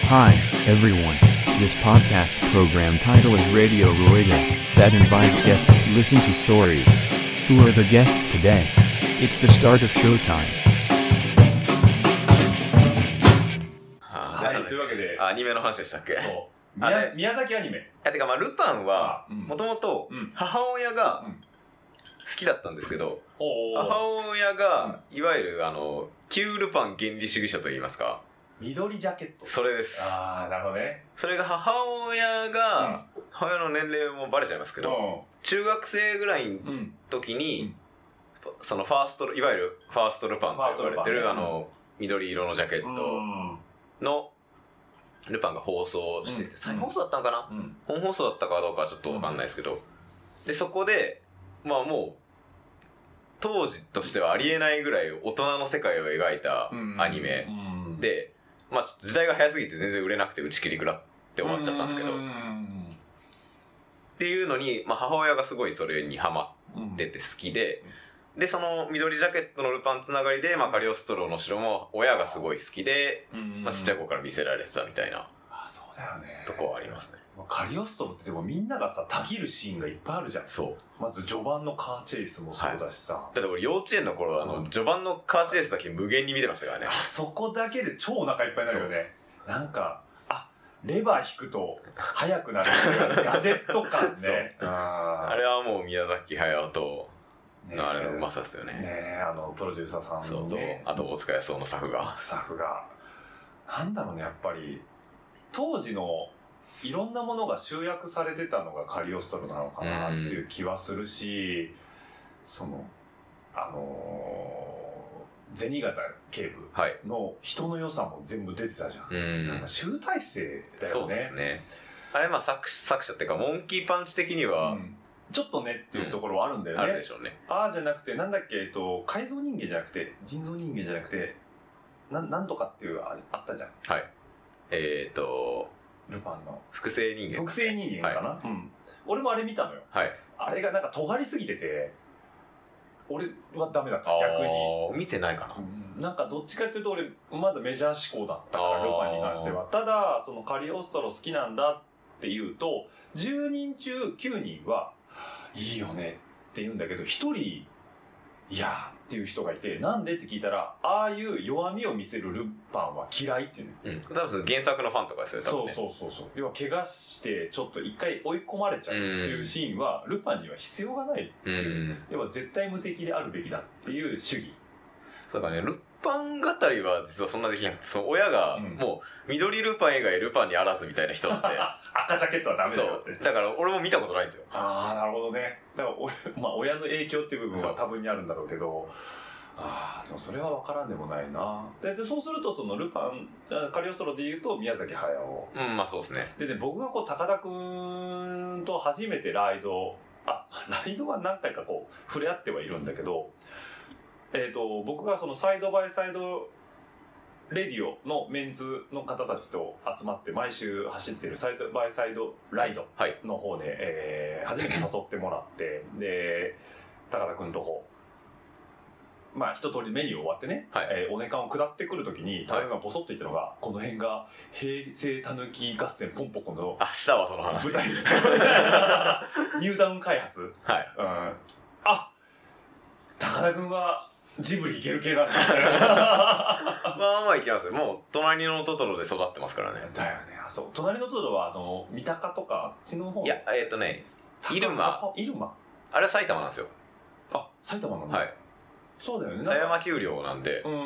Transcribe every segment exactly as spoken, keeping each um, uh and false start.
Hi, everyone. This podcast program title is Radio Roida, that invites guests to listen to stories. Who are the guests today? It's the start of showtime. はい、というわけで、 アニメの話でしたっけ？ そう宮宮崎アニメ。いやてかまあルパンはもともと母親が好きだったんですけど、うん、母親がいわゆるあの旧ルパン原理主義者といいますか、 緑ジャケット。 それです。 ああ、なるほどね。 それが母親が、うん、母親の年齢もバレちゃいますけど、うん、中学生ぐらいの時に、うん、そのファーストいわゆるファーストルパンと言われてる、ね、あの緑色のジャケットのルパンが放送してて、うん、再放送だったのかな、うん、本放送だったかどうかはちょっと分かんないですけど、うん、でそこでまあもう当時としてはありえないぐらい大人の世界を描いたアニメで、まあ時代が早すぎて全然売れなくて打ち切り食らって終わっちゃったんですけど、っていうのに、まあ、母親がすごいそれにハマってて好きで、でその緑ジャケットのルパンつながりで、まあ、カリオストロの城も親がすごい好きで、まあ、ちっちゃい頃から見せられてたみたいなとこはありますね。 カリオストロってでもみんながさたぎるシーンがいっぱいあるじゃん。 そうまず序盤のカーチェイスもそうだしさ、 はい、だって俺幼稚園の頃あの、うん、序盤のカーチェイスだけ無限に見てましたからね。 あそこだけで超お腹いっぱいになるよね。なんかあレバー引くと速くなるガジェット感ねあ, あれはもう宮崎駿とのあれのうまさですよね。 ねえ、あのプロデューサーさんの、ね、 そうそう、あと大塚康夫のスタッフがスタッフがなんだろうね、やっぱり当時のいろんなものが集約されてたのがカリオストロなのかなっていう気はするし、そのあのー、銭形警部の人の良さも全部出てたじゃん、うん、なんか集大成だよね。 そうですね。あれまあ 作, 作者っていうかモンキーパンチ的には、うん、 ちょっとねっていうところはあるんだよね、 うん、あるでしょうね。 ああじゃなくてなんだっけ、えっと、改造人間じゃなくて人造人間じゃなくて な, なんとかっていうああったじゃん。 はい、えっ、ー、とルパンの複製人間複製人間かな、はい、うん、俺もあれ見たのよ、はい、あれがなんか尖りすぎてて俺はダメだった。逆に見てないかな、 うん、なんかどっちかっていうと俺まだメジャー志向だったからルパンに関しては。ただそのカリオストロ好きなんだっていうとじゅうにん中きゅうにんはいいよねって言うんだけどひとりいやーっていう人がいて、なんでって聞いたらああいう弱みを見せるルパンは嫌いっていう、 うん、多分原作のファンとかですよね。 そうそうそうそう、要は怪我してちょっと一回追い込まれちゃうっていうシーンはルパンには必要がないっていう、要は絶対無敵であるべきだっていう主義。 そうだね、ルパン語りは実はそんなできなくて、その親がもう緑ルパン以外ルパンにあらずみたいな人なんで赤ジャケットはダメだよって。 だから俺も見たことないんですよ。 ああ、なるほどね。だからお、まあ、親の影響っていう部分は多分にあるんだろうけど、ああでもそれは分からんでもないな。で、でそうするとそのルパンカリオストロで言うと宮崎駿。 うん、まあそうですね。 でね、僕がこう高田くんと初めてライドあライドは何回かこう触れ合ってはいるんだけど、えーと、僕がそのサイドバイサイドレディオのメンズの方たちと集まって毎週走ってるサイドバイサイドライドの方で、はい、えー、初めて誘ってもらってで高田くんとこまあ一通りメニュー終わってね、はい、えー、お値段を下ってくるときに高田がボソッと言ったのが、はい、この辺が平成たぬき合戦ポンポコのあしたはその話舞台ですよニューダウン開発、はい、うん、あ高田くんはジブリいける系なんだまあまあいけますよ。もう隣のトトロで育ってますからね。 だよね。あ、そう、隣のトトロはあの三鷹とかあっちの方。 いや、えっ、ー、とね入間入間あれは埼玉なんですよ。 あ、埼玉なの。はい、そうだよね。 狭山丘陵なんで。 うん。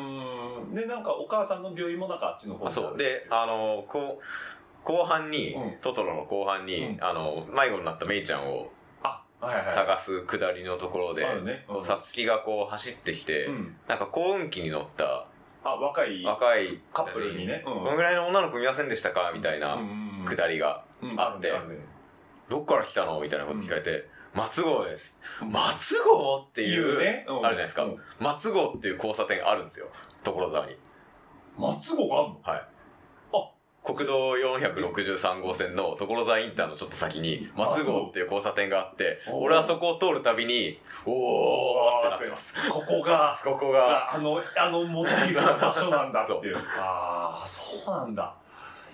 でなんかお母さんの病院もなんかあっちの方。 あ、そうで、あのこう後半に、うん、トトロの後半に、うん、あの迷子になったメイちゃんを探す下りのところでさつきがこう走ってきて、うん、なんか幸運期に乗ったあ若い若いカップルにね、うん、 このぐらいの女の子見ませんでしたかみたいな下りがあって、どっから来たのみたいなこと聞かれて、うん、松郷です、うん、松郷っていう、ね、うん、あるじゃないですか、うん、松郷っていう交差点があるんですよ、所沢に。 松郷があるの？ はい。国道よんひゃくろくじゅうさん号線の所沢インターのちょっと先に松郷っていう交差点があって、俺はそこを通るたびにおーってなってます。 ここがここがあのあのモチーフの場所なんだっていうああそうなんだ。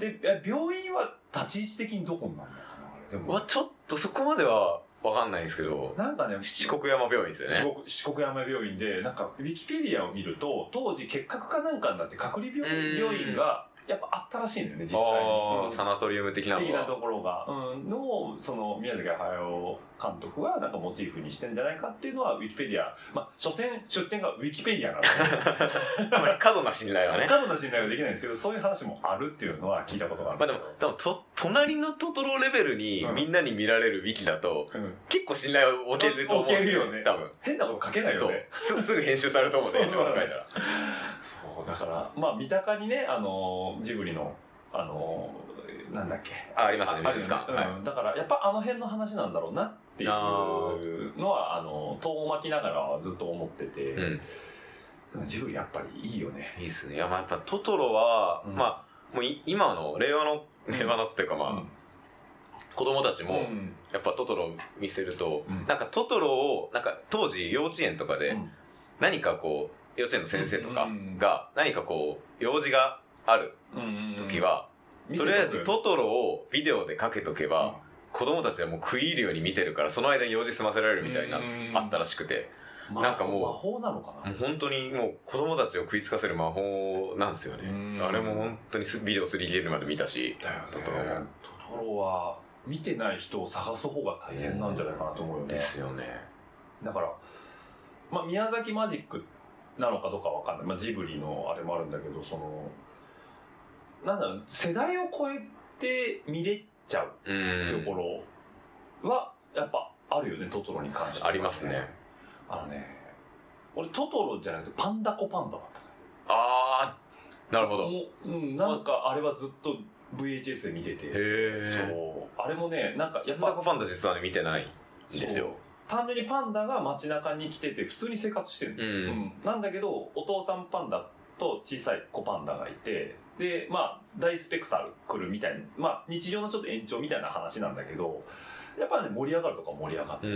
で病院は立ち位置的にどこになるのかな。でもはちょっとそこまでは分かんないんですけど、 なんかね、 四国山病院ですよね。 四国、四国山病院で、なんかウィキペディアを見ると、当時結核かなんかになって隔離病病院がやっぱあったらしいんだよね、実際に。 あ、うん、サナトリウム的なの的なところが、うん、のその宮崎駿監督はなんかモチーフにしてんじゃないかっていうのはウィキペディア、まあ所詮出典がウィキペディアなので過度な信頼はね過度な信頼はできないんですけど、そういう話もあるっていうのは聞いたことがある。 まあでも多分と隣のトトロレベルにみんなに見られるウィキだと、うん、結構信頼を置けると思うんですよ。 置けるよね。 多分変なこと書けないよね。 そうすぐ編集されると思うんで、変なこと書いたら。 そうだからまあ三鷹にね、あのジブリのあのなんだっけあ, ありますね、 あるよね、うんはい、だからやっぱあの辺の話なんだろうなっていうのはあの遠巻きながらずっと思ってて、うん、ジブリやっぱりいいよね。 いいっすね。いや、まあ、やっぱトトロは、うん、まあもう今の令和の令和のっていうかまあ、うん、子供たちもやっぱトトロを見せると、うん、なんかトトロをなんか当時幼稚園とかで何かこう幼稚園の先生とかが何かこう用事がある時は、うんうんうん、とりあえずトトロをビデオでかけとけば、うん、子供たちはもう食い入るように見てるからその間に用事済ませられるみたいな、うん、あったらしくて、なんかもう魔法なのかな。 もう本当にもう子供たちを食いつかせる魔法なんですよね。あれも本当にビデオ スリーディー でまで見たし、 だよね、トトロもトトロは見てない人を探す方が大変なんじゃないかなと思うよね。 ですよね。 だからまあ宮崎マジックなのかどうかわかんない、まあ、ジブリのあれもあるんだけど、そのなんだろう、世代を超えて見れちゃうっていうところはやっぱあるよね、トトロに関しては、ね、 ありますね。 あのね、俺トトロじゃなくてパンダコパンダだった。 あー、なるほど。 もう、うん、なんかあれはずっと ブイエイチエス で見てて、 へー、 そうあれもね、なんかやっぱパンダコパンダ実はね見てないんですよ。 単純にパンダが街中に来てて普通に生活してる、うんうん、なんだけどお父さんパンダと小さい子パンダがいて、でまあ大スペクタル来るみたいな、まあ日常のちょっと延長みたいな話なんだけど、やっぱね盛り上がるとか盛り上がってて、うん、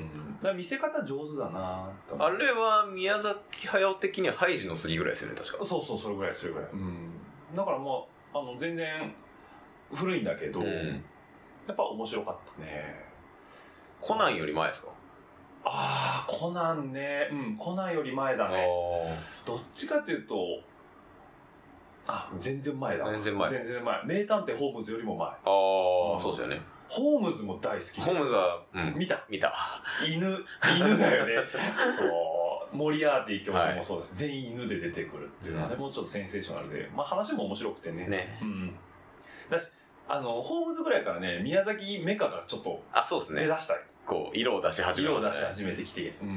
だから見せ方上手だなと思って。 あれは宮崎駿的にはハイジの次ぐらいですよね、確か。 そうそう、それぐらいそれぐらい、うん、だからもうあの全然古いんだけど、うん、やっぱ面白かったね。 コナンより前ですか？ ああ、コナンね。うん、コナンより前だね。どっちかというと、あ、全然前だ。 全然前。 全然前。名探偵ホームズよりも前。ああ、うん、そうですよね。 ホームズも大好き。 ホームズは、うん、 見た見た。 犬、犬だよね。そう。モリアーティ教授もそうです。はい、全員犬で出てくるっていうのは、あれもちょっとセンセーショナルで、まあ話も面白くてね。 ね。 うん。だし、あの、ホームズぐらいからね、宮崎メカがちょっとあ、そうですね。 出だしたり。 こう色を出し始めましたね。 色を出し始めてきて、うん、うん、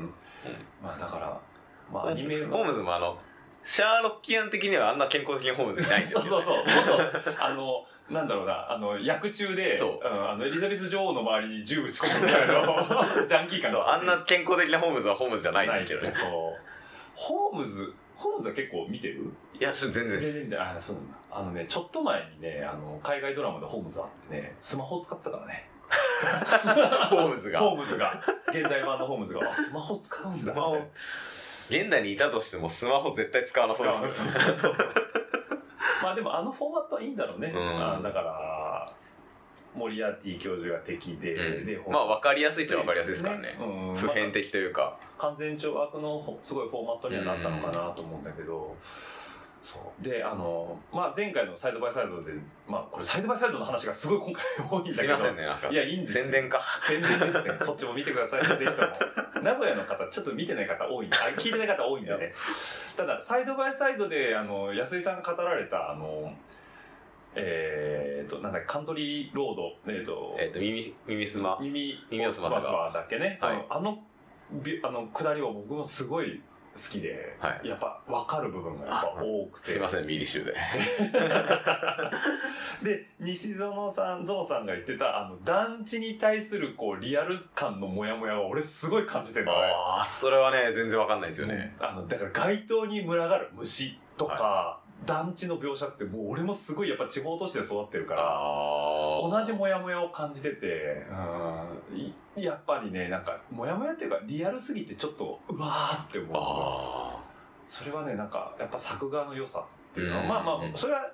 まあだからまあアニメホームズもあのシャーロッキアン的にはあんな健康的なホームズいないんですよ、ね。 そうそうそう。もっとあのなんだろうな、あの役中で、そう、うん、あのエリザベス女王の周りに銃撃ち込むぐらいのジャンキー感があんな健康的なホームズはホームズじゃないんですけどね。 そう。ホームズホームズは結構見てる？ いや、それ全然です。 全然あ、そうなんだ。あのね、ちょっと前にね、あの海外ドラマでホームズあってね、スマホ使ったからね。 ホームズがホームズが現代版のホームズがスマホ使うんだ。スマホ現代にいたとしてもスマホ絶対使わなそうですね。 そうそうそうまあでもあのフォーマットはいいんだろうね、うん、あだからモリアーティ教授が敵で、うん、でまあ分かりやすいっちゃ分かりやすいですからね、ね、うん、普遍的というか、 まあ、完全懲悪のすごいフォーマットにはなったのかなと思うんだけど、そうで、あの、まあ、前回のサイドバイサイドで、まあ、これサイドバイサイドの話がすごい今回多いんだけど。 すいませんね、なんか。 いや、いいんですよ。 宣伝か。 宣伝ですね。そっちも見てください。ぜひとも。名古屋の方、ちょっと見てない方多いんで、あ、聞いてない方多いんでね。ただ、サイドバイサイドで、あの、安井さんが語られた、あの、えーと、なんだっけ、カントリーロード、えーと、 えーと、耳、耳すま。 耳、 耳をすませば。 だっけね。はい、あの、あの、下りは僕もすごい、好きで、はい、やっぱ分かる部分がやっぱ多くて。 すいません、ミリ集で。 で、西園さん、ゾウさんが言ってた、あの、団地に対するこう、リアル感のモヤモヤは俺すごい感じてるのね。 ああ、それはね、全然分かんないですよね。 うん、あの、だから街灯に群がる虫とか、はい、団地の描写ってもう俺もすごいやっぱ地方都市で育ってるから、同じモヤモヤを感じてて、うん、やっぱりね、なんか、モヤモヤっていうかリアルすぎてちょっと、うわーって思う。それはね、なんか、やっぱ作画の良さっていうのは、まあまあ、それは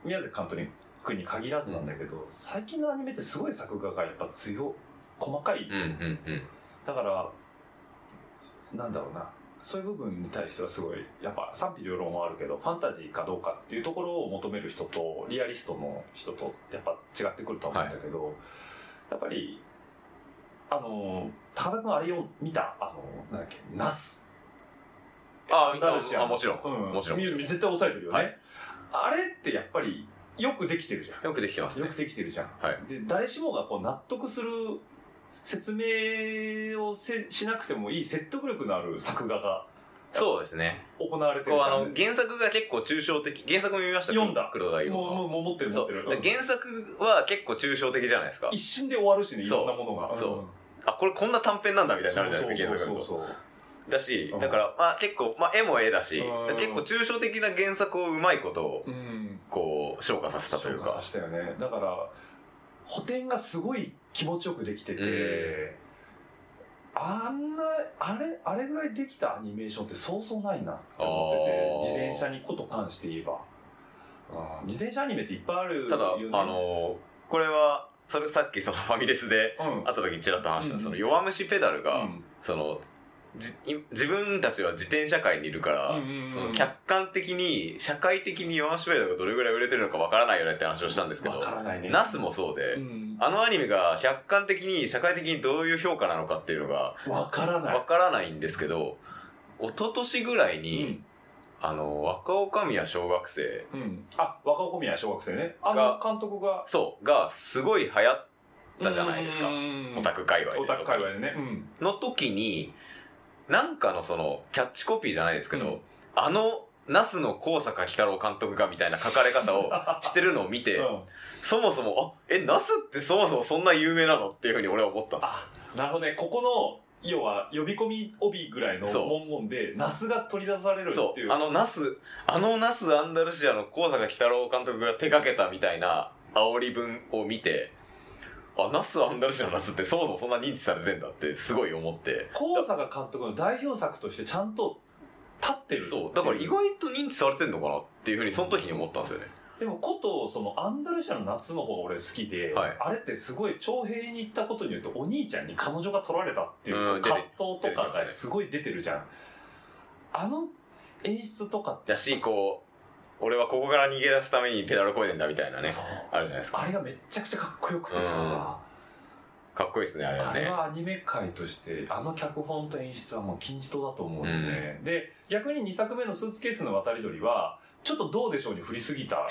宮崎監督に限らずなんだけど、うん、最近のアニメってすごい作画がやっぱ強細かい、 うんうんうん、 だからなんだろうな、そういう部分に対してはすごいやっぱ賛否両論はあるけど、ファンタジーかどうかっていうところを求める人とリアリストの人とやっぱ違ってくると思うんだけど、はい、やっぱりあの高田君あれを見た、あのなんだっけ、ナス、 あアンダルシア、あもちろん、 うん、 もちろん絶対抑えてるよね、はい、あれってやっぱりよくできてるじゃん。 よくできてますね。 よくできてるじゃん、 はい、 で誰しもがこう納得する説明をせしなくてもいい説得力のある作画がそうですね行われてるじゃん。 こうあの原作が結構抽象的、原作も見ました。 読んだ。 黒田もうもう持ってる持ってる、うん、 原作は結構抽象的じゃないですか。 一瞬で終わるしね、いろんなものが。 そう、うん、あこれこんな短編なんだみたいになるじゃないですか、原作だと。だし、だから、まあ結構、まあ絵も絵だし、結構抽象的な原作をうまいことを、こう、昇華させたというか。 昇華させたよね。だから、補填がすごい気持ちよくできてて、うん、あんな、あれ、あれぐらいできたアニメーションってそうそうないなって思ってて、自転車にこと関して言えば。うん、自転車アニメっていっぱいあるよね。 ただ、あのー、これは、それさっきそのファミレスで会った時にちらっと話した、うん、その弱虫ペダルが、うん、その、自分たちは自転車界にいるから、うんうんうん、その客観的に社会的に弱虫ペダルがどれぐらい売れてるのかわからないよねって話をしたんですけど、 ね、 ナスもそうで、うん、あのアニメが客観的に社会的にどういう評価なのかっていうのがわからないわからないんですけど、一昨年ぐらいに、うん、あの若尾神谷小学生、 うん、あ若尾神谷小学生ね、あの監督がそうがすごい流行ったじゃないですか、オタク界隈でオタク界隈でね、うん、 の時になんかのそのキャッチコピーじゃないですけど、うん、あの那須の高坂鬼太郎監督がみたいな書かれ方をしてるのを見て、うん、そもそもあえ那須ってそもそもそんな有名なのっていうふうに俺は思ったんです。 あ、なるほどね。ここの要は呼び込み帯ぐらいの文言で那須が取り出されるっていう。 そう、あの那須あの那須アンダルシアの高坂鬼太郎監督が手掛けたみたいな煽り文を見て、あ、ナスアンダルシアのナスってそもそもそんな認知されてんだってすごい思って、 高坂監督の代表作としてちゃんと立ってる。 そうだから意外と認知されてんのかなっていうふうにその時に思ったんですよね。 でもことそのアンダルシアの夏の方が俺好きで、はい、あれってすごい徴兵に行ったことによってお兄ちゃんに彼女が取られたっていう葛藤とかがすごい出てるじゃん。あの演出とかってだし、こう俺はここから逃げ出すためにペダルこいでんだみたいなね、あるじゃないですか。 あれがめっちゃくちゃかっこよくてさ、うん、 かっこいいですねあれはね。 あれはアニメ界としてあの脚本と演出はもう金字塔だと思うよね、うん、で逆ににさくめのスーツケースの渡り鳥はちょっとどうでしょうに振りすぎた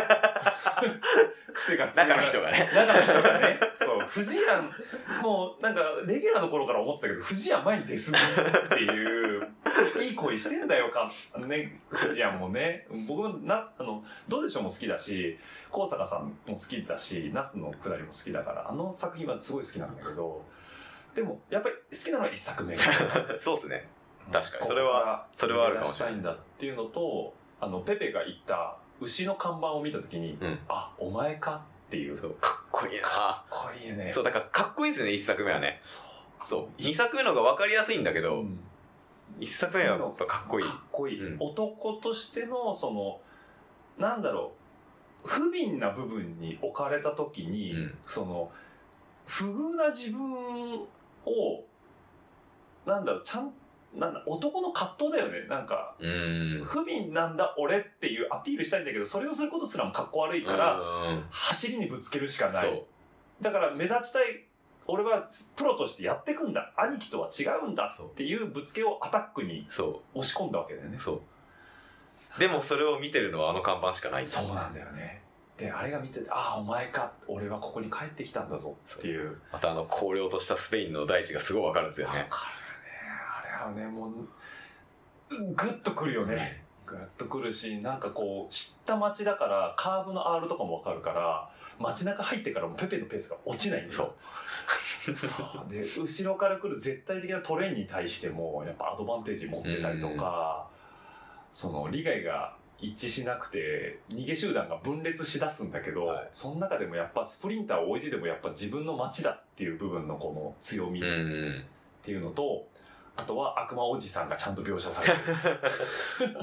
癖が強い中の人がね中の人がねそう藤谷もうなんかレギュラーの頃から思ってたけど藤谷前に出すぎっていういい声してんだよかね藤谷もね。僕もなあのどうでしょうも好きだし高坂さんも好きだしナスのくだりも好きだからあの作品はすごい好きなんだけど、でもやっぱり好きなのはいっさくめそうですね、確かにそれはそれはあるかもしれない。 したいんだっていうのと、あのペペが言った牛の看板を見たときに、うん、あ、お前かっていう。 そう、かっこいいな。 かっこいいね。 そう、だからかっこいいですよね、一作目はね。そう。二作目の方が分かりやすいんだけど、うん、一作目はやっぱかっこいい。 かっこいい。うん、男としての、その、なんだろう、不憫な部分に置かれたときに、うん、その、不遇な自分を、なんだろう、ちゃんと、なんだ男の葛藤だよね。なんかうん不憫なんだ俺っていうアピールしたいんだけど、それをすることすらもかっこ悪いから走りにぶつけるしかない。だから目立ちたい、俺はプロとしてやってくんだ、兄貴とは違うんだっていうぶつけをアタックに押し込んだわけだよね。 そうでもそれを見てるのはあの看板しかない。 そうなんだよね。であれが見てて、ああお前か、俺はここに帰ってきたんだぞっていう。 またあの荒涼としたスペインの大地がすごいわかるんですよね。 わかるね、もうグッとくるよね。グッとくるし、なんかこう知った街だからカーブの アール とかもわかるから、街中入ってからもペペのペースが落ちないんですよ。そうそうで後ろから来る絶対的なトレーンに対してもやっぱアドバンテージ持ってたりとか、その利害が一致しなくて逃げ集団が分裂しだすんだけど、はい、その中でもやっぱスプリンターを置いてでもやっぱ自分の街だっていう部分のこの強みっていうのと、あとは悪魔おじさんがちゃんと描写されてる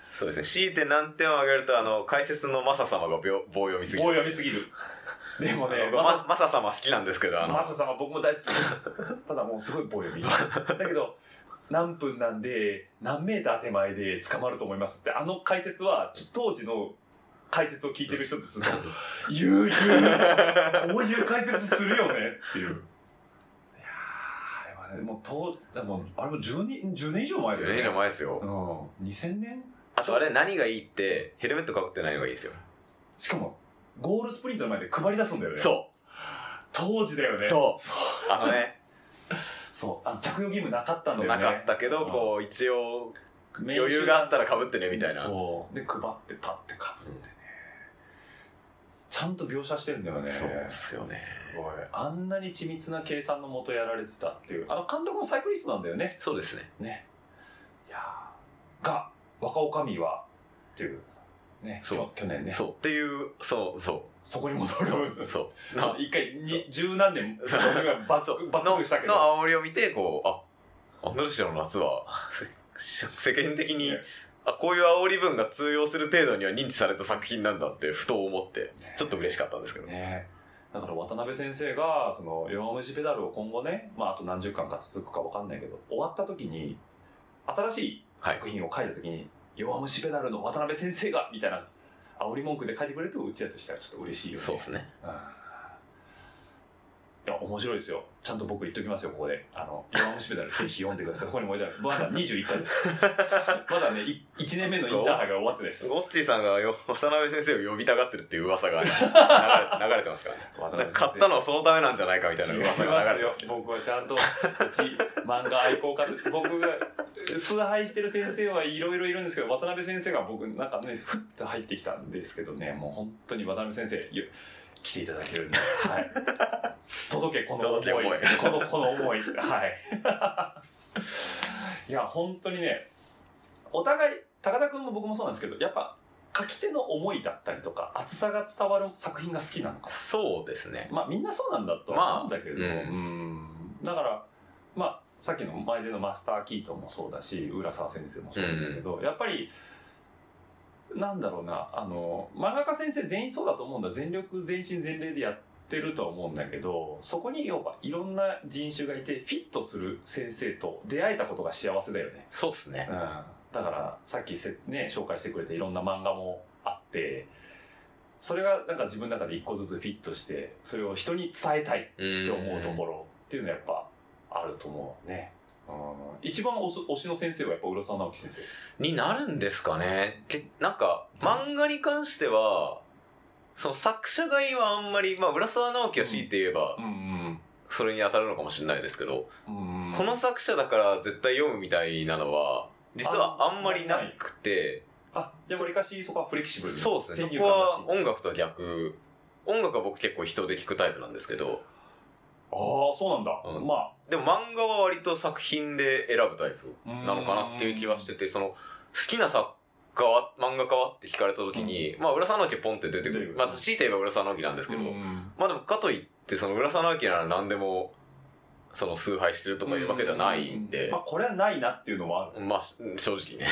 そうですね。強いて何点を挙げると、あの、解説のマサ様が棒読みすぎる。 棒読みすぎる。でもね、 マサ、マサ様好きなんですけど、あの。 マサ様僕も大好き。ただもうすごい棒読み。だけど、何分なんで、何メーター手前で捕まると思いますって、あの解説は、当時の解説を聞いてる人ですると、言う言う、こういう解説するよねっていう。いやー、あれはね、もう、とでもあれもじゅうねん、じゅうねん以上前だよね。 じゅうねん以上前ですよ。 うん。にせんねんあとあれ何がいいって、ヘルメットかぶってないのがいいですよ。 しかも、ゴールスプリントの前で配り出すんだよね。 そう。 当時だよね。 そう。そうあのね。 そう。あの着用義務なかったんだよね。 なかったけど、うん、こう、一応、余裕があったら被ってね、みたいな。 そう。で、配ってパッて被ってね、うん。ちゃんと描写してるんだよね。 そうですよね。 すごい。あんなに緻密な計算のもとやられてたっていう。あの監督もサイクリストなんだよね。 そうですね。 ね。いやー。が、若女将は、っていう。ね。そう去年ね。 そう。っていう、そう、そう。 そこに戻る。 そう。 一回に、十何年、そこがバック、バックしたけど。 の煽りを見て、こう、あ、アンダルシアの夏は、世間的に、あ、こういう煽り文が通用する程度には認知された作品なんだってふと思って、ちょっと嬉しかったんですけどね。 だから渡辺先生が、その、弱虫ペダルを今後ね、まああと何十巻か続くかわかんないけど、終わった時に、新しい作品を書いた時に、はい、弱虫ペダルの渡辺先生が、みたいな、煽り文句で書いてくれると、うちらとしてはちょっと嬉しいよね。 そうですね。うんいや、面白いですよ。ちゃんと僕言っときますよ、ここで。あの、弱虫ペダル、ぜひ読んでください。ここにも置いてある。まだにじゅういっかいです。まだね、いちねんめのインターハイが終わってです。 ゴッチーさんがよ渡辺先生を呼びたがってるっていう噂が、ね、流れ、流れてますからね。買ったのはそのためなんじゃないかみたいな噂が流れてます。 僕はちゃんと、うち、漫画愛好家で、僕が崇拝してる先生はいろいろいるんですけど、渡辺先生が僕、なんかね、ふっと入ってきたんですけどね、もう本当に渡辺先生、来ていただけるんで、はい。届け、この思い。思いこの、この思い。はい。いや、本当にね、お互い、高田くんも僕もそうなんですけど、やっぱ、書き手の思いだったりとか、熱さが伝わる作品が好きなのか。 そうですね。 まあ、みんなそうなんだと思うんだけど、まあ、うん、だから、まあ、さっきの前でのマスター・キートンもそうだし、浦沢先生もそうなんだけど、うん、やっぱり、なんだろうな、あの、漫画家先生全員そうだと思うんだ。全力、全身全霊でやってるとは思うんだけど、そこに要はいろんな人種がいて、フィットする先生と出会えたことが幸せだよね。 そうっすね。 うん。だから、さっきせ、ね、紹介してくれていろんな漫画もあって、それがなんか自分の中で一個ずつフィットして、それを人に伝えたいって思うところっていうのはやっぱあると思うね。一番推す推しの先生はやっぱ浦沢直樹先生になるんですかね。けなんか漫画に関してはその作者がいはあんまり、まあ、浦沢直樹は強いて言えば、うんうんうん、それに当たるのかもしれないですけど、うんうん、この作者だから絶対読むみたいなのは実はあんまりなくて、 あ、じゃあわりかしそこはフレキシブルに。 そうですね。そこは音楽と逆。音楽は僕結構人で聴くタイプなんですけど。 ああ、そうなんだ。うん、まあ。 でも漫画は割と作品で選ぶタイプなのかなっていう気はしてて、その、好きな作家は、漫画家はって聞かれた時に、うん、まあ、浦沢直樹ポンって出てくる。まあ、強いて言えば浦沢直樹なんですけど、まあでもかといって、その浦沢直樹なら何でも、その崇拝してるとかいうわけではないんで。 まあ、これはないなっていうのもある。 まあ、正直ね。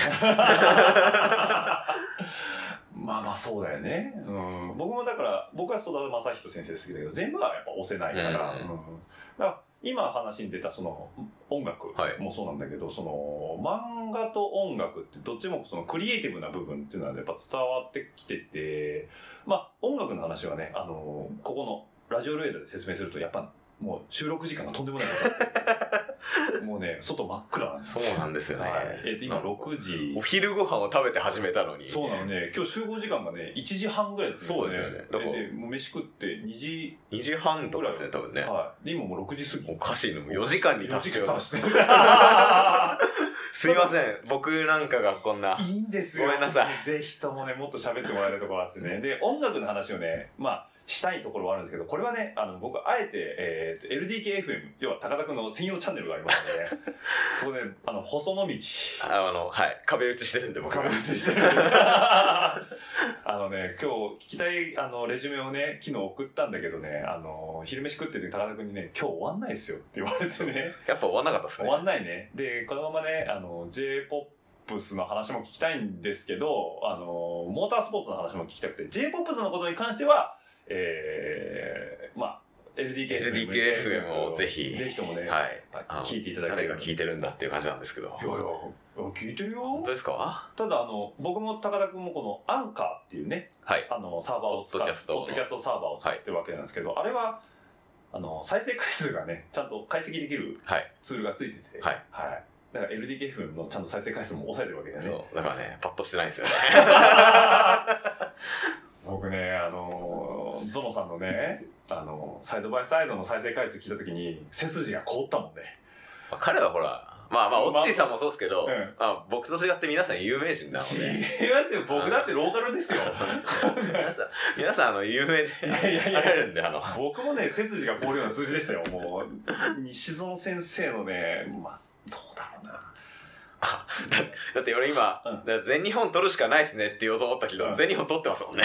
まあまあそうだよね。うん、僕もだから、僕は曽田正人先生好きだけど、全部はやっぱ押せないから。うんうん、だから今話に出たその音楽もそうなんだけど、はい、その漫画と音楽ってどっちもそのクリエイティブな部分っていうのはやっぱ伝わってきてて、まあ音楽の話はね、あの、ここのラジオルエダで説明するとやっぱもう収録時間がとんでもないことになってもうね、外真っ暗なんです。 そうなんですよね。はい、 えっ、ー、と、今ろくじ。 お昼ご飯を食べて始めたのに。 そうなのね。今日集合時間がね、いちじはんぐらいだったんですよね。 そうですよね。だからで、もう飯食ってにじ。 にじはんとかですね、多分ね。 はい。で、今もうろくじ過ぎ。 おかしいの。もうよじかんに達しようとして。すいません。僕なんかがこんな。 いいんですよ。 ごめんなさい。 ぜひともね、もっと喋ってもらえるところがあってね。で、音楽の話をね、まあ、したいところはあるんですけど、これはね、あの、僕、あえて、えー、エルディーケーエフエム、要は高田くんの専用チャンネルがありますので、ね、そこで、あの、細野道。 あの、はい。壁打ちしてるんで、僕。 壁打ちしてるんで。あのね、今日聞きたい、あの、レジュメをね、昨日送ったんだけどね、あの、昼飯食ってる時高田くんにね、今日終わんないですよって言われてね。 やっぱ終わんなかったっすね。 終わんないね。で、このままね、あの、J-ポップスの話も聞きたいんですけど、あの、モータースポーツの話も聞きたくて、J-ポップスのことに関しては、えー、まあ、エルディーケー エルディーケー エフエムをぜひ、 ぜひともね、 はい、 聞いていただければ。 誰が聞いてるんだっていう感じなんですけど。 いやいや、聞いてるよ。 本当ですか？ ただ、あの、僕も高田君もこのアンカーっていうね、 はい、 あの、サーバーを使って、ポッドキャストサーバーを使ってるわけなんですけど、はい、あれは、あの、再生回数がね、ちゃんと解析できるツールがついてて、 はい。 はい。だから エルディーケー エフエム のちゃんと再生回数も抑えてるわけだよね。 そう。だからね、パッとしてないんですよね。 僕ね、あの、ゾノさんのね、あの、サイドバイサイドの再生回数聞いたときに、背筋が凍ったもんね。 彼はほら、まあまあ、オッチーさんもそうですけど、 まあうんまあ、僕と違って皆さん有名人なので。 違いますよ、僕だってローカルですよ。 皆さん、皆さん、あの、有名で、 いやいやいや、 あるんで、あの。 僕もね、背筋が凍るような数字でしたよ、もう。西園先生のね、まあ、どうだろうな。 あ、だ, だって俺今、うん、全日本取るしかないっすねって言おうと思ったけど、うん、全日本取ってますもんね。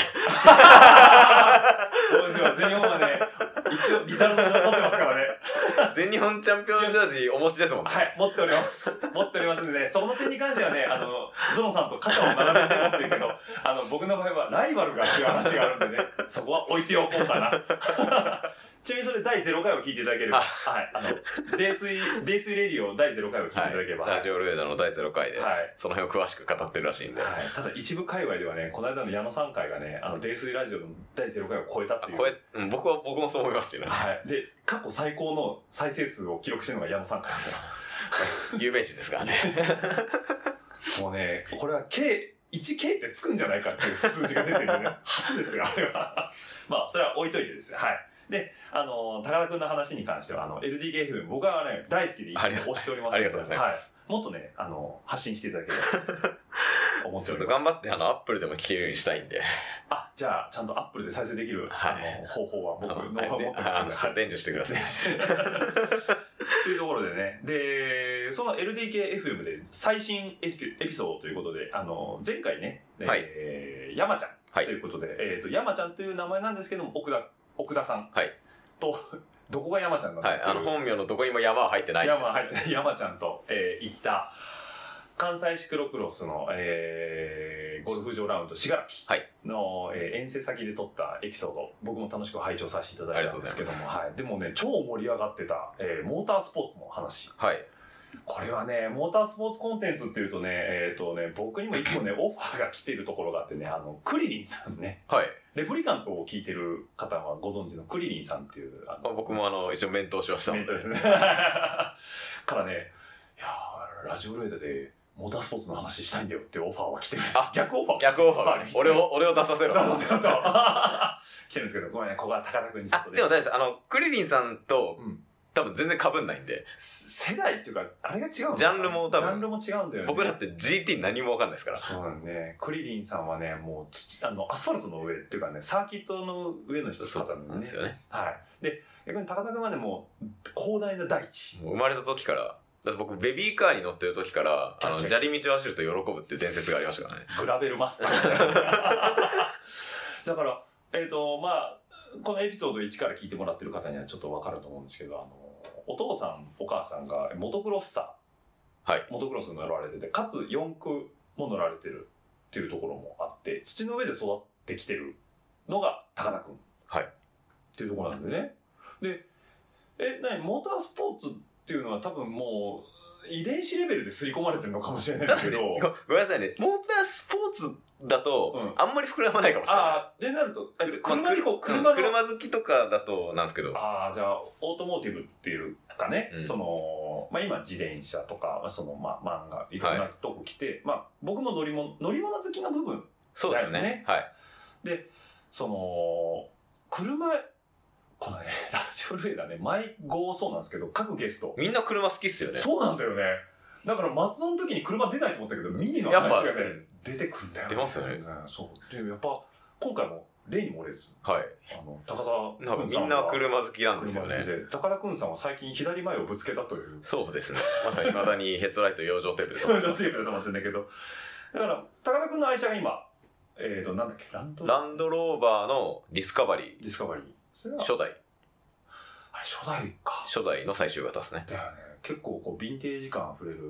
そうですよ、全日本はね、一応リザルトを取ってますからね。 全日本チャンピオンジャージお持ちですもんね。 はい、持っております。持っておりますんでね、その点に関してはね、あの、ゾノさんと肩を並べて持ってるけど、あの、僕の場合はライバルがっていう話があるんでね、そこは置いておこうかな。ちなみにそれだいゼロかいを聞いていただければ、はい、あの、泥酔、泥酔レディオだいゼロかいを聞いていただければ、 はい、ラジオルエダのだいゼロかいで、はい、その辺を詳しく語ってるらしいんで。 はい、ただ一部界隈ではね、この間の矢野さんかいがね、あの、泥酔ラジオのだいゼロかいを超えたっていう。 超え、うん、僕は、僕もそう思いますけどね。 はい。で、過去最高の再生数を記録してるのが矢野さんかいですよ。有名人ですからね。 もうね、これは K、いちケー ってつくんじゃないかっていう数字が出てるんでね、初ですよ、あれは。まあ、それは置いといてですね、はい。で、あの、高田くんの話に関しては、あの、エルディーケーエフエム、僕はね、大好きでいつも推しておりますので、 ありがとうございます。 はい。もっとね、あの、発信していただければ思っております。 ちょっと頑張って、あの、アップルでも聞けるようにしたいんで。 あ、じゃあ、ちゃんとアップルで再生できる、はい、あの、方法は僕、ノウハウ持ってますので。 伝授してください。 というところでね、で、その エルディーケーエフエム で最新エピソードということで、あの、前回ね、 はい、 えー、山ちゃんということで、はい、えっと、山ちゃんという名前なんですけども、奥田、奥田さん。はい。と、どこが山ちゃんなんだはい、あの、本名のどこにも山は入ってないんです、ね。山は入ってない山ちゃんと、えー、行った、関西シクロクロスの、えー、ゴルフ場ラウンド信楽の、はい、えー、遠征先で撮ったエピソード、僕も楽しく拝聴させていただいたんですけども、はい。でもね、超盛り上がってた、えー、モータースポーツの話。はい。これはね、モータースポーツコンテンツっていうとね、えっとね、僕にも一個ね、オファーが来てるところがあってね、あの、クリリンさんね。はい。レプリカントを聞いてる方はご存知のクリリンさんっていう。 あの僕もあの、一応メントーしました。 メントーですね。からね、いやー、ラジオルエダでモータースポーツの話したいんだよっていうオファーは来てるんです。あ、逆オファー逆オファー。俺を、俺を出させろ。 出させろと。来てるんですけど、ごめんね、ここは高田君にちょっと、ね。 あ、でも大丈夫です。あの、クリリンさんと、うん、多分全然被んないんで。 世代っていうか、あれが違うの？ ジャンルも多分。 ジャンルも違うんだよね。 僕だって ジーティー 何もわかんないですから。 そうなんね。クリリンさんはね、もう土、あの、アスファルトの上っていうかね、サーキットの上の人方なんですよね。 はい。で、逆に高田君はね、もう、広大な大地。 もう生まれた時から、だって僕、ベビーカーに乗ってる時から、あの、砂利道を走ると喜ぶっていう伝説がありましたからね。 グラベルマスター。だから、えっと、まあ、このエピソードいちから聞いてもらってる方にはちょっとわかると思うんですけど、あの、お父さん、お母さんがモトクロッサー、はい、モトクロスに乗られてて、かつよん区も乗られてるっていうところもあって、土の上で育ってきてるのが高田くん。はい。っていうところなんでね。で、え、なに、モータースポーツっていうのは多分もう、遺伝子レベルで刷り込まれてるのかもしれないんだけど。 ね、ごめんなさいね。モータースポーツだと、うん、あんまり膨らまないかもしれない。ああ、でなると、車にこう、車の、 車好きとかだとなんですけど。 ああ、じゃあ、オートモーティブっていうかね、うん、その、まあ今自転車とか、その、まあ漫画、いろんなとこ来て、はい、まあ僕も乗り物、乗り物好きな部分、ね。 そうですね。はい。 で、その、車、このね、ラジオルエダね、毎号そうなんですけど、各ゲスト。 みんな車好きっすよね。 そうなんだよね。だから松戸の時に車出ないと思ったけど、ミニの話がね、出てくるんだよね。 出ますよね。 そう。で、やっぱ、今回も例に漏れず、はい。あの、高田くんさんは。みんな車好きなんですよね。 高田くんさんは最近左前をぶつけたという。 そうですね。まだ未だにヘッドライト養生テープで。 養生テープで止まってるんだけど。だから、高田くんの愛車が今、えっと、なんだっけ、ランドランドローバーのディスカバリー。 ディスカバリー。 初代。 あれ、初代か。 初代の最終型ですね。 だよね。結構こう、ヴィンテージ感あふれる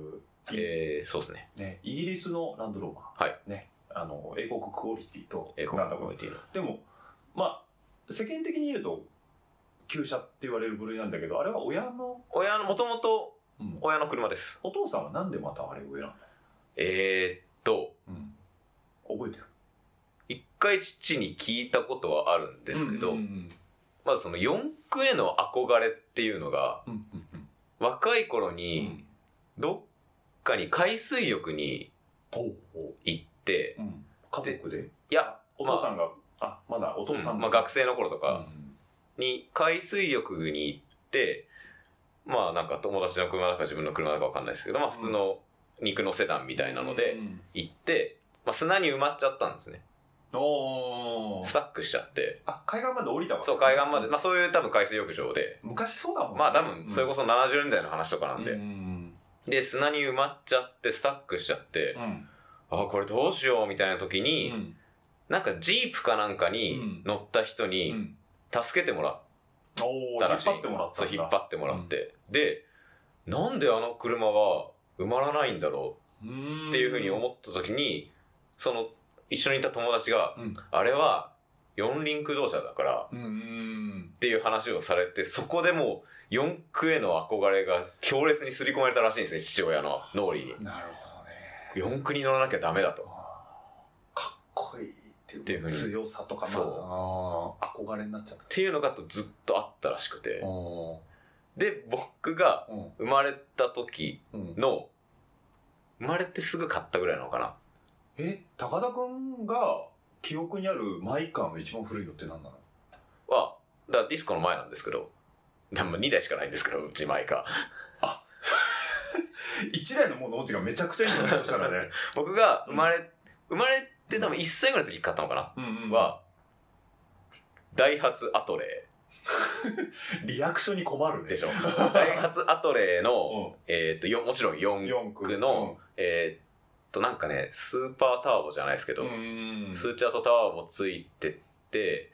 えー、そうですね。 ね、イギリスのランドローバー。 はい。 ね、あの、英国クオリティと、 英国クオリティの。 でも、まあ、世間的に言うと、旧車って言われる部類なんだけど、あれは親の親の、もともと、親の車です、 うん。お父さんはなんでまたあれを選んだの？ えーっと、 うん、覚えてる？ 一回父に聞いたことはあるんですけど、うんうんうん、まずその四駆への憧れっていうのが、うんうんうん、若い頃にどっかに海水浴に行って、うん、 家族で？ いや、 お父さんが、まあ、あ、まだお父さん、 うん、まあ、学生の頃とかに海水浴に行って、まあなんか友達の車だか自分の車だかわかんないですけど、まあ普通の肉のセダンみたいなので行って、まあ、砂に埋まっちゃったんですね。 おスタックしちゃって。 あ、海岸まで降りたわけ？ そう、海岸まで。まあそういう多分海水浴場で。 昔そうだもんね。 まあ多分それこそななじゅうねんだいの話とかなんで。うん、で、砂に埋まっちゃってスタックしちゃって、うん、あ、これどうしようみたいな時に、うん、なんかジープかなんかに乗った人に助けてもらったらしい。 引っ張ってもらったんだ。 そう、引っ張ってもらって。うん、で、なんであの車は埋まらないんだろうっていうふうに思った時に、その一緒にいた友達が、うん、あれは四輪駆動車だからっていう話をされて、そこでもう四駆への憧れが強烈に刷り込まれたらしいんですね、父親の脳裏に。 なるほどね。 四駆に乗らなきゃダメだと。 かっこいいっていうふうに強さとか、まあ、憧れになっちゃったっていうのがずっとあったらしくて、で僕が生まれた時の、生まれてすぐ買ったぐらいなのかな。 え、高田くんが記憶にあるマイカーの一番古いのって何なの？ は、だからディスコの前なんですけど、でもにだいしかないんですけど、うちマイカー。 あいちだいのもの落ちがめちゃくちゃいいのね、そしたらね。 僕が生まれ、うん、生まれて多分いっさいぐらいの時買ったのかな、うんうん、は、ダイハツアトレー。リアクションに困るね。 でしょ。ダイハツアトレーの、うん、えっと、もちろん四駆の、うん、えーとなんかね、スーパーターボじゃないですけど、スーチャーとターボついてって、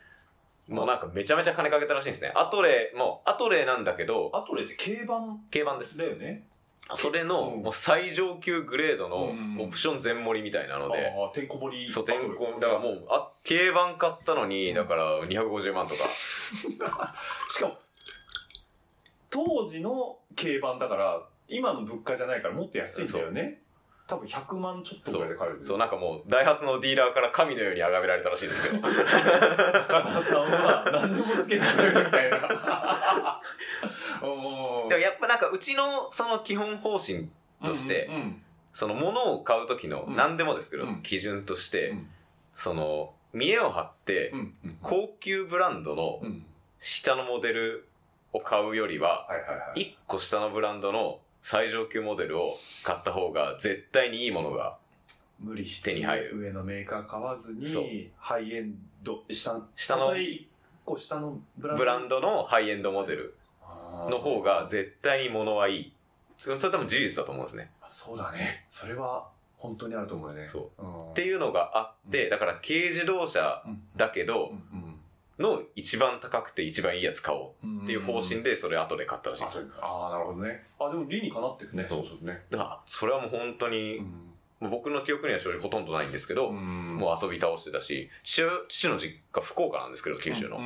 もうなんかめちゃめちゃ金かけたらしいんですね。アトレー、もうアトレーなんだけど、 アトレーって軽バン軽バンです。 だよね。 それのもう最上級グレードのオプション全盛りみたいなので、 ああ、てんこ盛り。 そう、てんこ、だからもう、あ、軽バン買ったのに、だからにひゃくごじゅうまんとか。 しかも、当時の軽バンだから、今の物価じゃないからもっと安いんだよね。多分ひゃくまんちょっとぐらいで買える。 そう、そうなんかもう、ダイハツのディーラーから神のように崇められたらしいですけど。 高田さんは何でもつけてくれるみたいな。 でもやっぱなんかうちのその基本方針として、うんうんうん、その物を買う時の何でもですけど、うん、基準として、うん、その見栄を張って、うんうん、高級ブランドの下のモデルを買うよりは、いっこ下のブランドの最上級モデルを買った方が絶対にいいものが無理して手に入る。上のメーカー買わずにハイエンド下下のいっこ下のブランドブランドのハイエンドモデルの方が絶対に物はいい。それ多分事実だと思うんですね。 そうだね。それは本当にあると思うよね。 そう。うん、っていうのがあって、うん、だから軽自動車だけど、うんうんうんの一番高くて一番いいやつ買おうっていう方針でそれ後で買ったらしい。 ああ、なるほどね。あ、でも理にかなってるね。 そうそうね。だからそれはもう本当に、うん、もう僕の記憶には正直ほとんどないんですけど、うん、もう遊び倒してたし、父の実家福岡なんですけど、九州の、うん、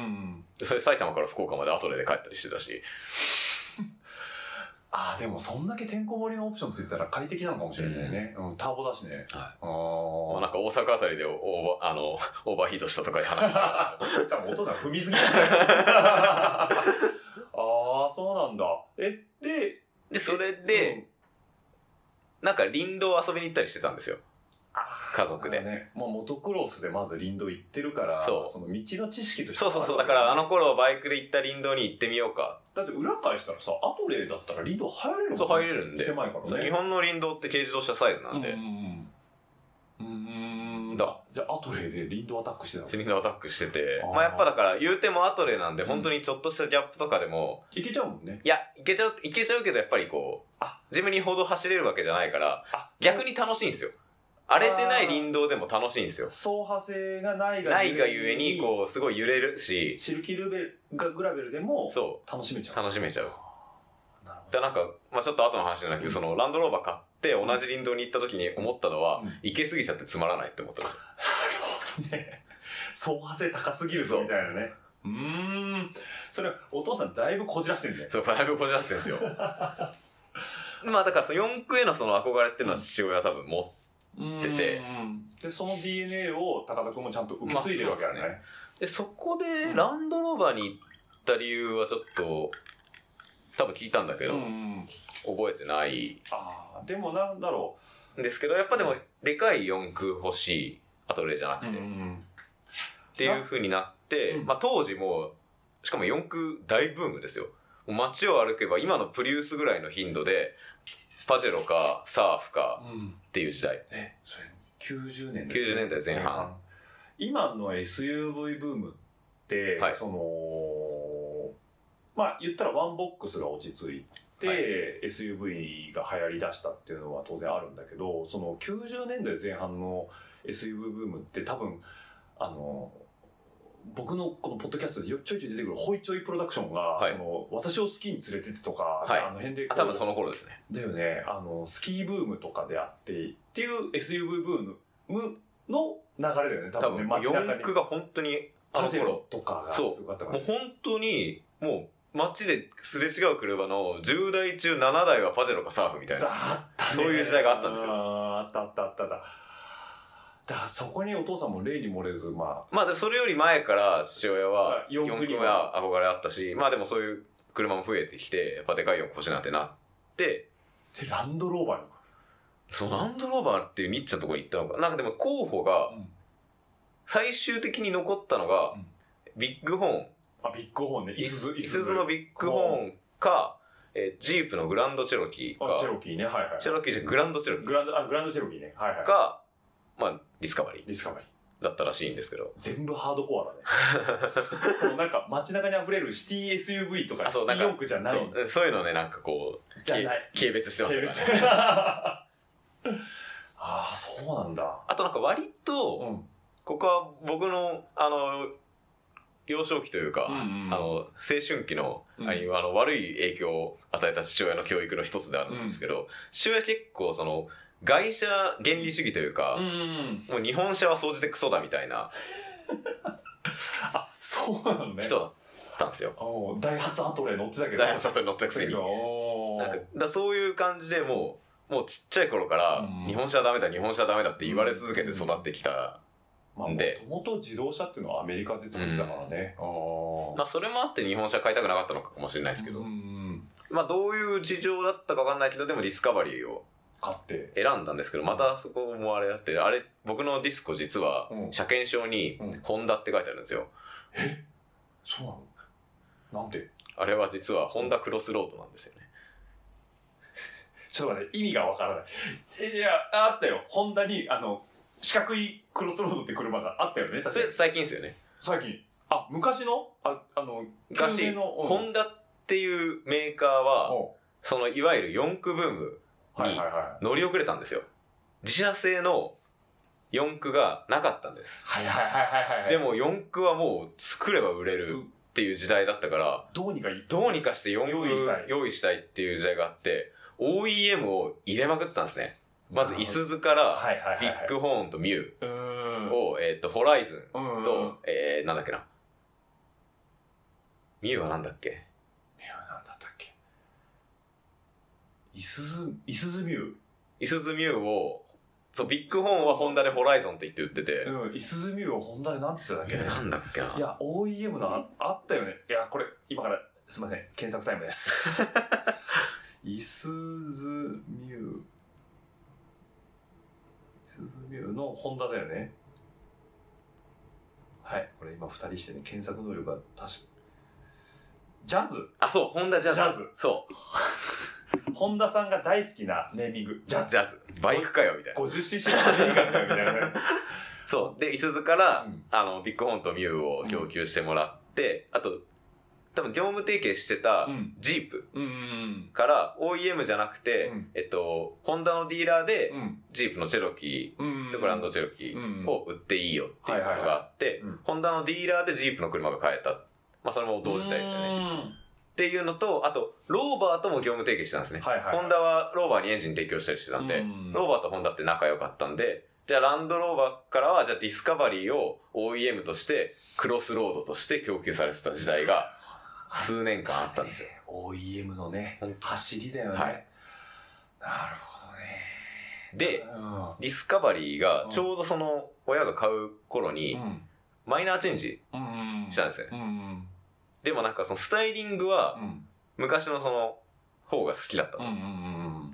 それ埼玉から福岡まで後で帰ったりしてたし。 ああ、でもそんだけてんこ盛りのオプションついてたら快適なのかもしれないね。うん、ターボだしね。はい。ああ。なんか大阪あたりでオーバー、あの、オーバーヒートしたとかで話してました。多分音が踏みすぎた。ああ、そうなんだ。え、で、 で、それで、うん、なんか林道遊びに行ったりしてたんですよ。家族で、 ね、もうモトクロスでまず林道行ってるから、 そうその道の知識として、 そうそうそう、だからあの頃バイクで行った林道に行ってみようか。 だって裏返したらさ、アトレーだったら林道入れるもんね。 そう、入れるんで。 狭いからね。 日本の林道って軽自動車サイズなんで。 うんうん。だじゃあアトレーで林道アタックしてたの？ 林道アタックしてて、あまあやっぱだから言うてもアトレーなんで、本当にちょっとしたギャップとかでも、 うん、いけちゃうもんね。 いや、いけちゃう、いけちゃうけどやっぱりこう、あ自分にほど走れるわけじゃないから、逆に楽しいんですよ。荒れてない林道でも楽しいんですよ。 走破性がないがないがゆえに、こう、すごい揺れるし。 シルキールベルがグラベルでも、楽しめちゃう。 楽しめちゃう。だなんか、まあちょっと後の話なんだけど、うん、その、ランドローバー買っって同じ林道に行った時に思ったのは、 うん、 行けすぎちゃってつまらないって思ったんですよ。 なるほどね。相派性高すぎるぞみたいなね。うーん。それお父さんだいぶこじらしてるんだよ。 そう、だいぶこじらしてるんですよ。まあだからその四駆へのその憧れっていうのは父親は多分持ってて、 うん、でその ディーエヌエー を高田君もちゃんと受け継いでるわけだね。まあ、そうですね。 でそこでランドローバーに行った理由はちょっと多分聞いたんだけど、うん、覚えてない。 ああ、でもなんだろう。ですけどやっぱでもでかい四駆欲しいアトレじゃなくて、うん、っていう風になって、まあ当時もしかも四駆大ブームですよ。街を歩けば今のプリウスぐらいの頻度でパジェロかサーフかっていう時代、うん、 えそれきゅうじゅうねんだいきゅうじゅうねんだいぜん半。 今の エスユーブイ ブームって、はい、そのまあ言ったらワンボックスが落ち着いて、はい、エスユーブイ が流行りだしたっていうのは当然あるんだけど、そのきゅうじゅうねんだいぜん半の エスユーブイ ブームって多分あの僕のこのポッドキャストでちょいちょい出てくるホイチョイプロダクションが、はい、その私をスキーに連れてってとか、はい、あの辺で多分その頃ですね。 だよね。あのスキーブームとかであってっていう エスユーブイ ブームの流れだよね。多分ね、街中に四駆が本当にパジェロとかがすごかったから、 ね、そうもう本当にもう街ですれ違う車のじゅうだい中ななだいはパジェロかサーフみたいな、 あったね、 そういう時代があったんですよ。 あったあったあったあった。だからそこにお父さんも例に漏れず、まあまあでそれより前から父親は四駆には憧れあったし、まあでもそういう車も増えてきてやっぱでかい四駆欲しいなってなって、 でランドローバーにそうランドローバーっていうニッチなところに行ったのかなんか。でも候補が最終的に残ったのが、うん、ビッグホーン、 あビッグホーンね、いすゞいすゞのビッグホーンか、えー、ジープのグランドチェロキーか、 あチェロキーね、はいはい、 チェロキーじゃグランドチェロキー、 グランドあグランドチェロキーね、はいはい、 かまあディスカバリーディスカバリーだったらしいんですけど、 全部ハードコアだね。そのなんか街中に溢れるシティ エスユーブイ とかシティ四駆じゃない、 そうそういうのね、なんかこうじゃない軽蔑してましたからね。 ああそうなんだ。 あとなんか割と、うん、ここは僕のあの幼少期というか、うんうん、あの青春期の、うん、あの悪い影響を与えた父親の教育の一つであるんですけど、うん、父親結構その外車原理主義というか、うんうん、もう日本車は総じてクソだみたいなあそうなのね人だったんですよ。 ダイハツアトレ乗ってたけど、 ダイハツアトレ乗ってたくせになんかだそういう感じでもうもうちっちゃい頃から、うん、日本車はダメだ日本車はダメだって言われ続けて育ってきたんで、 もともと自動車っていうのはアメリカで作ってたからね、うん、 あまあそれもあって日本車買いたくなかったのかもしれないですけど、うん、まあどういう事情だったか分かんないけど、でもディスカバリーを買って選んだんですけど、またそこもあれだって、あれ僕のディスコ実は車検証にホンダって書いてあるんですよ、 うん、えそうなの？なんで？ あれは実はホンダクロスロードなんですよね。 ちょっと待って、意味がわからない。いや、あったよ。ホンダに、あの、四角いクロスロードって車があったよね、確かに。 それ最近ですよね。 最近。あ、昔のあ、あの、 昔の、ホンダっていうメーカーは、その、いわゆる四駆ブームに乗り遅れたんですよ。自社製の四駆がなかったんです。 はいはいはいはいはい。 でも四駆はもう作れば売れるっていう時代だったから、 どうにかいいどうにかして四駆用意したい。用意したいっていう時代があって、オーイーエム を入れまくったんですね。まず、いすゞからビッグホーンとミュウを、えっと、ホライズンと、えー、なんだっけな。ミュウはなんだっけミュウなんだったっけいすゞ、いすゞミュウいすゞミュウを、そう、ビッグホーンはホンダでホライゾンって言って売ってて。 うん、いすゞミュウをホンダでなんて言ってたっけね。 なんだっけな。 いや、オーイーエム の あ, あったよね。いや、これ、今から、すいません、検索タイムです。いすゞミュウ。いすゞミュウのホンダだよね。はい。これ今二人してね、検索能力が確か。ジャズあ、そう、ホンダジャズ。 ジャズ。 そう。 ホンダさんが大好きなネーミング。 ジャズ。ジャズ。バイクかよ、みたいな。 ごじゅっシーシー のアメリカンだよ、みたいなね。 そう。で、いすゞから、うん、あの、ビッグホーンとミュウを供給してもらって、うん、あと、多分業務提携してたジープから オーイーエム じゃなくて、うん、えっと、ホンダのディーラーでジープのチェロキーとグランドチェロキーを売っていいよっていうのがあって、ホンダのディーラーでジープの車が買えた。まあそれも同時代ですよね。 っていうのと、あとローバーとも業務提携してたんですね、はいはいはい、ホンダはローバーにエンジン提供したりしてたんで、うん、ローバーとホンダって仲良かったんで、じゃあランドローバーからはじゃあディスカバリーを オーイーエム としてクロスロードとして供給されてた時代が数年間あったんですよ。 オーイーエム のね走りだよね、はい、なるほどね。 で、うん、ディスカバリーがちょうどその親が買う頃にマイナーチェンジしたんですよ、うんうん、でもなんかそのスタイリングは昔のその方が好きだったと、うんうんうん、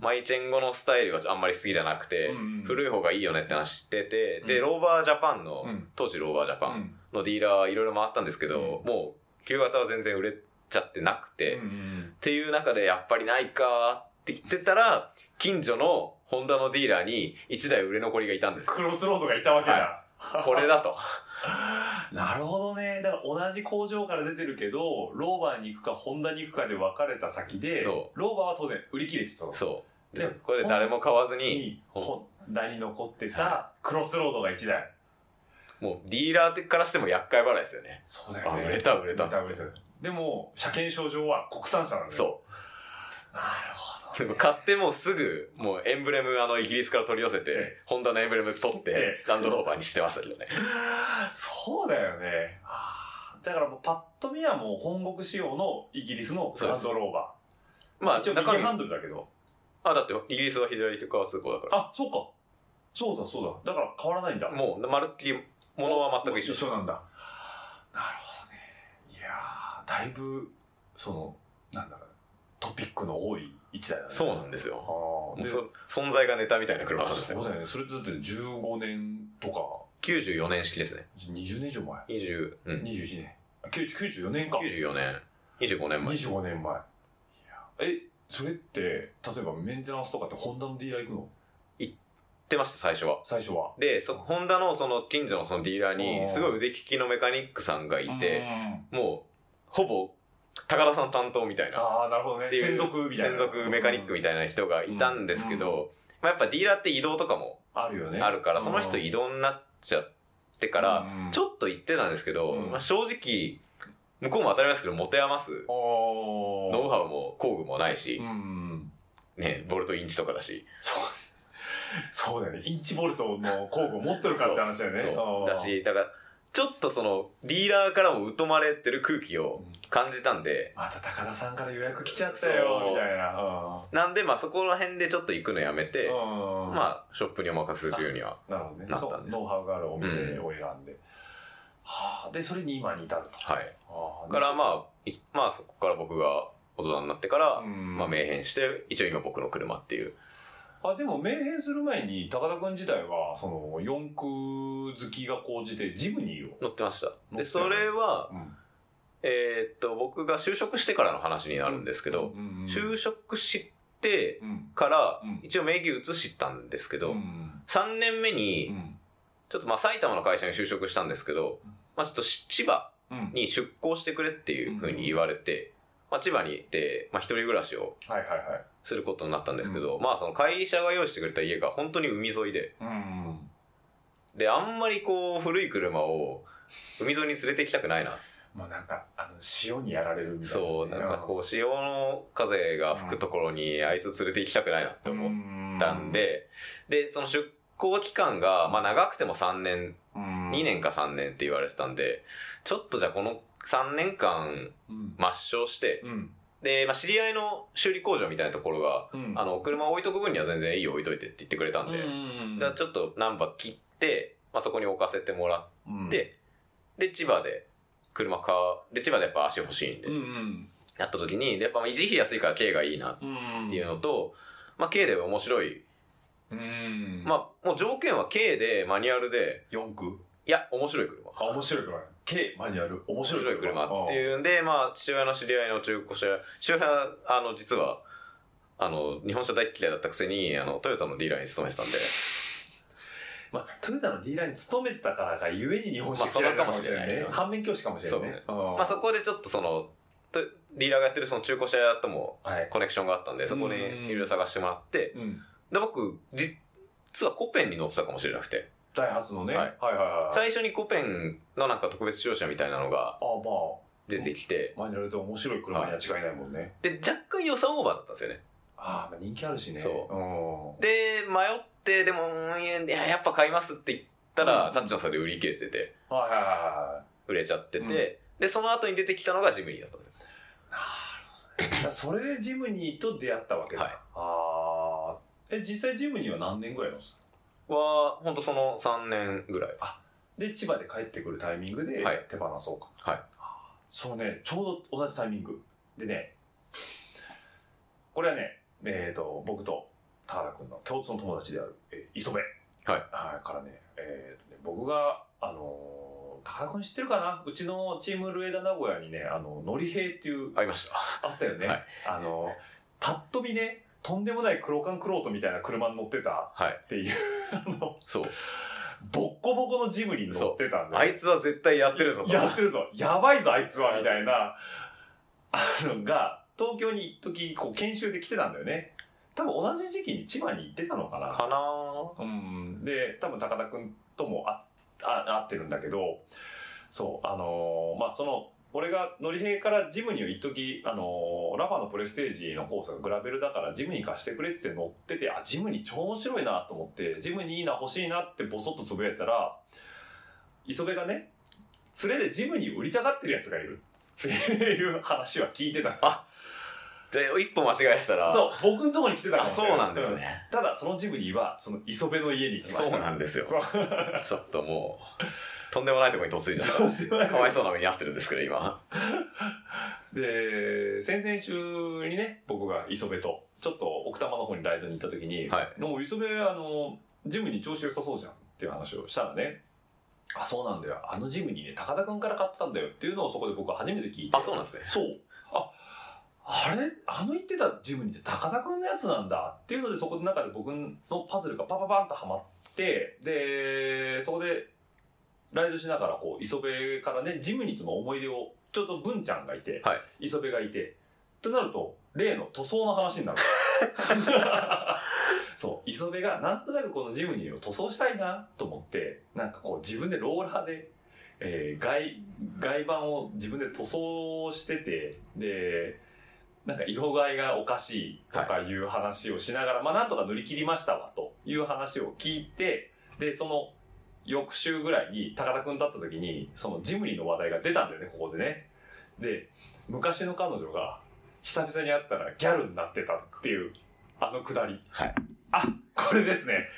マイチェンゴのスタイルがあんまり好きじゃなくて、うんうん、古い方がいいよねって話してて、うん、でローバージャパンの、うん、当時ローバージャパンのディーラーいろいろ回ったんですけど、うん、もう旧型は全然売れちゃってなくて、うんうん、っていう中でやっぱりないかって言ってたら近所のホンダのディーラーにいちだい売れ残りがいたんです。 クロスロードがいたわけだ、 はい、これだとなるほどね。だから同じ工場から出てるけどローバーに行くかホンダに行くかで分かれた先でローバーは当然売り切れてたの。 そうでこれで誰も買わずにホンダに残ってたクロスロードがいちだい、はい、 もうディーラーからしても厄介払いですよね。 そうだよね。 あ売れた売れた売れた売れた。 でも車検証上は国産車なんだよ。 そうなるほど、ね、 でも買ってもうすぐもうエンブレムあのイギリスから取り寄せて、ええ、ホンダのエンブレム取ってランドローバーにしてましたけどねそうだよね。だからもうパッと見はもう本国仕様のイギリスのランドローバー。まあ一応右ハンドルだけど。 あ、だってイギリスは左側通行だから。 あ、そうか。そうだそうだ。だから変わらないんだ。 もうまるっきりものは全く一緒。 一緒なんだ。なるほどね。いやー、だいぶそのなんだろうトピックの多い一台だね。 そうなんですよ。あで存在がネタみたいな車なんですよ。 そうだよね。それってだってじゅうごねんとか。 きゅうじゅうよねん式ですね。 にじゅうねん以上前。 にじゅう、うん、 にじゅういちねん。きゅうじゅうよねんか。 きゅうじゅうよねん。にじゅうごねんまえ。 にじゅうごねんまえ。いやえ、それって、例えばメンテナンスとかってホンダのディーラー行くの？ 行ってました、最初は。 最初は。 で、そホンダのその近所のそのディーラーに、すごい腕利きのメカニックさんがいて、もう、ほぼ、高田さん担当みたいな。 ああ、なるほどね。専属みたいな。 専属メカニックみたいな人がいたんですけど、まあ、やっぱディーラーって移動とかもあるよね。あるから、その人移動になっちゃってから、ちょっと言ってたんですけど、まあ、正直、向こうも当たり前ですけど、持て余す。ノウハウも工具もないし、ね、ボルトインチとかだし。 そうそうだよね。インチボルトの工具を持ってるかって話だよね。 そうだし、だから、ちょっとそのディーラーからも疎まれてる空気を感じたんで、 うん、また高田さんから予約来ちゃったよみたいな、 うん、なんでまあそこら辺でちょっと行くのやめて、うん、まあショップにお任せするようにはなったんです。 ノウハウがあるお店を選んで、うん、はあ、でそれに今に至ると。 はい。はあ、からまあまあそこから僕が大人になってから、うん、まあ名変して一応今僕の車っていう。 あ、でも名変する前に高田君自体はその四駆好きが高じてジムニーを乗ってました。でそれは、うん、えー、っと僕が就職してからの話になるんですけど、うんうんうん、就職してから、うん、一応名義移したんですけど、うん、さんねんめに、うん、ちょっとまあ埼玉の会社に就職したんですけど、まあ、ちょっと千葉に出向してくれっていうふうに言われて、まあ、千葉に行って、まあ、一人暮らしをすることになったんですけど、はいはいはい、まあその会社が用意してくれた家が本当に海沿いで、うんうん、であんまりこう古い車を海沿いに連れて行きたくないな。 もうなんかあの潮にやられるみたいな、ね、 そうなんかこう潮の風が吹くところにあいつ連れて行きたくないなって思ったんで、うん、でその出向期間がまあ長くてもさんねん、うん、にねんかさんねんって言われてたんで、ちょっとじゃあこのさんねんかん抹消して、うん、で、まあ、知り合いの修理工場みたいなところが、うん、あの車を置いとく分には全然いいよ置いといてって言ってくれたんで、うんうんうん、だからちょっとナンバー切って、まあ、そこに置かせてもらって、うん、で千葉で車かで千葉でやっぱ足欲しいんで、うんうん、やった時にやっぱ維持費安いから軽がいいなっていうのと、まあ、軽で面白い、うん、まあもう条件は軽でマニュアルで四駆、 いや面白い車、 あ面白い車、軽マニュアル面白い 車, 車っていうんで、まあ父親の知り合いの中古車、父親はあの実はあの日本車大嫌いだったくせにあのトヨタのディーラーに勤めてたんで、 まあトヨタのディーラーに勤めてたからがゆえに日本車嫌いかもしれないね。反面教師かもしれないね。 まあそこでちょっとそのディーラーがやってるその中古車屋ともコネクションがあったんで、はい、そこにいろいろ探してもらって、うん、で僕実はコペンに乗ってたかもしれなくて。 ダイハツのね、はい、はいはいはい。 最初にコペンのなんか特別使用車みたいなのが出てきて、 前に乗ると面白い車には違いないもんね、はい、 で若干予算オーバーだったんですよね。 ああ人気あるしね。 そう、で迷ってでもいややっぱ買いますって言ったら、うん、タッチの差で売り切れてて、はいはいはい、売れちゃってて、うん、でその後に出てきたのがジムニーだったんですよ。 なるほどね。それでジムニーと出会ったわけだ。はい、ああえ実際ジムニーは何年ぐらいのは本当そのさんねんぐらい。 あで千葉で帰ってくるタイミングで手放そうか。 はい。 そうねちょうど同じタイミングでね、これはねえっ、ー、と僕と高田君の共通の友達である、えー、磯部、 はい、 はい、からね、えー、ね僕があのー、高田君知ってるかな、うちのチームルエダ名古屋にねあののりへいっていうありましたあったよね、 はい、 あのー、パッと見ねとんでもない黒缶クロートみたいな車に乗ってたっていう、はい、あのそうボッコボコのジムに乗ってたんで、 あいつは絶対やってるぞとやってるぞやばいぞあいつはみたいなあのが東京に一時こう研修で来てたんだよね。多分同じ時期に千葉に行ってたのかなかなうん。で多分高田君ともああ会ってるんだけど、そうあのー、まあその俺が乗り兵からジムニーを一時あのー、ラファのプレステージのコースがグラベルだからジムニー貸してくれって乗ってて、あジムニー超面白いなと思ってジムニーいいな欲しいなってボソッとつぶやいたら、磯部がね連れでジムニー売りたがってるやつがいるっていう話は聞いてた。 あじゃあ一歩間違えしたらそう僕のとこに来てたかもしれない。 そうなんですね、 うん、ただそのジムニーはその磯部の家に行きました。 そうなんですよちょっともうとんでもないところに嫁いじゃったかわいそうな目に遭ってるんですけど今で先々週にね僕が磯部とちょっと奥多摩の方にライドに行った時に、はい、もう磯部あのジムニー調子良さそうじゃんっていう話をしたらね、あそうなんだよあのジムニーね高田君から買ったんだよっていうのをそこで僕は初めて聞いて。 あそうなんですね。 そうああれあの言ってたジムニーって高田君のやつなんだっていうので、そこの中で僕のパズルがパパパンとはまって、でそこでライドしながらこう磯部からねジムニーとの思い出をちょうど文ちゃんがいて、はい、磯部がいてとなると例の塗装の話になるそう磯部がなんとなくこのジムニーを塗装したいなと思って、なんかこう自分でローラーで、えー、外外板を自分で塗装してて、でなんか色替えがおかしいとかいう話をしながら、はい、まあなんとか塗り切りましたわという話を聞いて、でその翌週ぐらいに高田くんだった時にそのジムニーの話題が出たんだよねここでね。で昔の彼女が久々に会ったらギャルになってたっていうあのくだり、 はい、 あこれですね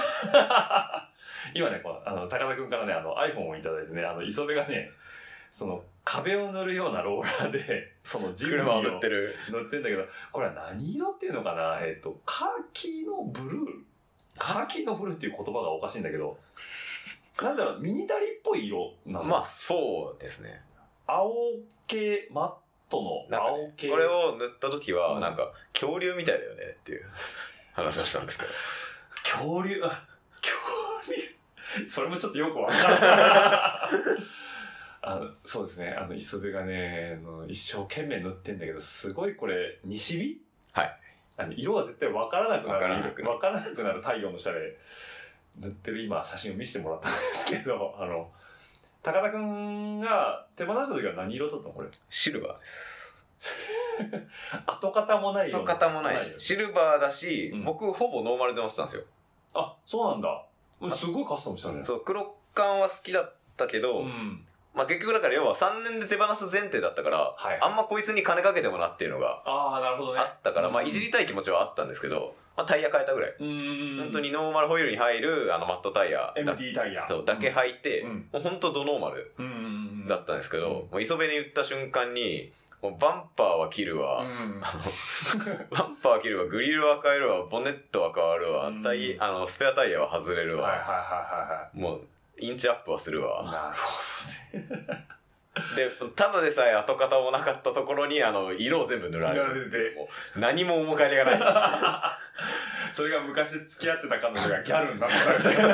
今ねこのあの高田くんからねあの iPhone をいただいてね、あの磯部がねその壁を塗るようなローラーでそのジムニーを塗ってる塗ってんだけど、これは何色っていうのかな、えっとカーキのブルーカーキのブルーっていう言葉がおかしいんだけどなんだろうミニタリっぽい色なの。 まあそうですね。 青系マットの青系、 ね、これを塗った時はなんか恐竜みたいだよねっていう話をしたんですけど恐竜あ恐竜それもちょっとよくわからないあのそうですね、あの磯部がねあの一生懸命塗ってんだけど、すごいこれ西日、 はい、 あの色が絶対わからなくなるわからなくなるわからなくなる太陽の下で塗ってる今写真を見せてもらったんですけど、あの高田くんが手放した時は何色だったのこれ。 シルバーです跡形もない色。跡形もないシルバーだし、うん、僕ほぼノーマルで乗ってたんですよ。 あそうなんだ。すごいカスタムしたね。 そう黒缶は好きだったけど、うんまあ結局だから要はさんねんで手放す前提だったから、はい、あんまこいつに金かけてもなっていうのがあったから、まあいじりたい気持ちはあったんですけど、まあタイヤ変えたぐらい。うん本当にノーマルホイールに入るあのマットタイヤエムティー タイヤだけ履いて、うん、もう本当ドノーマルだったんですけど、もう磯部に言った瞬間にもうバンパーは切るわ、うん、バンパーは切るわ、グリルは変えるわ、ボンネットは変わるわ、タイあのスペアタイヤは外れるわ、 はいはいはいはい、 もうインチアップはするわ。 なるほどねでただでさえ跡形もなかったところにあの色を全部塗られてもう何も面影がないそれが昔付き合ってた彼女がギャルになったみたい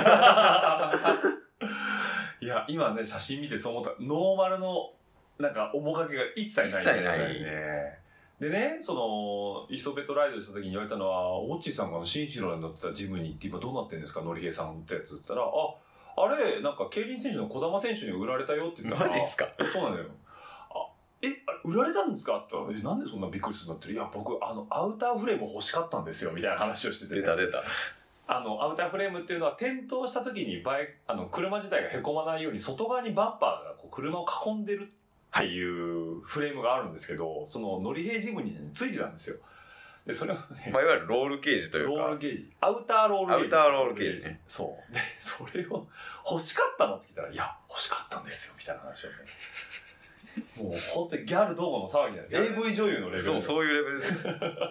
ないや今ね写真見てそう思った。ノーマルのなんか面影が一切ない、ね、 一切ないね。でねその磯部とライドした時に言われたのは、オッチーさんが新城に乗ってたジムニーって今どうなってんですか、のりへいさんってやつって言ったら、ああれなんか競輪選手の児玉選手に売られたよって言ったら、 マジっすか。 そうなのよ。あ売られたんですかって言ったら、え、なんでそんなびっくりするんだって、いや、僕、あの、アウターフレーム欲しかったんですよ、みたいな話をしてて、ね。 出た出た。 あの、アウターフレームっていうのは、転倒した時にバイ、あの、車自体が凹まないように、外側にバンパーがこう車を囲んでるっていうフレームがあるんですけど、その、乗り平ジムに、ね、ついてたんですよ。で、それをね、 まあ、いわゆるロールケージというか。 ロールゲージ。アウターロールゲージ。 アウターロールゲージね。 そう。で、それを欲しかったのって聞いたら、いや、欲しかったんですよ、みたいな話をね。もう本当にギャル動画の騒ぎなんで、エーブイ 女優のレベル。 そう、そういうレベルですよ。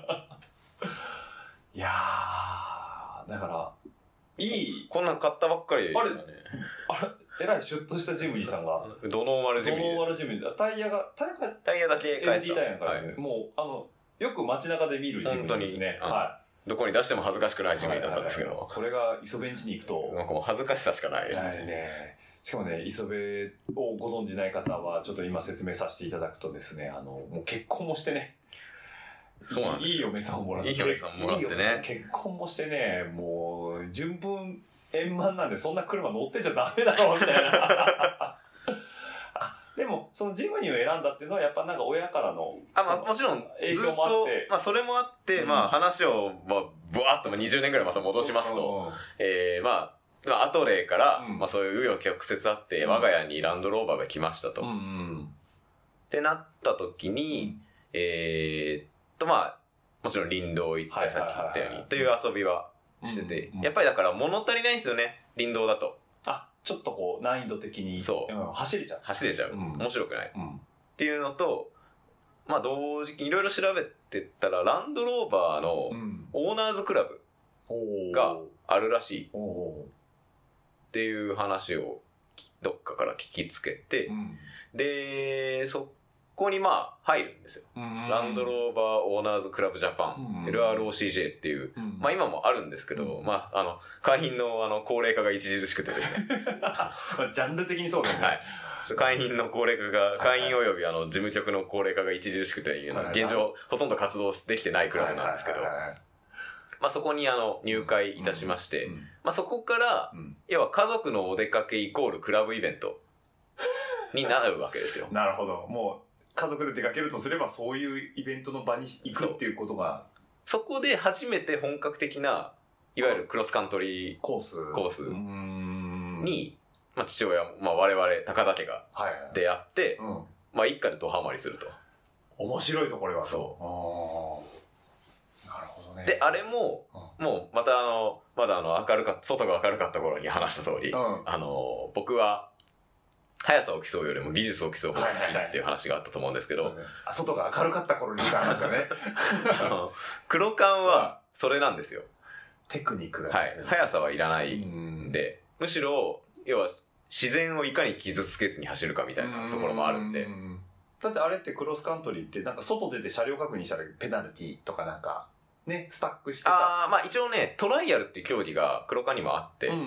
いやー、だから、いい。 こんなん買ったばっかり、ね。 あれ、あれ、えらいシュッとしたジムニーさんが。 ドノーマルジムニー。 ドノーマルジムニー。タイヤが、タイヤが、 タイヤだけ返した。 エムディー タイヤからね、はい、もう、あの、よく街中で見るジムニーですね。はい。 どこに出しても恥ずかしくないジムニーだったんですけど。はいはいはい、 これが磯部ん家に行くと。 なんかもう恥ずかしさしかないですね。ねしかもね、磯部をご存じない方は、ちょっと今説明させていただくとですね、あの、もう結婚もしてね。 そうなんですよ。 いい嫁さんをもらって。 いい嫁さんもらってね。 結婚もしてね、もう、順風円満なんで、そんな車乗ってちゃダメだろ、みたいな。でも、そのジムニーを選んだっていうのは、やっぱなんか親からの。 あ、まあもちろん、影響もあって。まあそれもあって、うん、まあ話を、まあ、ぶわっとにじゅうねんぐらいまた戻しますと、うん、えー、まあ、まあ、アトレイから、うん、まあそういう紆余曲折あって、うん、我が家にランドローバーが来ましたと。うんうん、ってなった時に、うん、えー、っとまあ、もちろん林道行ったり、さっき言ったように、という遊びはしてて、うんうん、やっぱりだから物足りないんですよね、林道だと。 あ、ちょっとこう難易度的に。そう。うん、走れちゃう。 走れちゃう。うん、面白くない、うん。っていうのと、まあ同時期いろいろ調べてったら、ランドローバーのオーナーズクラブがあるらしい。っていう話をどっかから聞きつけて、うん、でそこにまあ入るんですよ、うん、ランドローバーオーナーズクラブジャパン、うん、エルアールオーシージェー っていう、うん、まあ今もあるんですけど、うん、まああの会員のあの高齢化が著しくてですねジャンル的にそうだよね、はい、 会員の高齢化が、会員およびあの事務局の高齢化が著しくて、はいはい、現状ほとんど活動できてないクラブなんですけど、まあそこにあの入会いたしまして、うんうん、まあそこから、うん、要は家族のお出かけイコールクラブイベントになるわけですよ。 なるほど。もう家族で出かけるとすればそういうイベントの場に行くっていうことが。 そ, そこで初めて本格的ないわゆるクロスカントリーコース、コースに、まあ父親、まあ我々高田家が出会って、はいはい、うん、まあ一家でドハマりすると。 面白いぞこれは。 そう。 あで、あれも、うん、もう、またあの、まだあの、明るかった、外が明るかった頃に話した通り、うん、あの、僕は、速さを競うよりも技術を競う方が好きっていう話があったと思うんですけど、はいはいはい、 あ、外が明るかった頃に言った話だね。 あの、黒缶は、それなんですよ。 テクニックが、 ね。はい。速さはいらないんで、むしろ、要は、自然をいかに傷つけずに走るかみたいなところもあるんで。んだってあれってクロスカントリーって、なんか外出て車両確認したらペナルティとかなんか、ね、スタックしてさ。 ああ、まあ一応ね、トライアルっていう競技が黒缶にもあって、うんうん、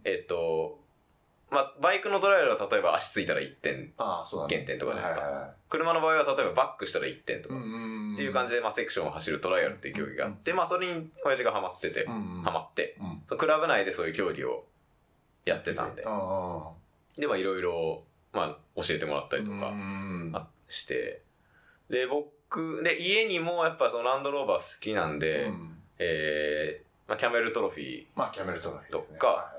えっと、まあバイクのトライアルは例えば足ついたらいってん減点とかじゃないですか、はいはいはい。車の場合は例えばバックしたらいってんとか、うんうんうん、っていう感じで、まあセクションを走るトライアルっていう競技があって、うんうん、まあそれに親父がハマってて、うんうん、ハマって、うん、クラブ内でそういう競技をやってたんで、うんうん、で、まあいろいろ、まあ教えてもらったりとかして、で、僕、で、家にもやっぱそのランドローバー好きなんで、うん、えー、まあキャメルトロフィー。 まあキャメルトロフィーとか、はい、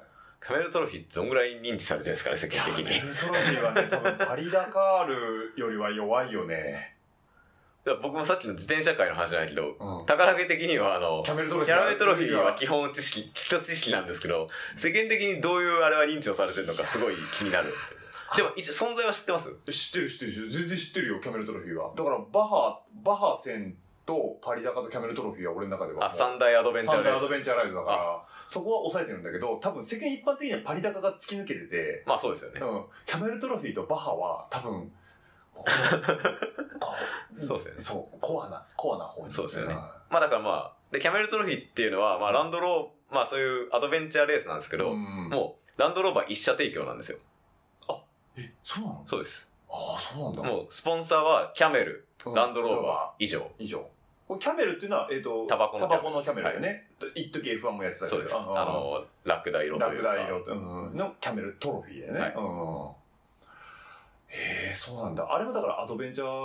キャメルトロフィーってどんぐらい認知されてるんですかね、世間的に。 キャメルトロフィーはね、多分パリダカールよりは弱いよね。 僕もさっきの自転車界の話じゃないけど、うん、宝家的にはあの、 キャメルトロフィー、 キャメルトロフィーは基本知識、基礎知識なんですけど、世間的にどういうあれは認知をされてるのかすごい気になる。でも一応存在は知ってます？ 知ってる知ってる。全然知ってるよ、キャメルトロフィーは。だからバハ、バハ戦とパリダカとキャメルトロフィーは俺の中では。 あ、三大アドベンチャーライド。 三大アドベンチャーライドだから、そこは抑えてるんだけど、多分世間一般的にはパリダカが突き抜けてて。 まあそうですよね。 うん。キャメルトロフィーとバハは多分、 そうですよね。 そう、コアな、コアな方に。 そうですよね。まあだからまあ、で、キャメルトロフィーっていうのは、まあランドロー、まあそういうアドベンチャーレースなんですけど、うん、もうランドローバー一社提供なんですよ。 え、そうなの？ そうです。 ああ、そうなんだ。 もう、スポンサーは、キャメル、うん、ランドローバー以上。 以上。これキャメルっていうのは、えっ、ー、と、 タバコのキャメル。タバコのキャメルだよね。はい、一時 エフワン もやってたけど。 そうです。あ, あの、ラクダ色というか。 ラクダ色、うん、のキャメルトロフィーだよね。はい、うん。へえ、そうなんだ。あれもだからアドベンチャー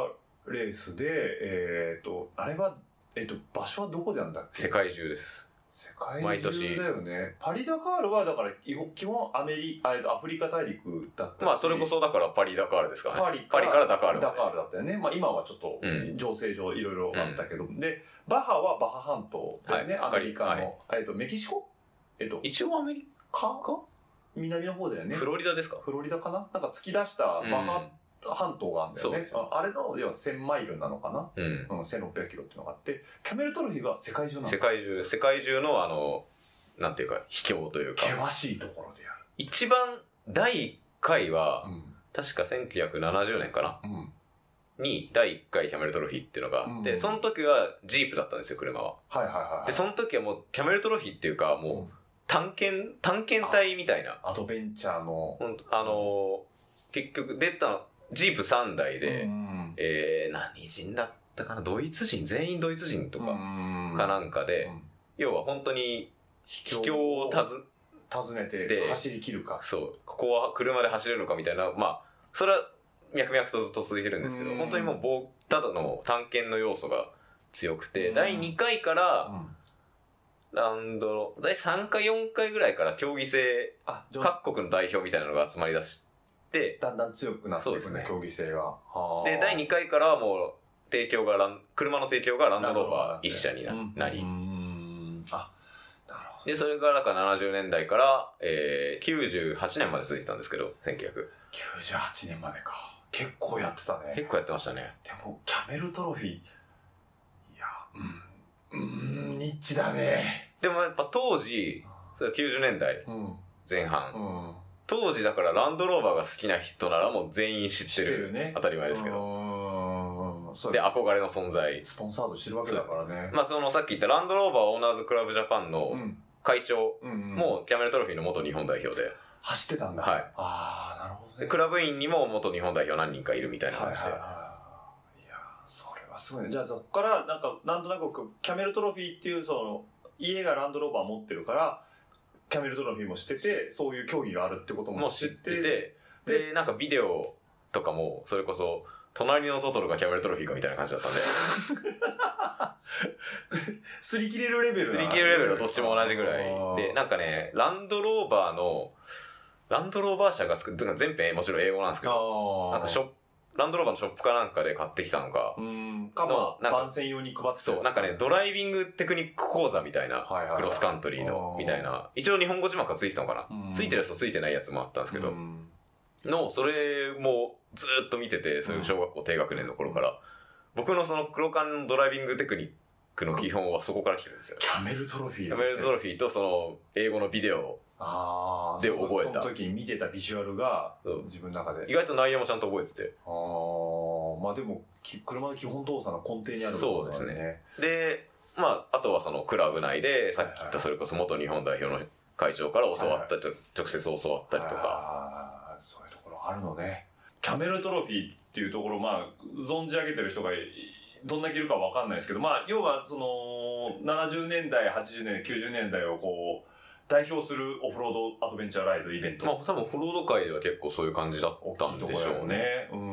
レースで、えっ、ー、と、あれは、えっ、ー、と、場所はどこでなんだっけ？ 世界中です。 世界中だよね。パリダカールはだから基本アメリカ、アフリカ大陸だったし、 まあそれこそだからパリダカールですからね。 パリから、パリからダカール、 ダカールだったよね。まあ今はちょっと情勢上いろいろあったけど、うん、でバハはバハ半島だよね、はい、アメリカの、はい、えっとメキシコ？えっと一応アメリカか？ 南の方だよね。 フロリダですか？ フロリダかな？なんか突き出したバハ、うん半島があるんだよね。あれの要はせんマイルなのかな、うんうん、せんろっぴゃくキロっていうのがあって、キャメルトロフィーは世界中なの。 世界中、世界中のあの、なんていうか、秘境というか。 険しいところでやる。 一番、だいいっかいは、うん、確かせんきゅうひゃくななじゅうねんかな、うん、に、だいいっかいキャメルトロフィーっていうのがあって、うん、その時はジープだったんですよ、車は。 はいはいはい。 で、その時はもう、キャメルトロフィーっていうか、もう、探検、探検隊みたいな。 アドベンチャーの。 あの、結局出たの、ジープさんだいで、うん、えー、何人だったかな、ドイツ人、全員ドイツ人とか、かなんかで、うん、要は本当に秘境を訪ねて走り切るか。 そう、ここは車で走れるのかみたいな、まあ、それは脈々とずっと続いてるんですけど、本当にもう、ただの探検の要素が強くて、だいにかいから、うんラウンド、だいさんかいよんかいぐらいから競技性、各国の代表みたいなのが集まりだして、 だんだん強くなっていくね、ね競技性が。 で、だいにかいからはもう、提供がラン、車の提供がランドローバー一社に な,、うん、なり。 うんあ、なるほど。 で、それがだからななじゅうねんだいから、えー、きゅうじゅうはちねんまで続いてたんですけど、せんきゅうひゃく。 きゅうじゅうはちねんまでか。結構やってたね。 結構やってましたね。 でも、キャメルトロフィー、いや、うん、うーん、ニッチだね。 でもやっぱ当時、それはきゅうじゅうねんだいぜん半、うんうん、当時だからランドローバーが好きな人ならもう全員知ってる、知ってるね、当たり前ですけど、うんで憧れの存在、 スポンサードしてるわけだからね。 まあそのさっき言ったランドローバーオーナーズクラブジャパンの会長もキャメルトロフィーの元日本代表で走ってたんだ。 はい。 ああ、なるほどね。 クラブ員にも元日本代表何人かいるみたいな感じで。はいはいはい。 いやそれはすごいね。じゃあそこからなんかなんとなくキャメルトロフィーっていうその家がランドローバー持ってるからキャメルトロフィーも知ってて、そういう競技があるってことも知ってて、 で, でなんかビデオとかもそれこそ隣のトトロがキャメルトロフィーかみたいな感じだったんで擦り切れるレベル擦り切れるレベルはどっちも同じぐらいで、なんかねランドローバーのランドローバー社が作る全編もちろん英語なんですけど、なんかショップランドローバーのショップかなんかで買ってきたのか。 うん。かまあ、番宣用に配ってた。 そう。なんかね、ドライビングテクニック講座みたいな、クロスカントリーの、みたいな。一応日本語字幕がついてたのかな。ついてるやつとついてないやつもあったんですけど、の、それもずーっと見てて、そういう小学校低学年の頃から、僕のその黒缶のドライビングテクニックの基本はそこから来てるんですよ。 キャメルトロフィー。 キャメルトロフィーとその、英語のビデオ。 あで覚えた。 その時に見てたビジュアルが自分の中で意外と内容もちゃんと覚えてて、 ああまあでも車の基本動作の根底にあるものですね。でまああとはそのクラブ内でさっき言ったそれこそ元日本代表の会長から教わったり、はいはい、直接教わったりとか、 あそういうところあるのね。キャメルトロフィーっていうところまあ存じ上げてる人がどんだけいるかわかんないですけど、まあ要はそのななじゅうねんだいはちじゅうねんだいきゅうじゅうねんだいをこう代表するオフロードアドベンチャーライドイベント。 まあ多分オフロード界では結構そういう感じだったんでしょうね。 うん。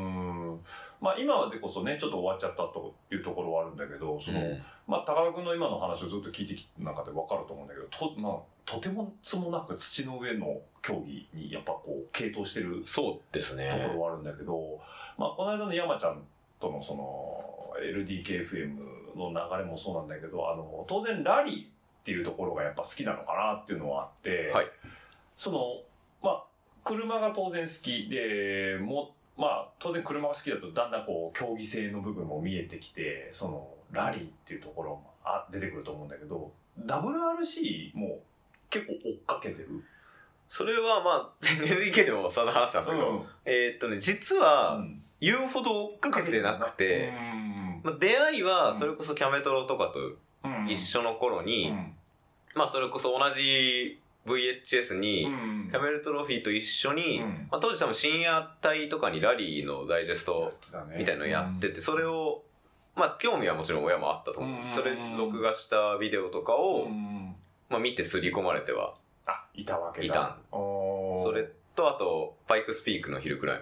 まあ今でこそね、ちょっと終わっちゃったというところはあるんだけど、その、うん、まあ高田君の今の話をずっと聞いてきた中で分かると思うんだけど、と、まあとてもつもなく土の上の競技にやっぱこう、傾倒してるそうですね。 ところはあるんだけど、まあこの間の山ちゃんとのその エルディーケーエフエム の流れもそうなんだけど、あの、当然ラリー、っていうところがやっぱ好きなのかなっていうのはあって、 はい、 そのまあ車が当然好きでもまあ当然車が好きだとだんだんこう競技性の部分も見えてきて、そのラリーっていうところもあ出てくると思うんだけど、 ダブルアールシー も結構追っかけてる。 それはまあ エルディーケー でもさざ話したんですけど、うん、えー、っとね実は言うほど追っかけてなくて、うんまあ、出会いはそれこそキャメトロとかと一緒の頃に、うん、まあそれこそ同じ ブイエイチエス にキャメルトロフィーと一緒に、うんまあ、当時多分深夜帯とかにラリーのダイジェストみたいなのやってて、それをまあ興味はもちろん親もあったと思う、うん、それ録画したビデオとかを、うんまあ、見て刷り込まれてはいたわけだ。 いたんそれとあとパイクスピークのヒルクライム。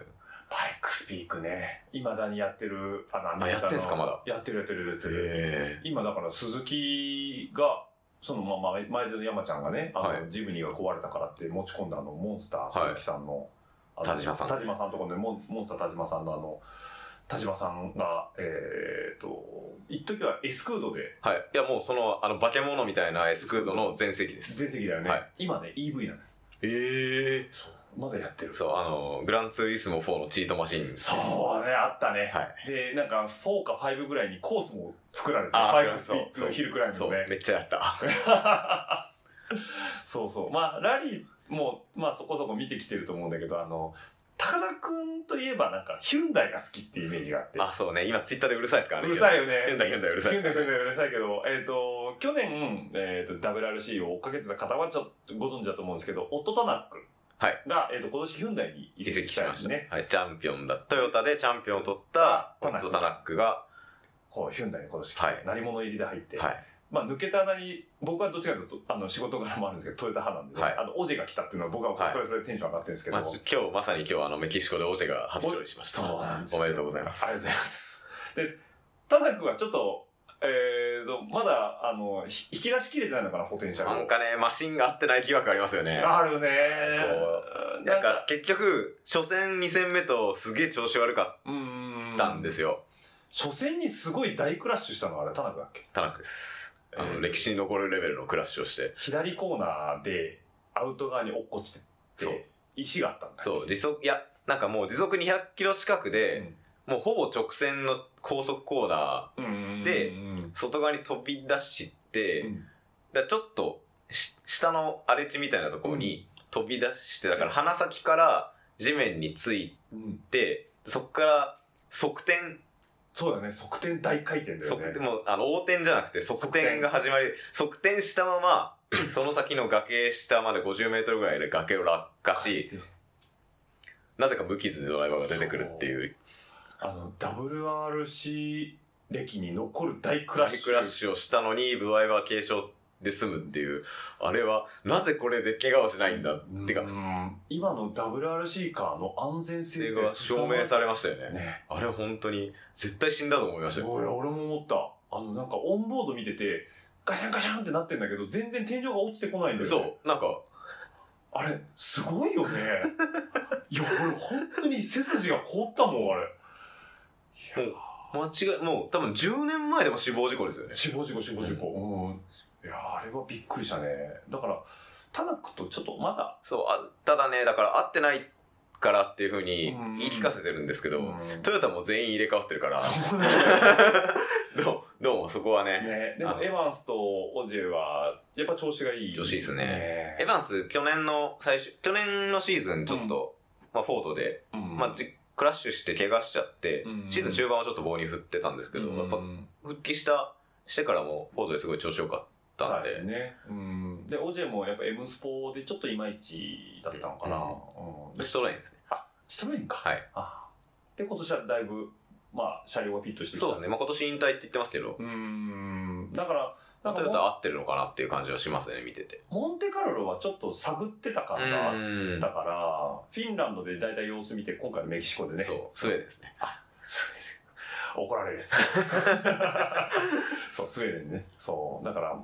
パイクスピークね。未だにやってる、あの、アメリカの。 あ、やってんすか、まだ。 やってるやってるやってる。 へ今だから鈴木が、そのまま、前での山ちゃんがね、あの、はい、ジムニーが壊れたからって持ち込んだあの、モンスター鈴木さんの、はい、 田島さん。 田島さんのところで、モンスター田島さんのあの、田島さんが、えーと、一時はエスクードで。 はい。いやもうその、あの、化け物みたいなエスクードの全盛期です。 全盛期だよね。はい、今ね、イーブイ なのよ。 えー。 そう。まだやってる。 そう、あの、グランツーリスモフォーのチートマシン。 そうね、あったね。 はい。 で、なんか、フォーかファイブぐらいにコースも作られて、 あファイブスピッツヒルクライムのね。 そう、めっちゃやった。 そうそう。まあ、ラリーも、まあそこそこ見てきてると思うんだけど、あの、高田くんといえばなんか、ヒュンダイが好きっていうイメージがあって。 あ、そうね。今ツイッターでうるさいですからね。 うるさいよね。 ヒュンダイヒュンダイうるさい。 ヒュンダイヒュンダイうるさいけど、えっ、ー、と、去年、えっ、ー、と、ダブリューアールシー を追っかけてた方はちょっとご存知だと思うんですけど、オットタナック。 はい。 が、えっ、ー、と、今年ヒュンダイに移籍したんですね。 はい。チャンピオンだ。トヨタでチャンピオンを取ったオットタナックが、 こう、ヒュンダイに今年来て、はい、鳴り物入りで入って、 はい。 まあ、抜けた穴に、僕はどっちかというと、あの、仕事柄もあるんですけど、トヨタ派なんで、ね、はい、あの、オジェが来たっていうのは僕はそれぞれテンション上がってるんですけど。 はい、まあ、今日、まさに今日、あの、メキシコでオジェが初勝利しました。 そうなんですよ。 おめでとうございます。 ありがとうございます。で、タナクはちょっと、えーと、まだ、あの、引き出しきれてないのかな、ポテンシャル。 なんかね、マシンが合ってない疑惑ありますよね。 あるねー。なんか、結局、初戦に戦目とすげえ調子悪かったんですよ。 初戦にすごい大クラッシュしたのはあれ、タナクだっけ？ タナクです。あの、えー、歴史に残るレベルのクラッシュをして。 左コーナーで、アウト側に落っこちて、そう。石があったんだ。 そう、時速、いや、なんかもう時速にひゃくキロ近くで、うん、もうほぼ直線の高速コーナーで、外側に飛び出して、うん、だちょっと、下の荒れ地みたいなところに飛び出して、だから鼻先から地面について、うん、そこから側転、 そうだね、側転大回転だよね。 側転もう、あの、横転じゃなくて、側転が始まり、側転したまま、その先の崖下までごじゅうメートルぐらいで崖を落下し、なぜか無傷でドライバーが出てくるっていう。 あの、ダブリューアールシー 歴に残る大クラッシュ。 大クラッシュをしたのに、ドライバー軽傷で済むっていう。あれは、なぜこれで怪我をしないんだってか。 今の ダブリューアールシー カーの安全性が証明されましたよね。 ね、 あれは本当に、絶対死んだと思いましたよ。 いや、俺も思った。あの、なんかオンボード見てて、ガシャンガシャンってなってんだけど、全然天井が落ちてこないんだよね。 そう、なんか。 あれ、すごいよね。いや、俺本当に背筋が凍ったもん、あれ。 もう、間違い、もう多分じゅうねんまえでも死亡事故ですよね。 死亡事故、死亡事故。うん。うん、いや、あれはびっくりしたね。だから、タナックとちょっとまだ。 そう、あただね、だから合ってないからっていう風に言い聞かせてるんですけど、トヨタも全員入れ替わってるから。そうなんだどう、どうもそこはね。 ね、でもエヴァンスとオジェは、やっぱ調子がいい。 調子いいですね。ねエヴァンス、去年の最初、去年のシーズンちょっと、うん、まあフォードで、うん、まあクラッシュして怪我しちゃって、うん、シーズン中盤はちょっと棒に振ってたんですけど、うん、やっぱ復帰した、してからもフォードですごい調子良かったんで。 ね。うん。で、オジェもやっぱ M スポでちょっといまいちだったのかな。うんうん、で、シトロエンですね。 あ、シトロエンか。 はい。 あで、今年はだいぶ、まあ、車両がピットしてきた。 そうですね。まあ今年引退って言ってますけど。 うん。だから、 なんかトヨタ合ってるのかなっていう感じはしますね、見てて。 モンテカルロはちょっと探ってた感があったから、フィンランドでだいたい様子見て、今回のメキシコでね。 そう、スウェーデンですね。 あ、スウェーデン。怒られるやつ。そう、スウェーデンね。そう。だから、うん。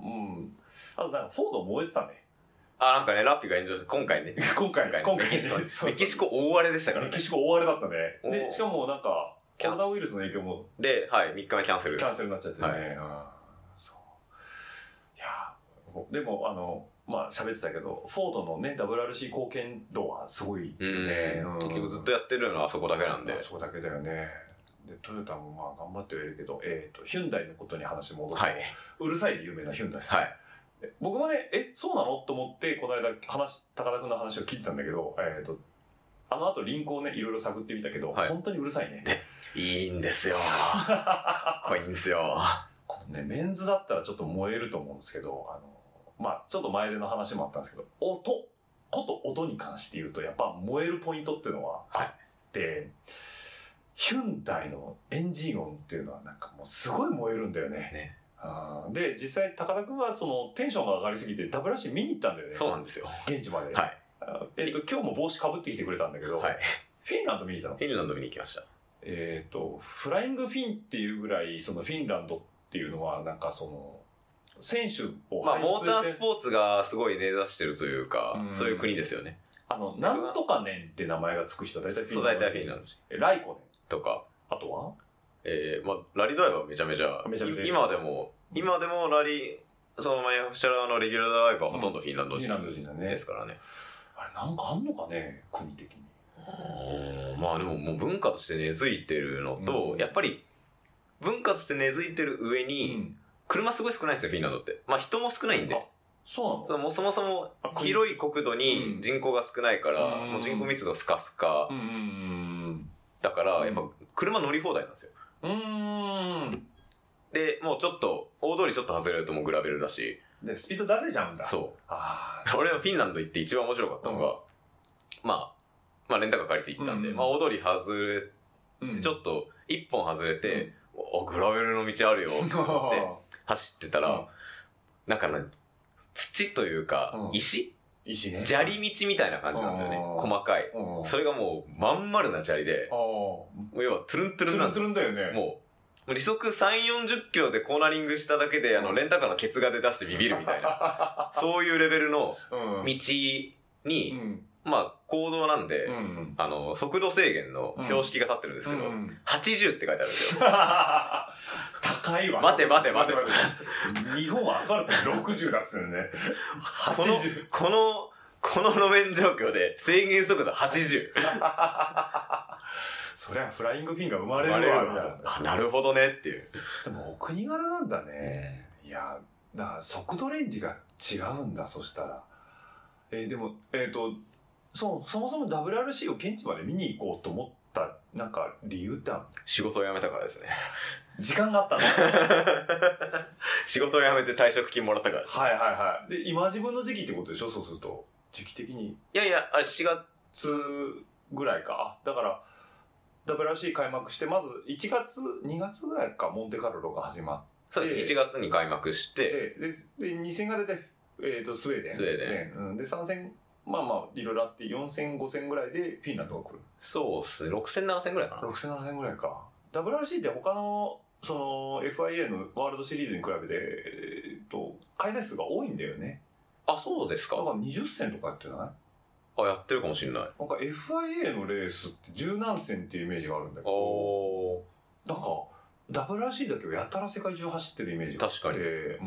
あと、なんか、フォード燃えてたね。 あ、なんかね、ラッピが炎上して、今回ね。 今回、今回、 メキシコ、メキシコ大荒れでしたからね。 メキシコ大荒れだったね。で、しかもなんか、コロナウイルスの影響も。 で、はい、みっかめキャンセル。 キャンセルになっちゃってね。はい、そう。いやでも、あの、まあ、喋ってたけど、フォードのね、ダブリューアールシー 貢献度はすごいね。 うん。結局ずっとやってるのはそこだけなんで。 あそこだけだよね。で、トヨタもまあ頑張ってはいるけど、えっと、ヒュンダイのことに話戻すと、はい、うるさいで有名なヒュンダイさん。はい。僕もね、え、そうなのと思って、この間話、高田君の話を聞いてたんだけど、えっと、あの後リンクをね、いろいろ探ってみたけど、はい、本当にうるさいね。 いいんですよ。かっこいいんですよ。 このね、メンズだったらちょっと燃えると思うんですけど、あの、まあちょっと前での話もあったんですけど、音、こと音に関して言うと、やっぱ燃えるポイントっていうのはあって、はい、ヒュンダイのエンジン音っていうのはなんかもうすごい燃えるんだよね。ねあで、実際高田君はそのテンションが上がりすぎてダブルラッシュ見に行ったんだよね。 そうなんですよ。 現地まで。 はい。 えっと、今日も帽子かぶってきてくれたんだけど、はい、 フィンランド見に行ったの？ フィンランド見に行きました。 えっと、フライングフィンっていうぐらい、そのフィンランドっていうのは、なんかその、選手をまあ、モータースポーツがすごい根ざしてるというか、うん、そういう国ですよね。 あの、なんとかネンって名前がつく人は大体フィンランド。 そう、大体フィンランド。 え、ライコネンとか。 あとはえー、まあ、ラリードライバーはめちゃめちゃ、めちゃめちゃ今でも、うん、今でもラリー、そのマニアフシャラのレギュラードライバーはほとんどフィンランド人、うん、フィンランド人だね。ですからね。 あれ、なんかあんのかね、国的に。 うん、まあでももう文化として根付いてるのと、うん、やっぱり文化として根付いてる上に、うん、車すごい少ないんですよ、フィンランドって。まあ人も少ないんで。 そうなの？ もうそもそも広い国土に人口が少ないから、うん、もう人口密度スカスカ。うんうん、だから、やっぱ車乗り放題なんですよ。うーん。で、もうちょっと、大通りちょっと外れるともうグラベルだし。 で、スピード出せちゃうんだ。 そう。あ俺はフィンランド行って一番面白かったのが、うん、まあ、まあレンタカー借りて行ったんで、うん、まあ大通り外れて、うん、ちょっと一本外れて、うん、お、グラベルの道あるよって思って走ってたら、うん、なんかね、土というか、うん、石石ね。 砂利道みたいな感じなんですよね。細かい。それがもう、まん丸な砂利で、要はトゥルントゥルンなんですよ。 トゥルントゥルンだよね。 もう、時速さんじゅう、よんじゅっキロでコーナリングしただけで、あの、レンタカーのケツが出だしてビビるみたいな、そういうレベルの道に、うん、まあ、公道なんで、うんうん、あの、速度制限の標識が立ってるんですけど、うんうん、はちじゅうって書いてあるんですよ。 高いわ。 待て待て待て待て。日本はアスファルトでろくじゅうだっつってね。 この、この、この路面状況で制限速度はちじゅう。 そりゃフライングフィンが生まれるわみたいな。 あ、なるほどねっていう。 でもお国柄なんだね。いや、だから速度レンジが違うんだ、そしたら。えー、でも、えっと、そ, そもそも ダブリューアールシー を現地まで見に行こうと思ったなんか理由ってあるの？ 仕事を辞めたからですね。 時間があったの？ 仕事を辞めて退職金もらったからです、 ね。はいはいはい。で、今自分の時期ってことでしょ？そうすると。時期的に。 いやいや、あれしがつぐらいか。だから、ダブリューアールシー 開幕して、まずいちがつ、にがつぐらいか、モンテカルロが始まって。 そうですね、いちがつに開幕して。 で、でに戦が出て、えっと、スウェーデン。 スウェーデン。 ね、うん、で、さん戦、まあまあ、いろいろあって、よん戦、ご戦ぐらいでフィンランドが来る。 そうですね。ろく戦、なな戦ぐらいかな。 ろく戦、なな戦ぐらいか。ダブリューアールシー って他の、その、エフアイエー のワールドシリーズに比べて、えっと、開催数が多いんだよね。 あ、そうですか。 だからにじゅっ戦とかやってない？ あ、やってるかもしれない。 なんか エフアイエー のレースって十何戦っていうイメージがあるんだけど、なんか ダブリューアールシー だけはやたら世界中走ってるイメージがあって。 確かに。 うん。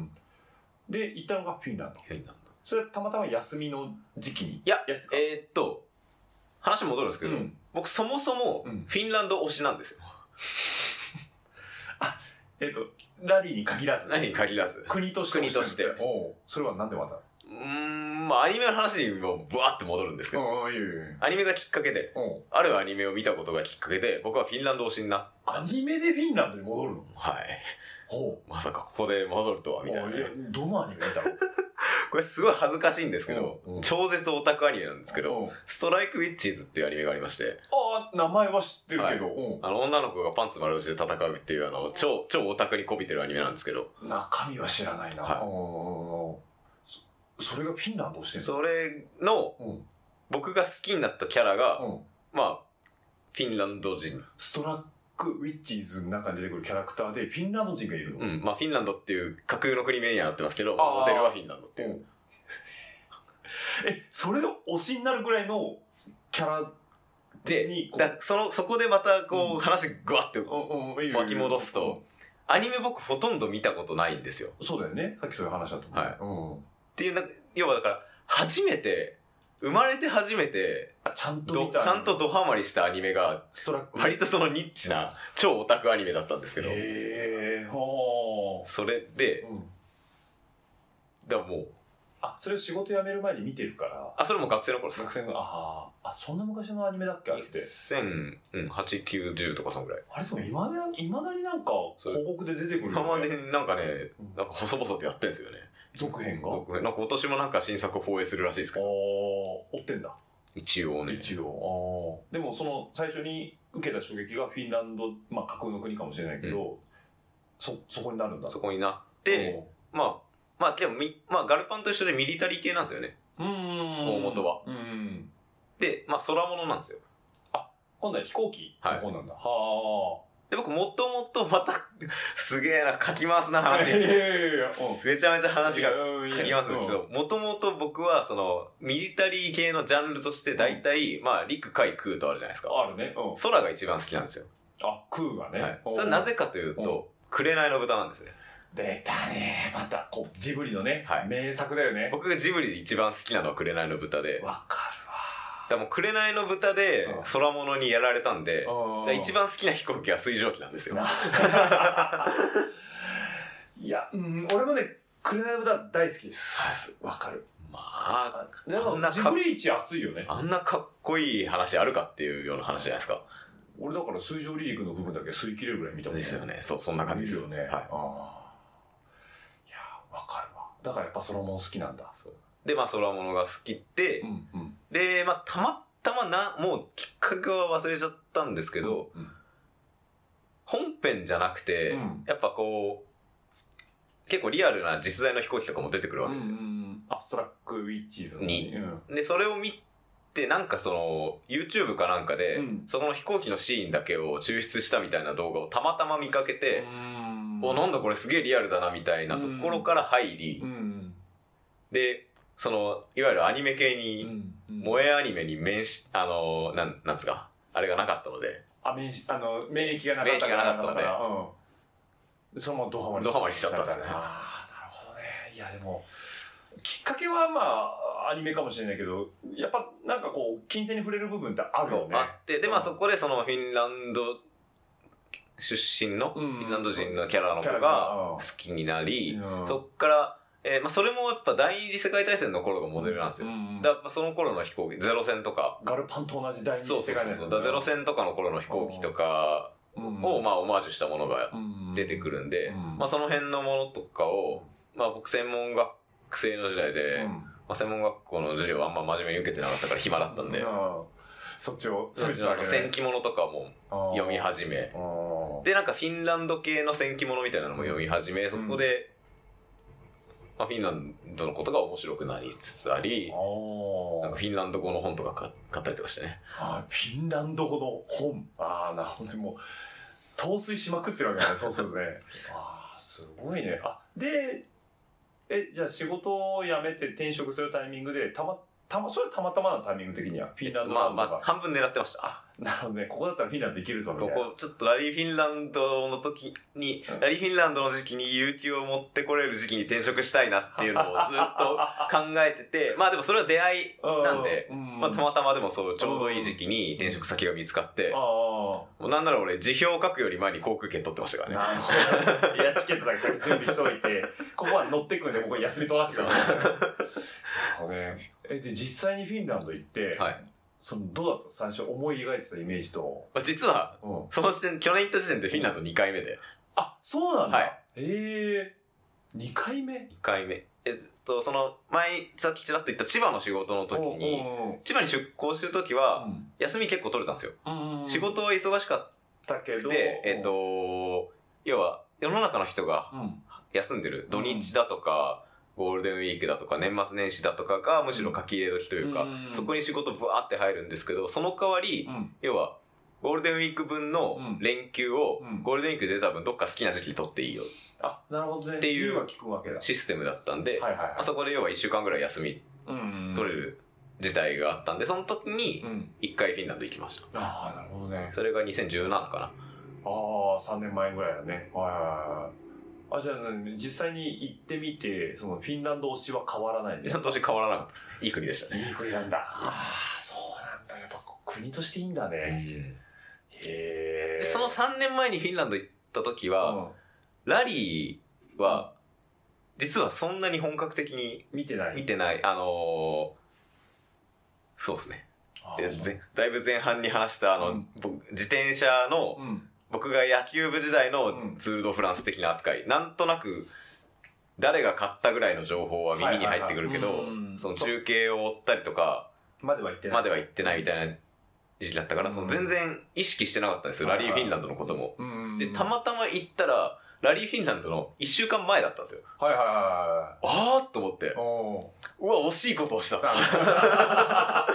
で、行ったのがフィンランド。 フィンランド。 それはたまたま休みの時期にいや、えー、っと、話戻るんですけど、うん、僕そもそもフィンランド推しなんですよ。 うん、あ、えー、っと、ラリーに限らず。 ラリーに限らず。 国として。 国として。 おう、それはなんでまた？ うーん、まあアニメの話にもブワーって戻るんですけど、 いいいアニメがきっかけで、あるアニメを見たことがきっかけで、僕はフィンランド推しになった。 アニメでフィンランドに戻るの？ はい。ほう。まさかここで戻るとは、みたいな、ね。 どのアニメ見たの？ これすごい恥ずかしいんですけど、超絶オタクアニメなんですけど、ストライクウィッチーズっていうアニメがありまして。 ああ、名前は知ってるけど。はい、 あの、女の子がパンツ丸出しで戦うっていう、あの、超、超オタクに媚びてるアニメなんですけど。 中身は知らないな。はい、そ, それがフィンランドをしてるそれの、うん、僕が好きになったキャラが、うん、まあ、フィンランド人。 ストラックウィッチーズの中に出てくるキャラクターでフィンランド人がいるの？ うん。まあ、フィンランドっていう架空の国名にはなってますけど、モデルはフィンランドっていう。うん、 え、それを推しになるぐらいのキャラで、だその、そこでまたこう、うん、話ぐわって湧き戻すと、アニメ僕ほとんど見たことないんですよ。 そうだよね。さっきそういう話だと思う。はい。うん、 っていうな、要はだから、初めて、生まれて初めて、 あ、ちゃんと見た。 ちゃんとドハマりしたアニメが、 ストラック。 割とそのニッチな、超オタクアニメだったんですけど。 へー、ほー。 それで、うん、だからもう、 あ、それを仕事辞める前に見てるから。 あ、それも学生の頃です。 学生の頃、ああ、そんな昔のアニメだっけあれって。 にせんはち、きゅう、じゅうとかそんぐらい。 あれでも今だに、今だになんか広告で出てくるよね。 今までなんかね、なんか細々とやってんですよね。 続編が続編。なんか今年もなんか新作放映するらしいですけど。 ああ、追ってんだ。 一応ね。 一応。ああ。でもその最初に受けた衝撃がフィンランド、まあ架空の国かもしれないけど、うん、そ、そこになるんだ。 そこになって、まあ、まあでもみ、まあガルパンと一緒でミリタリー系なんですよね。 うん。 大元は。 うん。 で、まあ空物なんですよ。 あ、 今度は飛行機の方なんだ。はい、はあ。 で、僕もともとまた、すげえな、かき回すな話。 いやいやいやいや、 めちゃめちゃ話がかき回すんですけど、もともと僕は、その、ミリタリー系のジャンルとして、大体、まあ、陸海空とあるじゃないですか。 あるね。うん、 空が一番好きなんですよ。 あ、空がね。はい、 それはなぜかというと、紅の豚なんですね。 出たね。また、こう、ジブリのね、 はい、 名作だよね。 僕がジブリで一番好きなのは紅の豚で。 わかる。 でも紅の豚で空物にやられたんで、一番好きな飛行機は水蒸気なんですよ。 いや、うん、俺もね、紅の豚大好きです。わ、はい、かる。 まあ、 でもジブリ一熱いよね。 あんなかっこいい話あるかっていうような話じゃないですか。 俺だから水上離陸の部分だけ吸い切れるぐらい見たもんね。 ですよね。そう、そんな感じですよね。はい。ああ。いや、わかるわ。だからやっぱ空物好きなんだ。そう。 で、まあ、空物が好きって、うんうん、で、まあ、たまたまな、もうきっかけは忘れちゃったんですけど、うんうん、本編じゃなくて、うん、やっぱこう、結構リアルな実在の飛行機とかも出てくるわけですよ。 うんうん、アブストラックウィッチーズに、うん。で、それを見て、なんかその、YouTube かなんかで、うん、その飛行機のシーンだけを抽出したみたいな動画をたまたま見かけて、うんお、なんだこれすげえリアルだなみたいなところから入り、うんうん、で、その、いわゆるアニメ系に、うんうん、萌えアニメに免し、あの、なん、なんつか、あれがなかったので。 あ、免あの、免疫がなかったから。 免疫がなかったので。 うん。そのままドハマりドハマりしちゃったんですね。 ああ、なるほどね。いや、でも、きっかけはまあ、アニメかもしれないけど、やっぱなんかこう、金銭に触れる部分ってあるよね。 あって、で、まあそこでそのフィンランド出身の、フィンランド人のキャラの子が好きになり、うん、そっから、えーまあ、それもやっぱ第二次世界大戦の頃がモデルなんですよ。うんうん、だからその頃の飛行機、ゼロ戦とか。 ガルパンと同じ第二次世界大戦。そうそうそう。 ゼロ戦とかの頃の飛行機とかを、まあ、オマージュしたものが出てくるんで、まあ、その辺のものとかを、まあ、僕専門学生の時代で、うんまあ、専門学校の授業はあんま真面目に受けてなかったから暇だったんで、うん、 そっちを、 そっちの戦記物とかも読み始め、で、なんかフィンランド系の戦記物みたいなのも読み始め、そこで、まあ、フィンランドのことが面白くなりつつあり、なんかフィンランド語の本とか買ったりとかしてね。 あフィンランド語の本。ああ、なるほど。もう、陶酔しまくってるわけだね、そうするとね。ああ、すごいね。あ、で、え、じゃあ仕事を辞めて転職するタイミングで、たま、たま、それはたまたまのタイミング的には、フィンランドまあまあ、半分狙ってました。 あ、なるほどね。ここだったらフィンランド行けるぞ、みたいな。 ここ、ちょっとラリーフィンランドの時に、うん、ラリーフィンランドの時期に有給を持ってこれる時期に転職したいなっていうのをずっと考えてて、まあでもそれは出会いなんで、まあたまたまでもそう、ちょうどいい時期に転職先が見つかって、もうなんなら俺、辞表を書くより前に航空券取ってましたからね。 なるほど。エアチケットだけ先準備しといて、ここは乗ってくんで、ここ休み取らせてください。なるほどね。え、で、実際にフィンランド行って、はい、そのどうだった最初思い描いてたイメージと。 実は、うん、その時点、去年行った時点でフィンランドにかいめで。 あ、そうなんだ。 はい。 えー、にかいめ ?に回目。えっと、その、前、さっきちらっと言った千葉の仕事の時に、千葉に出向してる時は、うん、休み結構取れたんですよ。うんうん、仕事は忙しかったけど、えっと、要は、世の中の人が休んでる土日だとか、うんゴールデンウィークだとか年末年始だとかがむしろ書き入れ時というか、うん、そこに仕事ブワーって入るんですけど、その代わり、うん、要はゴールデンウィーク分の連休を、うん、ゴールデンウィークで出た分どっか好きな時期に取っていいよ。 あ、なるほどね。 っていうシステムだったんで、あそこで要はいっしゅうかんぐらい休み取れる時代があったんで、その時にいっかいフィンランド行きました。 ああ、なるほどね。 それがにせんじゅうななかな。 ああ、さんねんまえぐらいだね。はいはいはい。あ、じゃあ、実際に行ってみて、そのフィンランド推しは変わらないね。 フィンランド推し変わらなかったです。いい国でしたね。 いい国なんだ。ああ、そうなんだ。やっぱ国としていいんだね。うん、 へえ。そのさんねんまえにフィンランド行った時は、うん、ラリーは、実はそんなに本格的に見てない。 見てない。あのー、そうですね。だいぶ前半に話したあの、うん、自転車の、うん僕が野球部時代のツール・ド・フランス的な扱い、うん、なんとなく誰が勝ったぐらいの情報は耳に入ってくるけど、その中継を追ったりとかまでは行ってないまでは行ってないみたいな時期だったから、うん、その全然意識してなかったんですよ、ラリー・フィンランドのことも。でたまたま行ったらラリー・フィンランドのいっしゅうかんまえだったんですよ。 はいはいはいはい。 あーっと思って、うわ惜しいことをした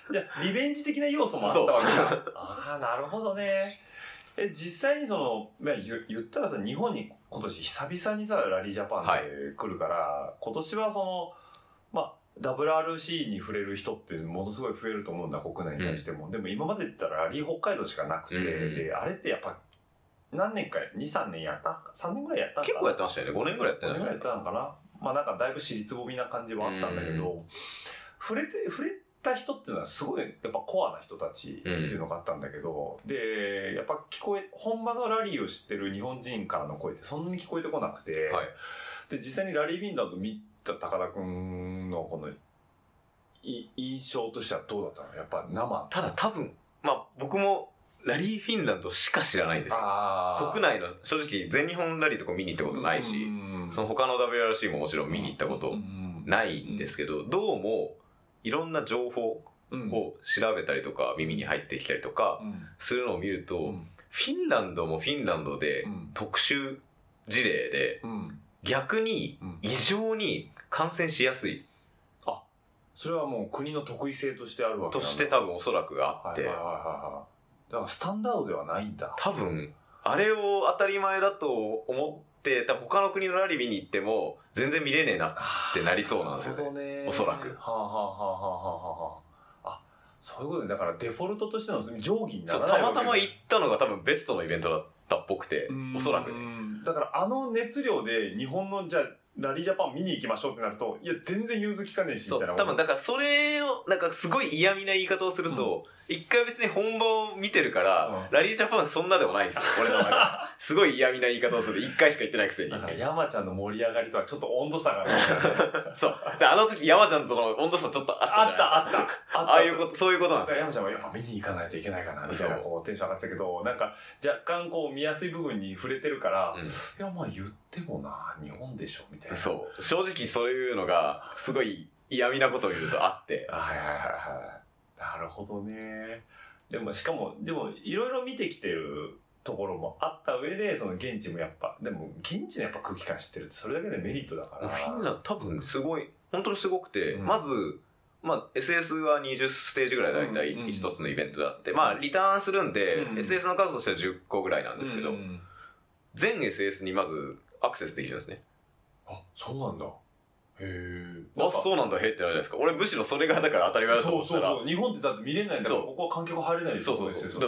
じゃあリベンジ的な要素もあったわけだ。ああ、なるほどね。え、実際にその、まあ、言, 言ったらさ、日本に今年久々にさ、ラリージャパンで来るから、はい、今年はその、まあ、ダブルアールシー に触れる人ってものすごい増えると思うんだ、国内に対しても。うん、でも今まで言ったらラリー北海道しかなくて、うん、で、あれってやっぱ、何年か、に、さんねんやったさんねんぐらいやったんかな。 結構やってましたよね。ごねんぐらいやってないごねんぐらいやってたのかな。まあなんかだいぶ尻つぼみな感じはあったんだけど、うん、触れて、触れた人っていうのはすごいやっぱコアな人たちっていうのがあったんだけど、うん、で、やっぱ聞こえ、本場のラリーを知ってる日本人からの声ってそんなに聞こえてこなくて、はい、で、実際にラリーフィンランド見た高田くんのこのい印象としてはどうだったの？やっぱ生。 ただ多分、まあ僕もラリーフィンランドしか知らないんですよ。国内の、正直全日本ラリーとか見に行ったことないし、その他の ダブリューアールシー ももちろん見に行ったことないんですけど、どうもいろんな情報を調べたりとか、耳に入ってきたりとかするのを見ると、フィンランドもフィンランドで特殊事例で、逆に異常に感染しやすい。 あ、それはもう国の特異性としてあるわけとして多分おそらくあって、 だからスタンダードではないんだ。 多分あれを当たり前だと思って多分他の国のラリー見に行っても全然見れねえなってなりそうなんですよ ね, ねおそらく。はあはあはあはあはあ。あ、そういうことで、だからデフォルトとしての定規にならないわけ。たまたま行ったのが多分ベストのイベントだったっぽくて、おそらくね。 だからあの熱量で日本のじゃあラリージャパン見に行きましょうってなると、いや全然融通きかねえしみたいな。 多分だからそれをなんかすごい嫌味な言い方をすると、うん、一回別に本場を見てるから、うん、ラリージャパンそんなでもないんですよ、俺の中ですごい嫌味な言い方をすると一回しか言ってないくせに。 なんか山ちゃんの盛り上がりとはちょっと温度差がある。 そうであの時山ちゃんとの温度差ちょっとあったじゃないですか。あったあったあった。ああいうこと、そういうことなんですよ。 山ちゃんはやっぱ見に行かないといけないかなみたいなこうテンション上がってたけど、なんか若干こう見やすい部分に触れてるから、うん、いやまあ言ってもな日本でしょみたいな。 そう正直そういうのがすごい嫌味なことを言うとあって。 はいはいはいはい。なるほどね。でもしかもでもいろいろ見てきてるところもあった上で、その現地もやっぱでも現地のやっぱ空気感知ってるってそれだけでメリットだから。 フィンランド多分すごい本当にすごくて、うん、まずまあ エスエス はにじゅうステージぐらいだいたい一つのイベントであって、うんうん、まあリターンするんで、うん、エスエス の数としてはじゅっこぐらいなんですけど、うん、全 エスエス にまずアクセスできるんですね。 あ、そうなんだ。へー。あ、そうなんだ、へーってなるじゃないですか。俺むしろそれがだから当たり前だと思ったら。 そうそうそう。日本ってだって見れないんだから、ここは観客入れないですよ。 そうそうそう。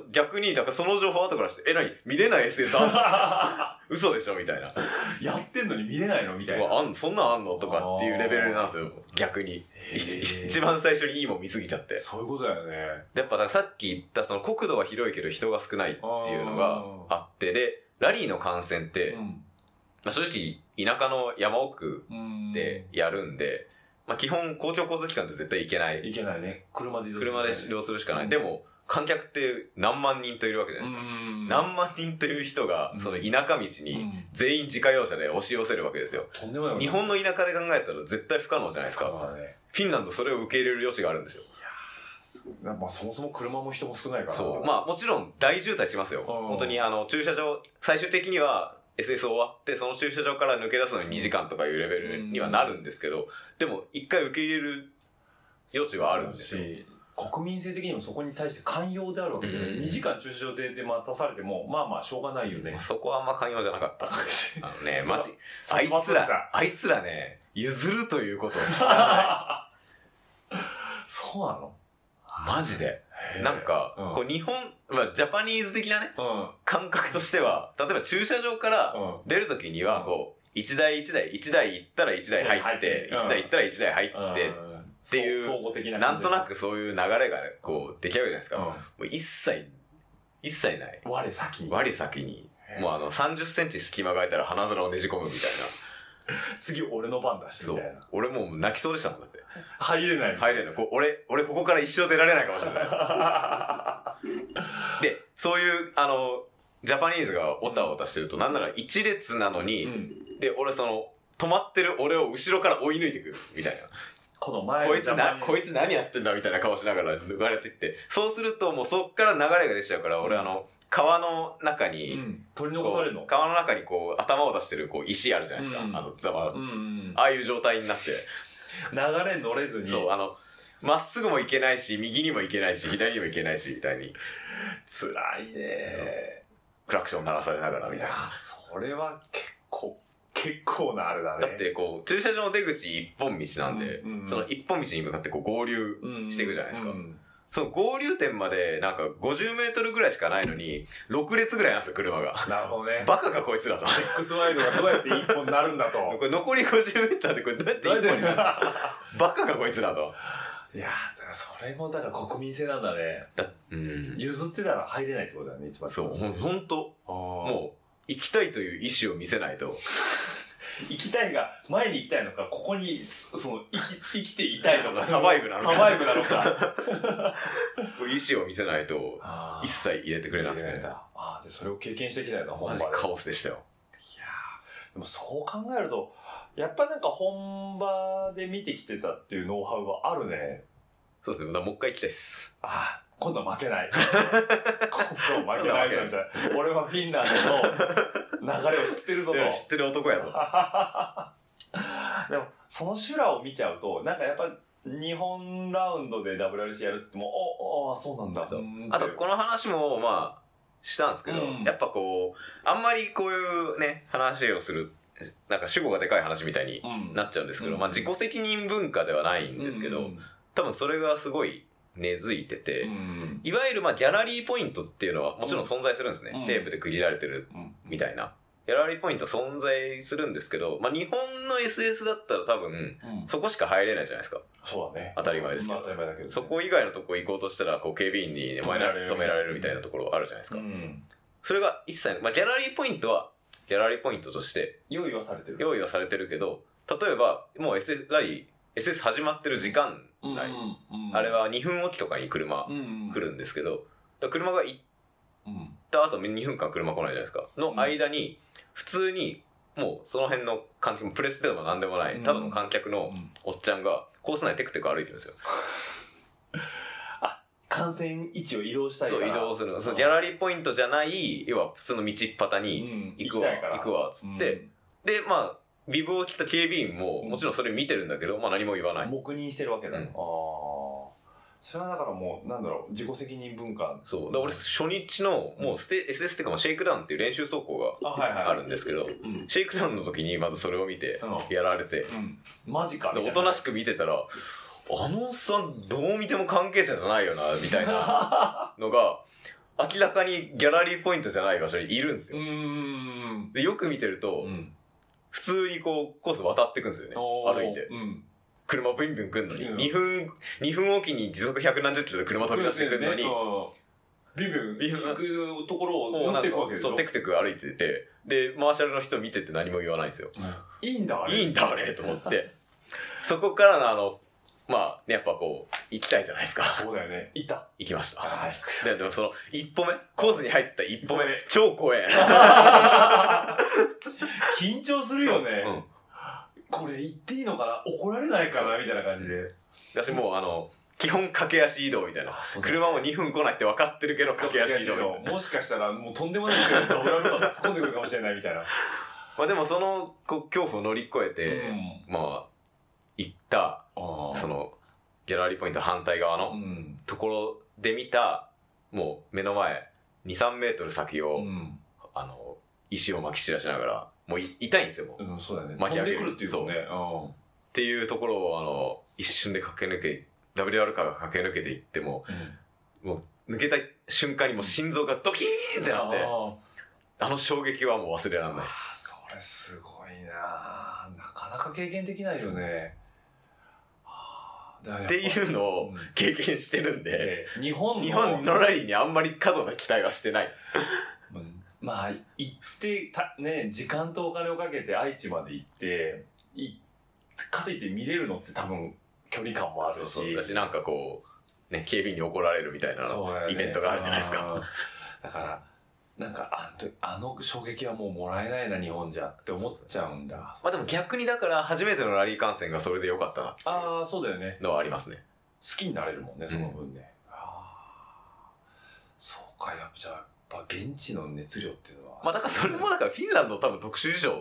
逆に、だからその情報後からして、え、なに見れない エスエス あんの嘘でしょみたいな。 やってんのに見れないのみたいな。 あんそんなんあんのとかっていうレベルなんですよ。逆に。一番最初にいいもん見すぎちゃって。そういうことだよね。 やっぱだからさっき言ったその国土は広いけど人が少ないっていうのがあって、で、ラリーの観戦って、うんまあ、正直田舎の山奥でやるんで、まあ、基本公共交通機関って絶対行けない。 行けないね。車で移動する。車で移動するしかない。うん、でも観客って何万人といるわけじゃないですか。何万人という人がその田舎道に全員自家用車で押し寄せるわけですよ。 とんでもない。 日本の田舎で考えたら絶対不可能じゃないですか。ね、フィンランドそれを受け入れる余地があるんですよ。 いやまあ、そもそも車も人も少ないから。 そう。まあもちろん大渋滞しますよ。本当にあの駐車場、最終的にはエスエス 終わってその駐車場から抜け出すのににじかんとかいうレベルにはなるんですけど、でも一回受け入れる余地はあるんですよ。 国民性的にもそこに対して寛容であるわけで、うん、にじかん駐車場でで待たされてもまあまあしょうがないよね。 そこはあんま寛容じゃなかったですね。あのねマジあいつらあいつらね譲るということを知らない。 そうなの？ マジで。なんか、うん、こう日本、まあ、ジャパニーズ的なね、うん、感覚としては、例えば駐車場から出るときには、こう、一台一台、一台行ったら一台入って、一台行ったら一台入って、っていう、なんとなくそういう流れが、こう、出来上がるじゃないですか。うん、もう一切、一切ない。 我先に。 我先に。もうあの、さんじゅっセンチ隙間が空いたら鼻皿をねじ込むみたいな。 次俺の番だしみたいな。 俺もう泣きそうでしたもんだって。 入れない。 入れない。こ俺、俺ここから一生出られないかもしれない。で、そういう、あの、ジャパニーズがオタオタしてると、なんなら一列なのに、うん、で、俺その、止まってる俺を後ろから追い抜いてくるみたいな。 この前こいつな、こいつ何やってんだみたいな顔しながら抜かれてって、そうするともうそっから流れが出ちゃうから、俺あの、川の中に、うん、 取り残されるの川の中にこう頭を出してるこう石あるじゃないですか、うん、あのザバ、うんうん、ああいう状態になって流れ乗れずにそうあのまっすぐも行けないし、右にも行けないし、左にも行けないし、みたいに。 辛いね。 クラクション鳴らされながらみたいな。いや、 それは結構、結構なあれだね。 だってこう、駐車場の出口一本道なんで、うんうん、その一本道に向かってこう合流していくじゃないですか。うんうん、その合流点までなんかごじゅうメートルぐらいしかないのに、ろく列ぐらいなんですよ、車が。 なるほどね。 バカかこいつらと。 エックスワイドがどうやって一本になるんだと。 これ残りごじゅうメートルでこれどうやって一本になるバカかこいつらと。 いやー、だからそれもだから国民性なんだね。だうん、譲ってたら入れないってことだね、いつまで。 そう、ほん、ほんと。もう、行きたいという意思を見せないと。 行きたいが、前に行きたいのか、ここに、その、生き、生きていたいのか。 サバイブなのか。 サバイブなのか。 意思を見せないと、一切入れてくれなくて。 ああ、で、それを経験してきたよな、 本場で。マジカオスでしたよ。 いやー、でもそう考えると、やっぱなんか本場で見てきてたっていうノウハウはあるね。 そうですね、もう一回行きたいです。 ああ、今度は負けない。今度は負けないです。俺はフィンランドの流れを知ってるぞと。 知ってる男やぞ。 でも、その修羅を見ちゃうと、なんかやっぱ、日本ラウンドで ダブリューアールシー やるってもう、お、あ、そうなんだ。 あと、この話も、まあ、したんですけど、うん、やっぱこう、あんまりこういうね、話をする、なんか主語がでかい話みたいになっちゃうんですけど、うん、まあ自己責任文化ではないんですけど、うん、多分それがすごい根付いてて、うん、いわゆるまあギャラリーポイントっていうのはもちろん存在するんですね。うん、テープで区切られてるみたいな。ギャラリーポイント存在するんですけど、まあ日本の エスエス だったら多分、うん、そこしか入れないじゃないですか。 そうだね。 当たり前ですけど。 まあ、当たり前だけど、ね。 そこ以外のとこ行こうとしたら、こう警備員に止められる、止められるみたいなところあるじゃないですか。うん、それが一切、まあギャラリーポイントは、ギャラリーポイントとして、 用意はされてる。 用意はされてるけど、例えば、もう エスエス ラリー、エスエス 始まってる時間内、うんうんうん、あれはにふんおきとかに車来るんですけど、うんうん、車が行った後にふんかん車来ないじゃないですか。の間に、普通に、もうその辺の観客、プレスでもなんでもない、ただの観客のおっちゃんが、コース内テクテク歩いてるんですよ。 あ、観戦位置を移動したいから。 そう、移動する。そう、ギャラリーポイントじゃない、要は普通の道っ端に行くわ、うん、行くわ、つって、うん、で、まあ、ビブを着た警備員も、もちろんそれ見てるんだけど、まあ何も言わない。 黙認してるわけだ。うん、ああ。それはだからもう、なんだろう、自己責任文化。 そう。だから俺、初日の、もうステ、うん、エスエス っていうか、シェイクダウンっていう練習走行があるんですけど、シェイクダウンの時にまずそれを見て、やられて、うん、 マジかみたいな。 おとなしく見てたら、あのおっさん、どう見ても関係者じゃないよな、みたいなのが、明らかにギャラリーポイントじゃない場所にいるんですよ。うーんで、よく見てると、うん、普通にこう、コース渡ってくんですよね。歩いて。うん、車ブンブン来んのに、うん、にふん、にふんおきに時速百何十キロで車飛び出してくるのに、 ビブン行くところを乗っていくわけでしょ。 そう、テクテク歩いてて、で、マーシャルの人見てて何も言わないんですよ。 うん、いいんだあれ。 いいんだあれと思って。そこからのあの、まあ、ね、やっぱこう、行きたいじゃないですか。 そうだよね。行った。 行きました。 ああ、で、でもその、一歩目、コースに入った一歩目、超怖え。 緊張するよね。うん、これ行っていいのかな、怒られないかなみたいな感じで。 私もうあの、基本駆け足移動みたいな。車もにふん来ないって分かってるけど、駆け足移動みたいな。 もしかしたらもうとんでもないけど、ダブルアルファが突っ込んでくるかもしれないみたいな。 まあでもそのこ恐怖を乗り越えて、うん、まあ、行った、その、ギャラリーポイント反対側のところで見た、もう目の前、に、さんメートル先を、うん、あの、石を撒き散らしながら、もう痛いんですよ、もう。 うん、そうだね。 巻き上げる。 飛んでくるっていうね。 そう。っていうところを、あの、一瞬で駆け抜け、ダブリューアール カーが駆け抜けていっても、うん、もう抜けた瞬間にもう心臓がドキーンってなって、あ, あの衝撃はもう忘れられないです。 それすごいなぁ。なかなか経験できないよね。 っていうのを経験してるんで、 うん、日本の日本のラリーにあんまり過度な期待はしてないです。 まあ、行ってた、ね、時間とお金をかけて愛知まで行って、いかといって見れるのって多分距離感もあるし。そうそうだし、なんかこう、ね、警備員に怒られるみたいな、ね、イベントがあるじゃないですか。 だから、なんかあの、あの衝撃はもうもらえないな、日本じゃって思っちゃうんだ。 まあでも逆にだから初めてのラリー観戦がそれで良かったなっていうああ、そうだよね。 のはありますね。 好きになれるもんね、その分ね。うん、あそうか、やっぱじゃあ、やっぱ現地の熱量っていうのは。 まあだからそれもだからフィンランド多分特殊事情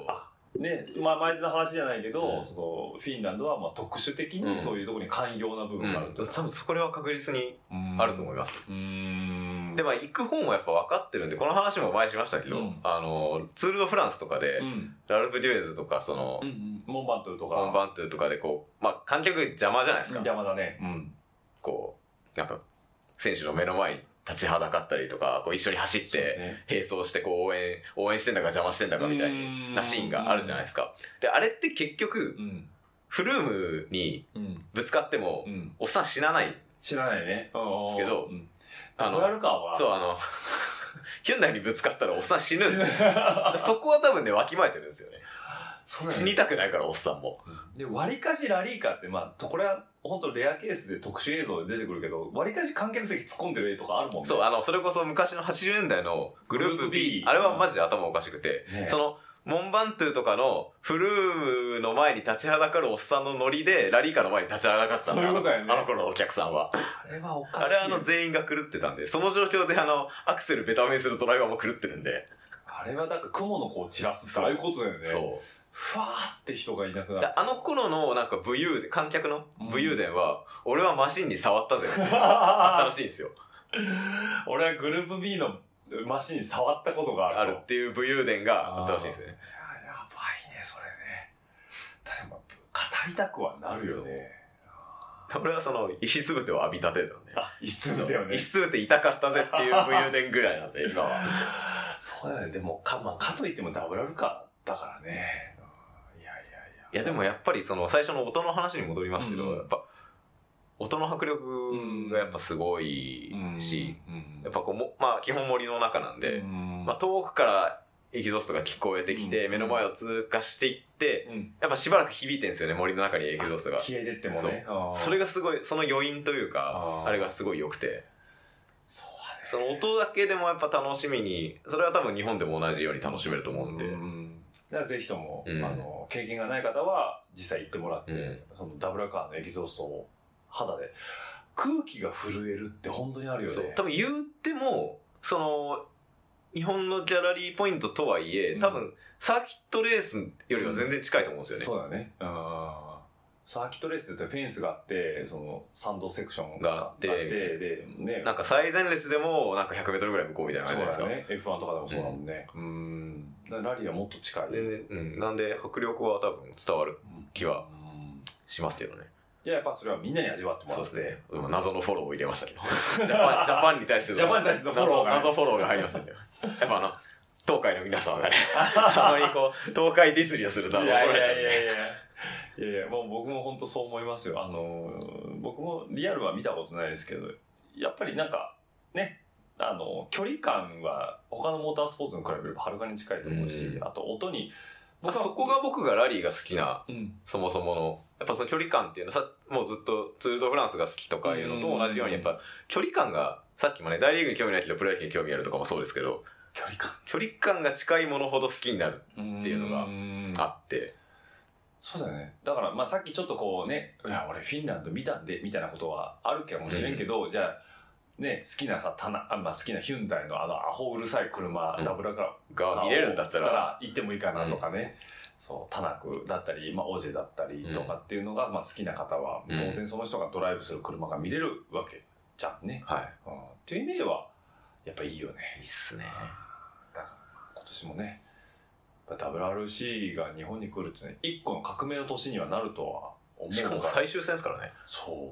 ね、まあ前の話じゃないけど、 うん、 そのフィンランドはまあ特殊的にそういうところに寛容な部分があると、 うんうん、多分それは確実にあると思います。 うーんでまあ行く本はやっぱ分かってるんで、この話も前しましたけど、うん、あのツール・ド・フランスとかで、うん、ラルフ・デュエーズとかその、 うんうん、モンバントゥとかモンバントゥとかでこう、まあ観客邪魔じゃないですか。 邪魔だね。うん、 こうなんか選手の目の前に立ちはだかったりとか、こう一緒に走って並走してこう応援応援してんだか邪魔してんだかみたいなシーンがあるじゃないですか。であれって結局、うん、フルームにぶつかっても、うん、おっさん死なない死なないねですけど、うん、 あのはそうあのヒュンダイにぶつかったらおっさん死ぬんでそこは多分ねわきまえてるんですよね。死にたくないからおっさんも。 で割かしラリーカってまあこれは本当レアケースで特殊映像で出てくるけど、割かし観客席突っ込んでる絵とかあるもんね。 そうあのそれこそ昔のはちじゅうねんだいのグループ B、 あれはマジで頭おかしくて、ね、そのモンバントゥとかのフルームの前に立ちはだかるおっさんのノリでラリーカの前に立ちはだかったんだ。 そういうことだよね。 あの頃のお客さんはあれはおかしい。 あれはあの全員が狂ってたんで、その状況であのアクセルベタ踏みするドライバーも狂ってるんで、 あれはだから雲のこう散らすってああいうことだよね。そうふわーって人がいなくなる。 あの頃のなんか武勇伝、観客の武勇伝は、うん、俺はマシンに触ったぜあったらしいんですよ。 俺はグループ B のマシンに触ったことがあるあるっていう武勇伝があったらしいんですよね。 や, やばいねそれね。確かに語りたくはなるよね。 俺はその石つぶてを浴びたてなんで。 あ、石つぶてをね。 石つぶて痛かったぜっていう武勇伝ぐらいなんで今は。 そうだね。でもか、まあ、かといってもダブルかだからね。 いやでもやっぱりその最初の音の話に戻りますけど、うん、やっぱ音の迫力がやっぱすごいし、うんうん、やっぱこうもまあ基本森の中なんで、うん、まあ遠くからエキゾーストが聞こえてきて、うん、目の前を通過していって、うん、やっぱしばらく響いてるんですよね、森の中にエキゾーストが消えてってもね。 そ, それがすごい、その余韻というか あ, あれがすごい良くて、 そうだね、 その音だけでもやっぱ楽しみに、それは多分日本でも同じように楽しめると思うんで、うん、 だからぜひとも、うん、あの経験がない方は実際行ってもらって、うん、そのダブルカーのエキゾーストを肌で空気が震えるって本当にあるよね。そう多分言ってもその日本のギャラリーポイントとはいえ、多分サーキットレースよりは全然近いと思うんですよね。 うん、そうだね。あサーキットレースって言ったらフェンスがあって、そのサンドセクションがあって、で、ね、 なんか最前列でもなんかひゃくメートルぐらい向こうみたいな感じですか。 そうだね。エフワン とかでもそうだもんね。うん。うんラリーはもっと近い。 全然、うん。なんで迫力は多分伝わる気はしますけどね。 じゃあやっぱそれはみんなに味わってもらって。 そうですね。謎のフォローを入れましたけど。ジャパン、ジャパンに対してのジャパンに対してのフォローが、 ね、謎フォローが入りましたけど。やっぱあの、東海の皆さんがね、あまりこう、東海ディスリをするとは思われちゃうんで。 いやいやいやいや。いやいや、もう僕も本当そう思いますよ。あの、僕もリアルは見たことないですけど、やっぱりなんか、ね、あの、距離感は他のモータースポーツに比べればはるかに近いと思うし、うん、あと音に、 まあ、そこが僕がラリーが好きな、うん、そもそもの、やっぱその距離感っていうのはさ、もうずっとツール・ド・フランスが好きとかいうのと同じように、やっぱ距離感が、さっきもね、大リーグに興味ないけどプロ野球に興味あるとかもそうですけど、 距離感距離感が近いものほど好きになるっていうのがあって、 そうだよね。だからまあさっきちょっとこうね、いや俺フィンランド見たんでみたいなことはあるかもしれんけど、うん、じゃあね好きなさたなあ、まあ、好きなヒュンダイのあのアホうるさい車、うん、ダブルカーが見れるんだったら行ってもいいかなとかね、うん、そうタナクだったり、まあ、オジェだったりとかっていうのが、うんまあ、好きな方は当然その人がドライブする車が見れるわけじゃんね。 はい。 うん、っていう意味ではやっぱいいよね。 いいっすね。 だから今年もね。ダブリューアールシー が日本に来るってね、一個の革命の年にはなるとは思う。 しかも最終戦ですからね。 そう。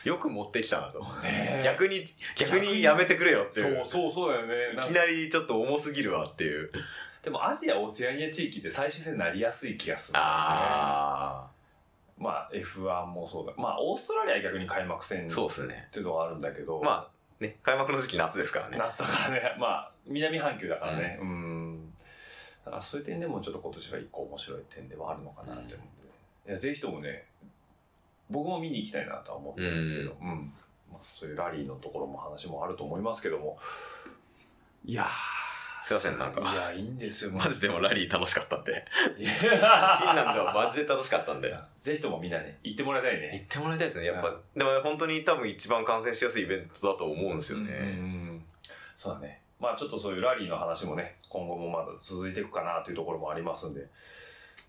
よく持ってきたなと。 ね、 逆に、逆にやめてくれよっていう。 そうそうそうだよね。 いきなりちょっと重すぎるわっていう。 でもアジア、オセアニア地域って最終戦になりやすい気がする、ね。 ああ。 まあ エフワン もそうだ。まあオーストラリアは逆に開幕戦そうですねっていうのがあるんだけど。 まあね、開幕の時期夏ですからね。 夏だからね。まあ南半球だからね。うん。うんだからそういう点でもちょっと今年は一個面白い点ではあるのかなって思うんで、うん、いやぜひともね僕も見に行きたいなとは思ってるんですけど、うんうんまあ、そういうラリーのところも話もあると思いますけどもいやすいませんなんかいやいいんですよマジでもラリー楽しかったんでフィンランドはマジで楽しかったんでぜひともみんなね行ってもらいたいね行ってもらいたいですねやっぱ、うん、でも本当に多分一番観戦しやすいイベントだと思うんですよね、うんうん、 そうだねまあちょっとそういうラリーの話もね、今後もまだ続いていくかなというところもありますんで、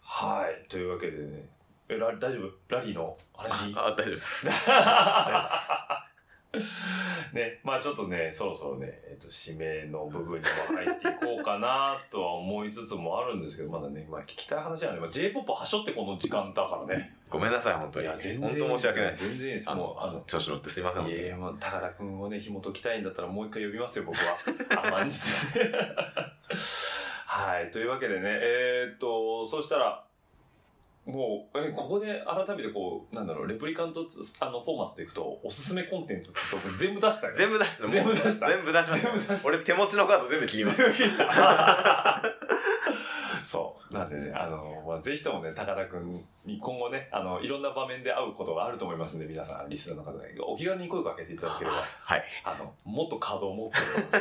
はいというわけでね、えラ大丈夫ラリーの話？ あ、大丈夫です。大丈夫です。 ね、まあちょっとね、そろそろね、えっと、締めの部分にも入っていこうかなとは思いつつもあるんですけど、まだね、まあ聞きたい話はね、まあ、J-ポップ はしょってこの時間だからね。 ごめんなさい、本当に。いや、 全然本当申し訳ないです。 全然いいです。もう、 あの、調子乗ってすいません。 いや、もう、高田くんをね、紐解きたいんだったらもう一回呼びますよ、僕は。甘んじて。はい、というわけでね、えー、っと、そしたら、もう、え、ここで改めてこう、なんだろう、レプリカントあのフォーマットでいくと、おすすめコンテンツって全部出したよ。 全部出した。 全部出した。 全部出しました。俺手持ちのカード全部切りました。 そう。なんでね、あの、まあ、ぜひともね、高田くんに今後ね、あの、いろんな場面で会うことがあると思いますんで、皆さん、リスナーの方で、お気軽に声をかけていただければ、 はい。 あの、もっとカードを持ってると思います。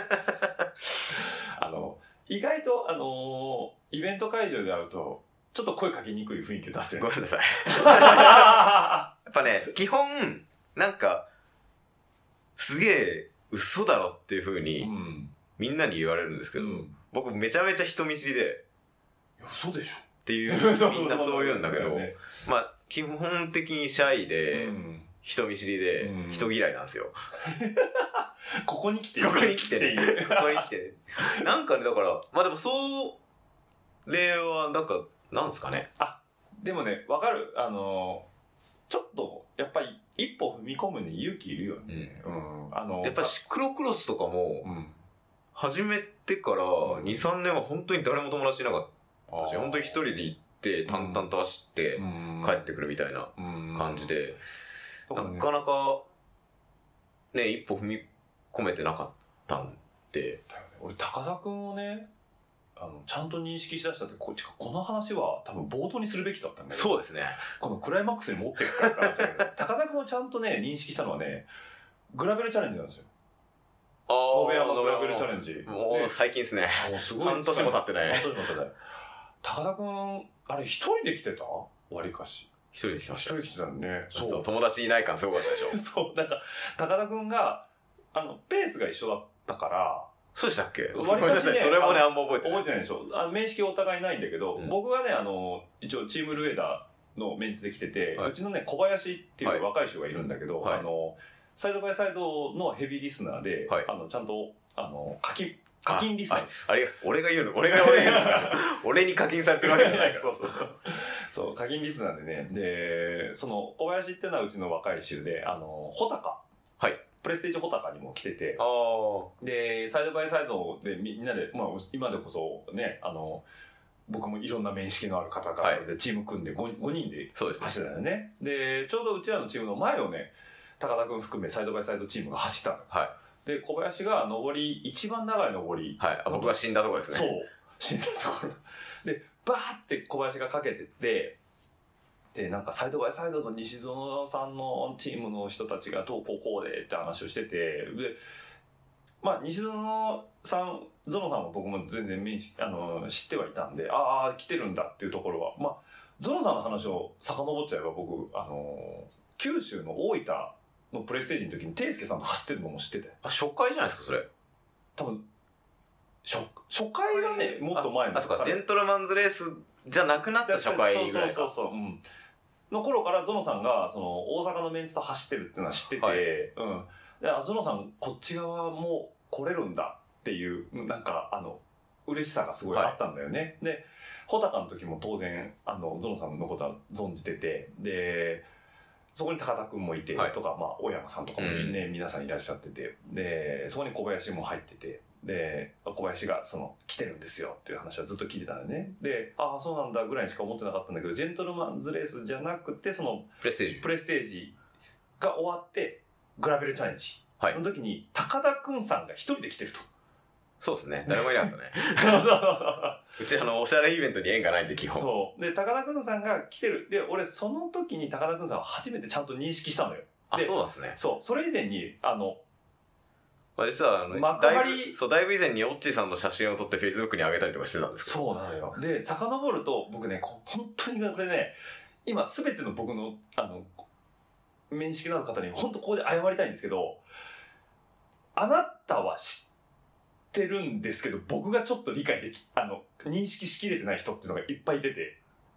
あの、意外と、あの、イベント会場で会うと、ちょっと声かけにくい雰囲気を出すよね。 ごめんなさい。やっぱね、基本、なんか、すげえ嘘だろっていう風に、うん、みんなに言われるんですけど、うん、僕めちゃめちゃ人見知りで、 嘘でしょっていう、みんなそう言うんだけど、ね、まあ、基本的にシャイで、うん、人見知りで、うん、人嫌いなんですよ。 ここに来てここに来てね。ここに来てね。なんかね、だから、まあでもそう、例は、なんか、なんですかね。 あ、でもね、わかる。あの、ちょっと、やっぱり一歩踏み込むに勇気いるよね。うん。うん、あの、 やっぱシクロクロスとかも、うん、始めてからに、さんねんは本当に誰も友達いなかったし、本当に一人で行って、淡々と走って、帰ってくるみたいな感じで、なかなか、ね、一歩踏み込めてなかったんで。 俺、高田くんをね、あの、ちゃんと認識しだしたって、こ、この話は多分冒頭にするべきだったんだけど。 そうですね。 このクライマックスに持っていくからって話だけど、高田くんをちゃんとね、認識したのはね、グラベルチャレンジなんですよ。ああ。野辺山グラベルチャレンジ。 もう最近ですね。もうすごい。半年も経ってない。 半年も経ってない。高田くん、あれ一人で来てた？割かし。 一人で来てました。 一人で来てたよね。 そう。友達いない感すごかったでしょ。 そう。なんか、高田くんが、あの、ペースが一緒だったから、 そうでしたっけ？ ごめんなさい、 それもね、あんま覚えてない。 覚えてないでしょ。あの面識お互いないんだけど、うん、僕がね、あの、一応チームルエダーのメンツで来てて、はい、うちのね、小林っていう若い人がいるんだけど、はい、あの、サイドバイサイドのヘビーリスナーで、はい、あの、ちゃんと、あの、課金、課金リスナーです。 あれ、俺が言うの俺が俺が言うの俺に課金されてるわけじゃないから。 そうそうそう。そう、課金リスナーでね、で、その、小林っていうのはうちの若い衆で、あの、穂高。 はい。 プレステージホタカにも来てて、 あで、サイドバイサイドでみんなで、まあ、今でこそね、あの、僕もいろんな面識のある方々でチーム組んで 5, 5人で走ってたよね。で、ちょうどうちらのチームの前をね、高田くん含めサイドバイサイドチームが走ったの。 はい。 で、小林が上り、一番長い上り。 はい。あ、僕が死んだところですね。 そう。死んだところ。で、バーって小林がかけてって、で、なんかサイドバイサイドの西園さんのチームの人たちがどうこうこうでって話をしてて、で、まあ西園さん、ゾノさんも僕も全然面識あの知ってはいたんで、ああ、来てるんだっていうところは、まあ、ゾノさんの話を遡っちゃえば僕、あの、九州の大分のプレステージの時にテイスケさんと走ってるのも知ってて。 あ、初回じゃないですか、それ。 多分、初、初回はね、もっと前の。 あ、そうか、ジェントルマンズレースじゃなくなった初回ぐらいか。 そうそうそうそう。うん。の頃からゾノさんがその大阪のメンツと走ってるっていうのは知ってて、はい、うん。で、ゾノさんこっち側も来れるんだっていう、なんかあの、嬉しさがすごいあったんだよね。はい、で、ホタカの時も当然、あの、ゾノさんのことは存じてて、で、そこに高田くんもいて、はい、とか、まあ、大山さんとかもね、うん、皆さんいらっしゃってて、で、そこに小林も入ってて、で、小林がその来てるんですよっていう話はずっと聞いてたんだよね。で、ああ、そうなんだぐらいしか思ってなかったんだけど、ジェントルマンズレースじゃなくて、その、 プレステージ。 プレステージが終わって、グラベルチャレンジの時に、はい、高田くんさんが一人で来てると。 そうですね。誰もいなかったね。うちあの、おしゃれイベントに縁がないんで、基本。 そう。で、高田くんさんが来てる。で、俺、その時に高田くんさんは初めてちゃんと認識したのよ。 あ、そうなんですね。 そう。それ以前に、あの、 まあ、実はあの、だいぶ、そう、だいぶ以前にオッチーさんの写真を撮って Facebook に上げたりとかしてたんですけど。 そうなのよ。で、遡ると、僕ね、本当にこれね、今すべての僕の、あの、面識のある方に本当ここで謝りたいんですけど、あなたは知ってるんですけど、僕がちょっと理解でき、あの、認識しきれてない人っていうのがいっぱい出て。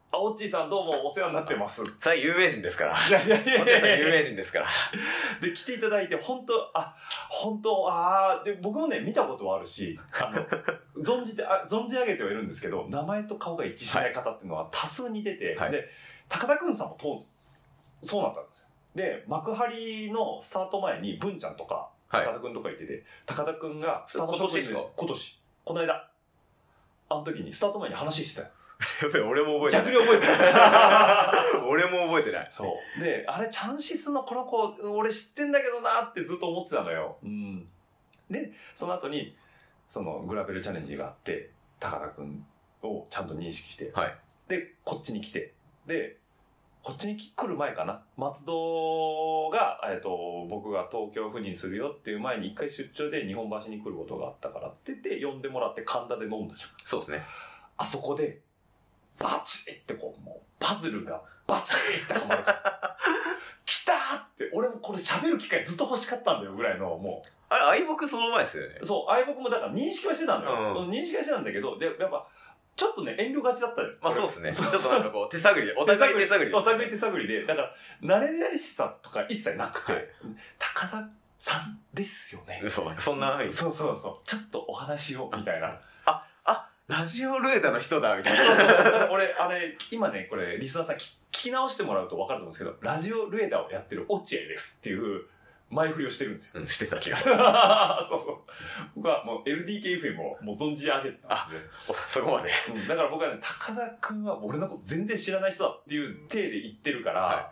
あ、オッチーさんどうもお世話になってます。 それ有名人ですから。 いやいやいやいやオッチーさん有名人ですから。 で、来ていただいて、本当あ、本当あーで、僕もね、見たことはあるし、あの、存じて、あ、存じ上げてはいるんですけど、名前と顔が一致しない方っていうのは多数似てて、 はい、 で、高田くんさんもとそうなったんですよ。で、幕張のスタート前に、文ちゃんとか、高田くんとかいてて、はい、高田くんがスタート今年ですか？ 今年。この間。あの時に、スタート前に話してたよ。 やべえ、俺も覚えてない。 逆に覚えてない。 俺も覚えてない。 そう。で、あれ、チャンシスのこの子、俺知ってんだけどなってずっと思ってたのよ。うん。で、その後に、そのグラベルチャレンジがあって、高田くんをちゃんと認識して、 はい。 で、こっちに来て、で、こっちに来る前かな。松戸が、えっと、僕が東京赴任するよっていう前に一回出張で日本橋に来ることがあったからって言って呼んでもらって神田で飲んだじゃん。 そうですね。 あそこで、バチッってこう、もう、パズルがバチッってはまるから。来たーって、俺もこれ喋る機会ずっと欲しかったんだよぐらいの、もう。 あれ、愛木その前ですよね。 そう、愛木もだから認識はしてたんだよ。うん、認識はしてたんだけど、で、やっぱ、ちょっとね、遠慮がちだったよ。 まあそうですね。ちょっとなんかこう、手探りで、お互い手探りで、 ね。お互い手探りで、だから、慣れ慣れしさとか一切なくて、はい、高田さんですよね。 そう、そんな、 そうそうそう。ちょっとお話を、みたいな。 あ、あ、ラジオルエダの人だ、みたいな。 そうそう。だから俺、あれ、今ね、これ、リスナーさん聞き直してもらうと分かると思うんですけど、ラジオルエダをやってる落合ですっていう、前振りをしてるんですよ。 うん、してた気がする。 そうそう。僕はもう エルディーケーエフエム をもう存じ上げてたんで。 あ、そこまで。 うん、だから僕はね、高田くんは俺のこと全然知らない人だっていう体で言ってるから、はい、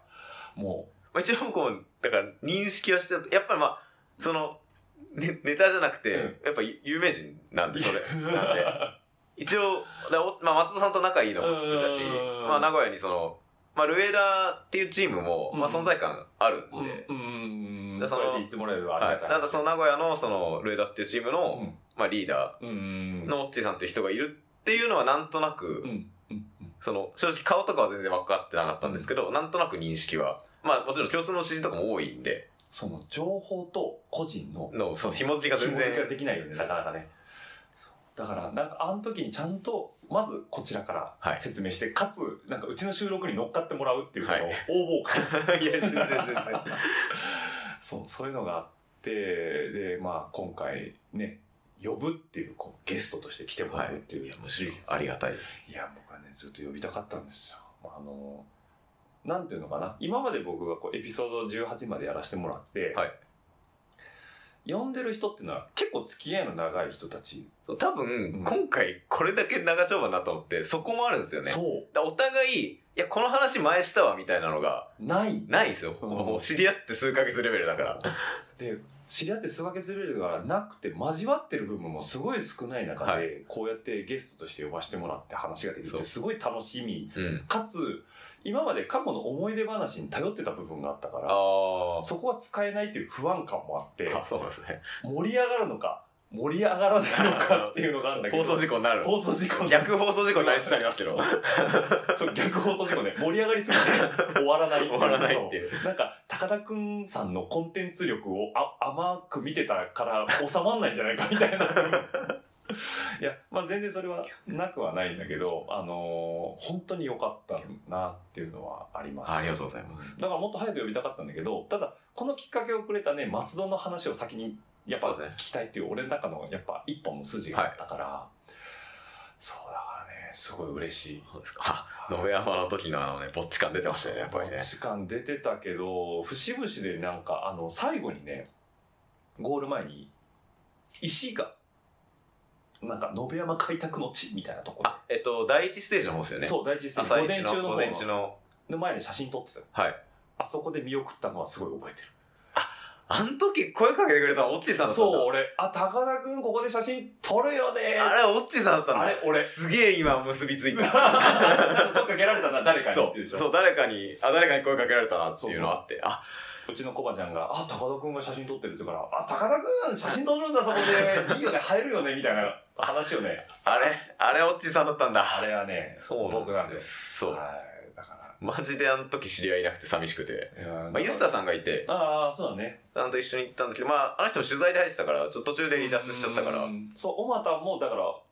もう。 まあ、一応こう、だから認識はしてた。やっぱりまあ、その、ね、ネタじゃなくて、うん、やっぱ有名人なんで、それ。なんで。一応、まあ、松戸さんと仲いいのも知ってたし、まあ、名古屋にその、まあ、ルエダっていうチームも、まあ、存在感あるんで、 うんうんうん、だからそうやって言ってもらえるありがたい、はい、 だからその名古屋のそのルエダっていうチームの、うん、まあ、リーダーのオッチーさんっていう人がいるっていうのはなんとなく、うんうんうん、その正直顔とかは全然分かってなかったんですけど、うん、なんとなく認識は、まあもちろん共通の知りとかも多いんで、 その情報と個人ののその紐付きが全然紐付きができないよね、なかなかね。だからなんかあの時にちゃんとまずこちらから説明して、はい、かつなんかうちの収録に乗っかってもらうっていうのを応募感、はい、いや全然全然そうそういうのがあってでまあ今回ね呼ぶっていうこうゲストとして来てもらうっていう、はい、いやむしろありがたい。 いや僕はねずっと呼びたかったんですよ。あのなんていうのかな、今まで僕がこうエピソードじゅうはちまでやらせてもらって、はい、呼んでる人っていうのは結構付き合いの長い人たち。 多分、うん、今回これだけ長丁場になったのってそこもあるんですよね。 そう。 だお互い、いや、この話前したわみたいなのがない。 ないんですよ。うん、もう知り合って数ヶ月レベルだから。 で、知り合って数ヶ月レベルがなくて交わってる部分もすごい少ない中で、はい、こうやってゲストとして呼ばせてもらって話ができるってすごい楽しみ。うん、かつ、今まで過去の思い出話に頼ってた部分があったから、そこは使えないっていう不安感もあって、 あ、そうなんですね。 盛り上がるのか、盛り上がらないのかっていうのがあるんだけど。 放送事故になる。 放送事故。 逆放送事故になりつつありますけど。 そう、逆放送事故ね。盛り上がりすぎて終わらない。 終わらないっていう。 なんか、高田くんさんのコンテンツ力をあ甘く見てたから収まんないんじゃないかみたいな。いや、まあ全然それはなくはないんだけど、あのー、本当に良かったなっていうのはあります。 ありがとうございます。 だからもっと早く呼びたかったんだけど、ただ、このきっかけをくれたね、松戸の話を先にやっぱ聞きたいっていう俺の中のやっぱ一本の筋があったから、はい、そうだからね、すごい嬉しい。 そうですか。野辺山の時のあのね、ぼっち感出てましたよね、やっぱりね。 ぼっち感出てたけど、節々でなんか、あの、最後にね、ゴール前に、石が、なんか、野辺山開拓の地みたいなところ。 あ、えっと、第一ステージの方ですよね。 そう、第一ステージ。午前中の方。 午前中の。 で、前に写真撮ってたよ。 はい。 あそこで見送ったのはすごい覚えてる。 あ、あの時声かけてくれたのオッチーさんだったんだ。 そう、俺、あ、高田くんここで写真撮るよね。 あれ、オッチーさんだったんだ。 あれ、俺。 すげえ今結びついた。 声かけられたな、誰かにってでしょ。 そう、誰かに、あ、誰かに声かけられたなっていうのがあって。あ、 うちのコバちゃんが、あ、高田くんが写真撮ってるって言うから、あ、高田くん写真撮るんだ、そこで。いいよね、映えるよね、みたいな話をね。 あれあれ、オッチーさんだったんだ。 あれはね、 そう僕なんです。 そう。はい。だから。マジであの時知り合いいなくて寂しくて。まあ、ユスタさんがいて。 ああ、そうだね。 あのと一緒に行ったんだけど、まあ、あの人も取材で入ってたから、ちょっと途中で離脱しちゃったから。 そう、おまたも、だから、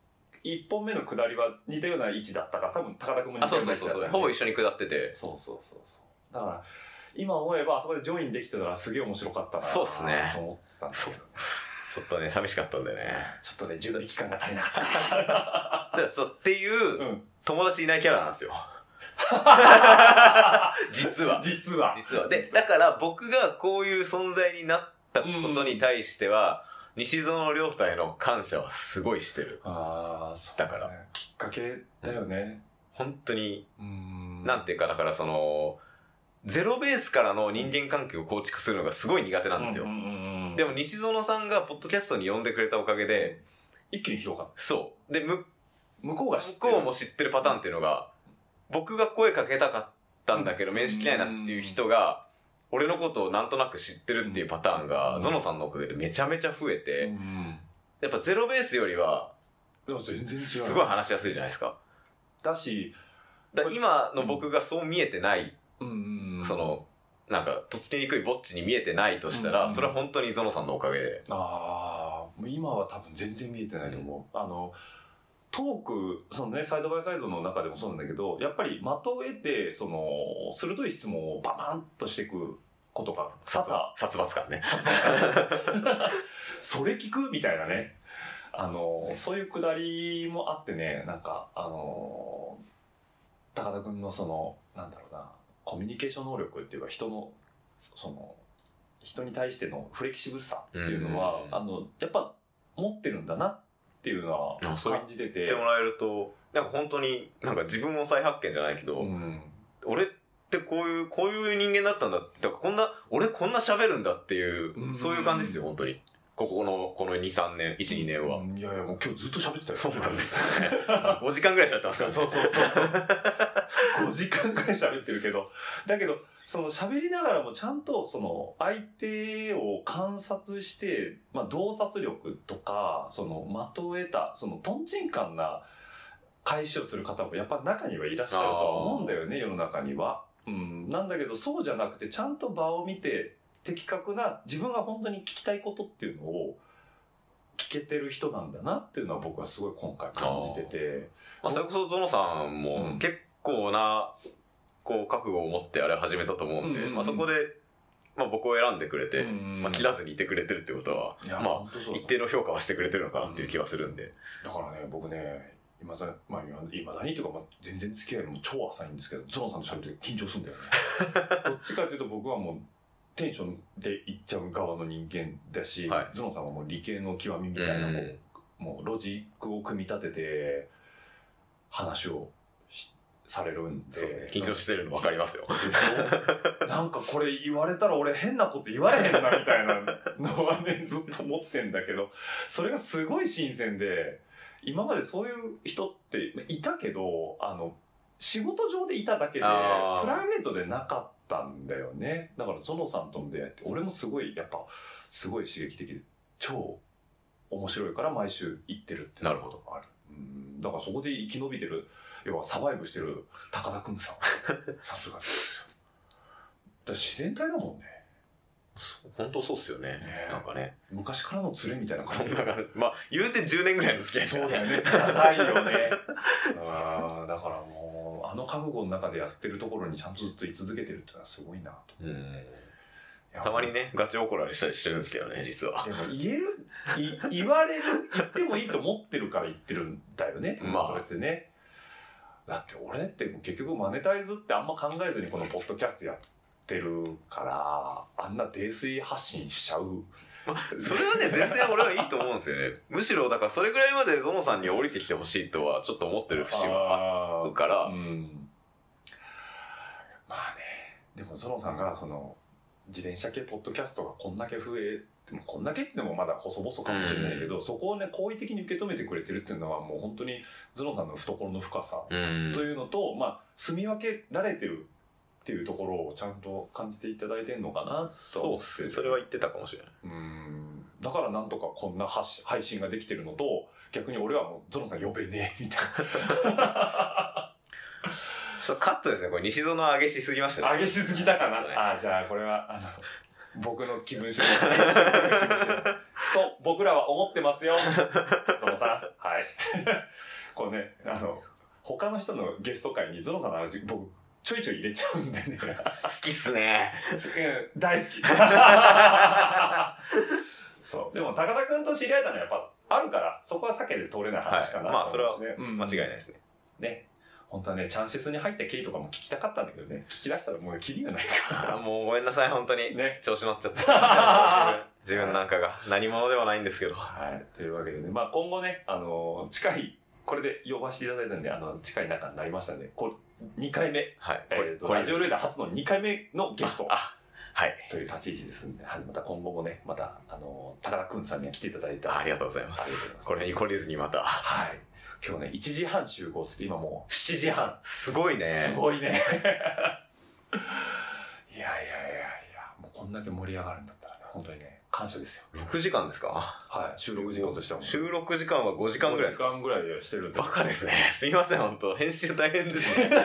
いっぽんめの下りは似たような位置だったから多分高田君も似たような位置だった、ね、 あそうそうそうそうほぼ一緒に下っててそうそうそうそうだから今思えばあそこでジョインできてたらすげえ面白かったなそうっすねと思ってたんですけどちょっとね寂しかったんだよねちょっとね準備期間が足りなかったそうっていう、うん、友達いないキャラなんですよ実は実は実はでだから僕がこういう存在になったことに対しては、うん、西園亮太への感謝はすごいしてるああそうだからきっかけだよね、 うん、本当にうんなんていうかだからそのゼロベースからの人間関係を構築するのがすごい苦手なんですよ、うんうんうんうん、でも西園さんがポッドキャストに呼んでくれたおかげで一気に広がったそうでむ向こうが知ってる向こうも知ってるパターンっていうのが僕が声かけたかったんだけど面識ないなっていう人が俺のことをなんとなく知ってるっていうパターンがゾノさんのおかげでめちゃめちゃ増えてやっぱゼロベースよりは全然違うすごい話しやすいじゃないですかだしだ今の僕がそう見えてないそのなんかとっつきにくいぼっちに見えてないとしたらそれは本当にゾノさんのおかげでああ今は多分全然見えてないと思う、うん、あのトークそのねサイドバイサイドの中でもそうなんだけどやっぱり的を得てその鋭い質問をババンとしていくことが殺伐感ねそれ聞くみたいなねあのそういうくだりもあってねなんかあの高田君のそのなんだろうなコミュニケーション能力っていうか人のその人に対してのフレキシブルさっていうのはあのやっぱ持ってるんだなっていうのは感じてて言ってもらえるとなんか本当になんか自分も再発見じゃないけど、うん、俺ってこういうこういう人間だったんだってだからこんな俺こんな喋るんだっていう、うん、そういう感じですよ本当にここのこの にさんねんいちにねんは、 うん、いやいやもう今日ずっと喋ってたよそうなんですよねごじかんぐらい喋ってますからねそうそうそうそうごじかんぐらい喋ってるけどだけどその喋りながらもちゃんとその相手を観察して、まあ、洞察力とかその的を得たそのトンチンカンな返しをする方もやっぱ中にはいらっしゃるとは思うんだよね世の中には、うん、なんだけどそうじゃなくてちゃんと場を見て的確な自分が本当に聞きたいことっていうのを聞けてる人なんだなっていうのは僕はすごい今回感じててまあ、それこそゾノさんも結構な、うんこう覚悟を持ってあれを始めたと思うんで、うんうんうんまあ、そこで、まあ、僕を選んでくれて、うんうんまあ、切らずにいてくれてるってことは、まあ、一定の評価はしてくれてるのかなっていう気はするんで、うん、 だからね僕ね今だ、まあ、今だにというか、まあ、全然付き合いも超浅いんですけどゾノさんと喋って緊張するんだよねどっちかというと僕はもうテンションでいっちゃう側の人間だし、はい、ゾノさんはもう理系の極みみたいな、うん、もうロジックを組み立てて話をされるんで、 ね、緊張してるの分かりますよなんかこれ言われたら俺変なこと言われへんなみたいなのはねずっと思ってんだけどそれがすごい新鮮で今までそういう人っていたけどあの仕事上でいただけでプライベートでなかったんだよねだからゾノさんとの出会いって俺もすごいやっぱすごい刺激的で超面白いから毎週行ってるっていうことがあるうんだからそこで生き延びてる要はサバイブしてる高田くんさんさすがですよだ自然体だもんね本当そうっすよね、ねなんかね昔からの連れみたいな感じそんなまあ言うてじゅうねんぐらいの付き合いそうだよね長いよねあだからもうあの覚悟の中でやってるところにちゃんとずっと居続けてるってのはすごいなと思って、 うん、たまにねガチ怒られしたりしてるんですけどね実はでも言えるい言われる言ってもいいと思ってるから言ってるんだよね、まあ、それってねだって俺って結局マネタイズってあんま考えずにこのポッドキャストやってるからあんな泥酔発信しちゃうそれはね全然俺はいいと思うんですよねむしろだからそれぐらいまでゾノさんに降りてきてほしいとはちょっと思ってる節はあるからうん、 まあねでもゾノさんがその自転車系ポッドキャストがこんだけ増えでもこんだけってのもまだ細々かもしれないけど、うん、そこをね好意的に受け止めてくれてるっていうのはもう本当にゾノさんの懐の深さというのと、うん、まあ住み分けられてるっていうところをちゃんと感じていただいてるのかなと思って。 そう、それは言ってたかもしれない。 うんだからなんとかこんな配信ができてるのと逆に俺はもうゾノさん呼べねえみたいなそうカットですねこれ西園上げしすぎましたね上げしすぎだかな、ね、あじゃあこれはあの僕の気分次第と僕らは思ってますよゾノさんはいの人のゲスト会にゾノさんの話、僕、ちょいちょい入れちゃうんでね。 好きっすね。 大好き。そう。でも、高田くんと知り合えたのはやっぱあるから、そこは避けて通れない話かな、 はい。まあ、それは間違いないですね。 うん、ね。本当はね、チャンシスに入った経緯とかも聞きたかったんだけどね、聞き出したらもうキリがないから。 もうごめんなさい、本当に。ね。調子乗っちゃった。自分、自分なんかが。何者ではないんですけど。 はい。というわけでね、まあ今後ね、あのー、近い、これで呼ばせていただいたんで、あの、近い中になりましたんで、こにかいめ。はい。えー、ラジオレーダー初のにかいめのゲスト。あ、はい。という立ち位置ですんで、また今後もね、また、あのー、高田くんさんには来ていただいた。 ありがとうございます。ありがとうございます。これに懲りずにまた。 はい。今日ね、いちじはん集合して今もうしちじはん。 すごいね。 すごいね。いやいやいやいや、もうこんだけ盛り上がるんだったらね、本当にね、感謝ですよ。 ろくじかんですか？ はい、収録時間としては。 収録時間はごじかんぐらいですか？ ごじかんぐらいしてるんで。 バカですね。すいません、本当編集大変ですね。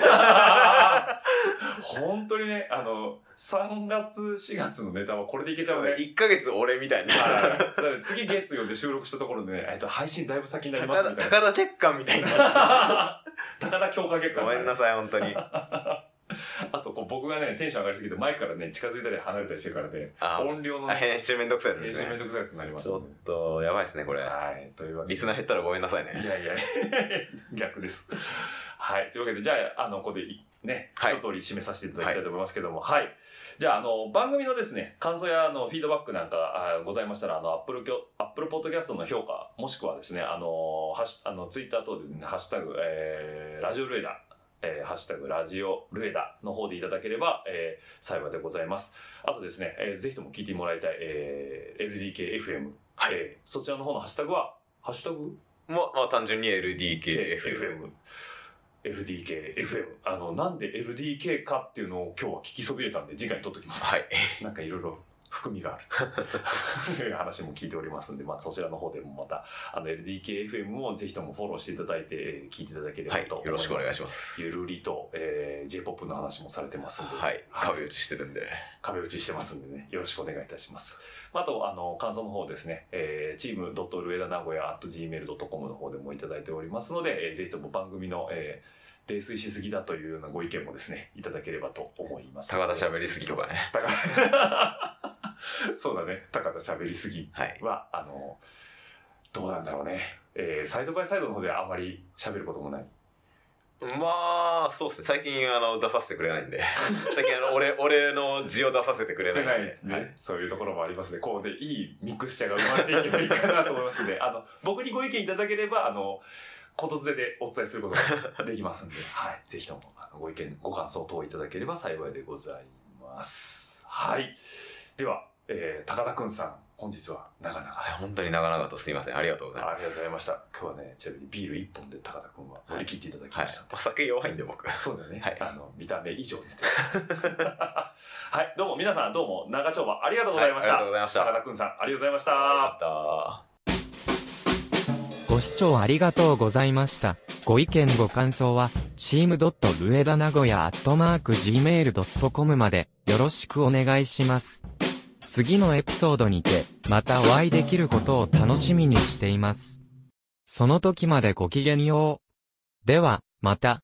本当にね、あの、さんがつ、しがつのネタはこれでいけちゃうね。 いっかげつ俺みたいな。 次ゲスト呼んで収録したところでね、えっと、配信だいぶ先になりますみたいな。 高田鉄管みたいな。 高田強化月間。 ごめんなさい、本当に。 あとこう僕がね、テンション上がりすぎて前からね、近づいたり離れたりしてるからね、音量の、ね、 編集めんどくさいですね。 編集めんどくさいやつになります、 ね。ちょっと、やばいですね、これ。はい。というわけで。リスナー減ったらごめんなさいね。 いやいや、逆です。はい。というわけで、じゃあ、あの、ここでね、はい、一通り締めさせていただきたいと思いますけども、はい。はい、じゃあ、あの、番組のですね、感想や、あの、フィードバックなんかあございましたら、あの、アップル、アップルポッドキャストの評価、もしくはですね、あの、ハッシュ、あの、ツイッター等で、ね、ハッシュタグ、えー、ラジオルエダ、えー、ハッシュタグラジオルエダの方でいただければ、えー、幸いでございます。あとですね、えー、ぜひとも聞いてもらいたい、えー、エルディーケーエフエム。はい。えー、そちらの方のハッシュタグは、ハッシュタグま、まあ、単純に エルディーケーエフエム。 エルディーケーエフエム。あの、なんで エルディーケー かっていうのを今日は聞きそびれたんで、次回に撮っときます。はい。なんかいろいろ含みがあるという話も聞いておりますんで、まあそちらの方でもまた、あの エルディーケーエフエム もぜひともフォローしていただいて、えー、聞いていただければと思います。はい。よろしくお願いします。ゆるりと、えー、J-ポップ の話もされてますんで。はい。壁打ちしてるんで。壁打ちしてますんでね、よろしくお願いいたします。あと、あの、感想の方ですね、えー、チーム ルエダ名古屋 アットジーメールドットコム の方でもいただいておりますので、えー、ぜひとも番組の、えー泥酔しすぎだというようなご意見もですね、いただければと思います。 高田喋りすぎとかね。 そうだね。高田喋りすぎは、はい、あの、どうなんだろうね。えー、サイドバイサイドの方ではあまり喋ることもない。 まあ、そうですね。最近、あの、出させてくれないんで。最近、あの、俺、俺の字を出させてくれないんで。 ね、はい。そういうところもありますね。こうで、いいミクスチャーが生まれていけばいいかなと思いますので、あの、僕にご意見いただければ、あの、ことづてでお伝えすることができますんで、はい。ぜひともあのご意見、ご感想等いただければ幸いでございます。はい。では、えー、高田くんさん、本日は長々。 はい、本当に長々とすみません。ありがとうございます。 ありがとうございました。今日はね、ちなみにビールいっぽんで高田くんは乗り切っていただきました。 はいはい、酒弱いんで僕。 そうだよね。はい。あの、見た目以上にしてます。はい。どうも皆さん、どうも長丁場ありがとうございました。はい、ありがとうございました。高田くんさん、ありがとうございました。ありがとうございました。 ご視聴ありがとうございました。ご意見ご感想は、チームドットルエダ名古屋アットマークジーメールドットコム までよろしくお願いします。次のエピソードにて、またお会いできることを楽しみにしています。その時までごきげんよう。では、また。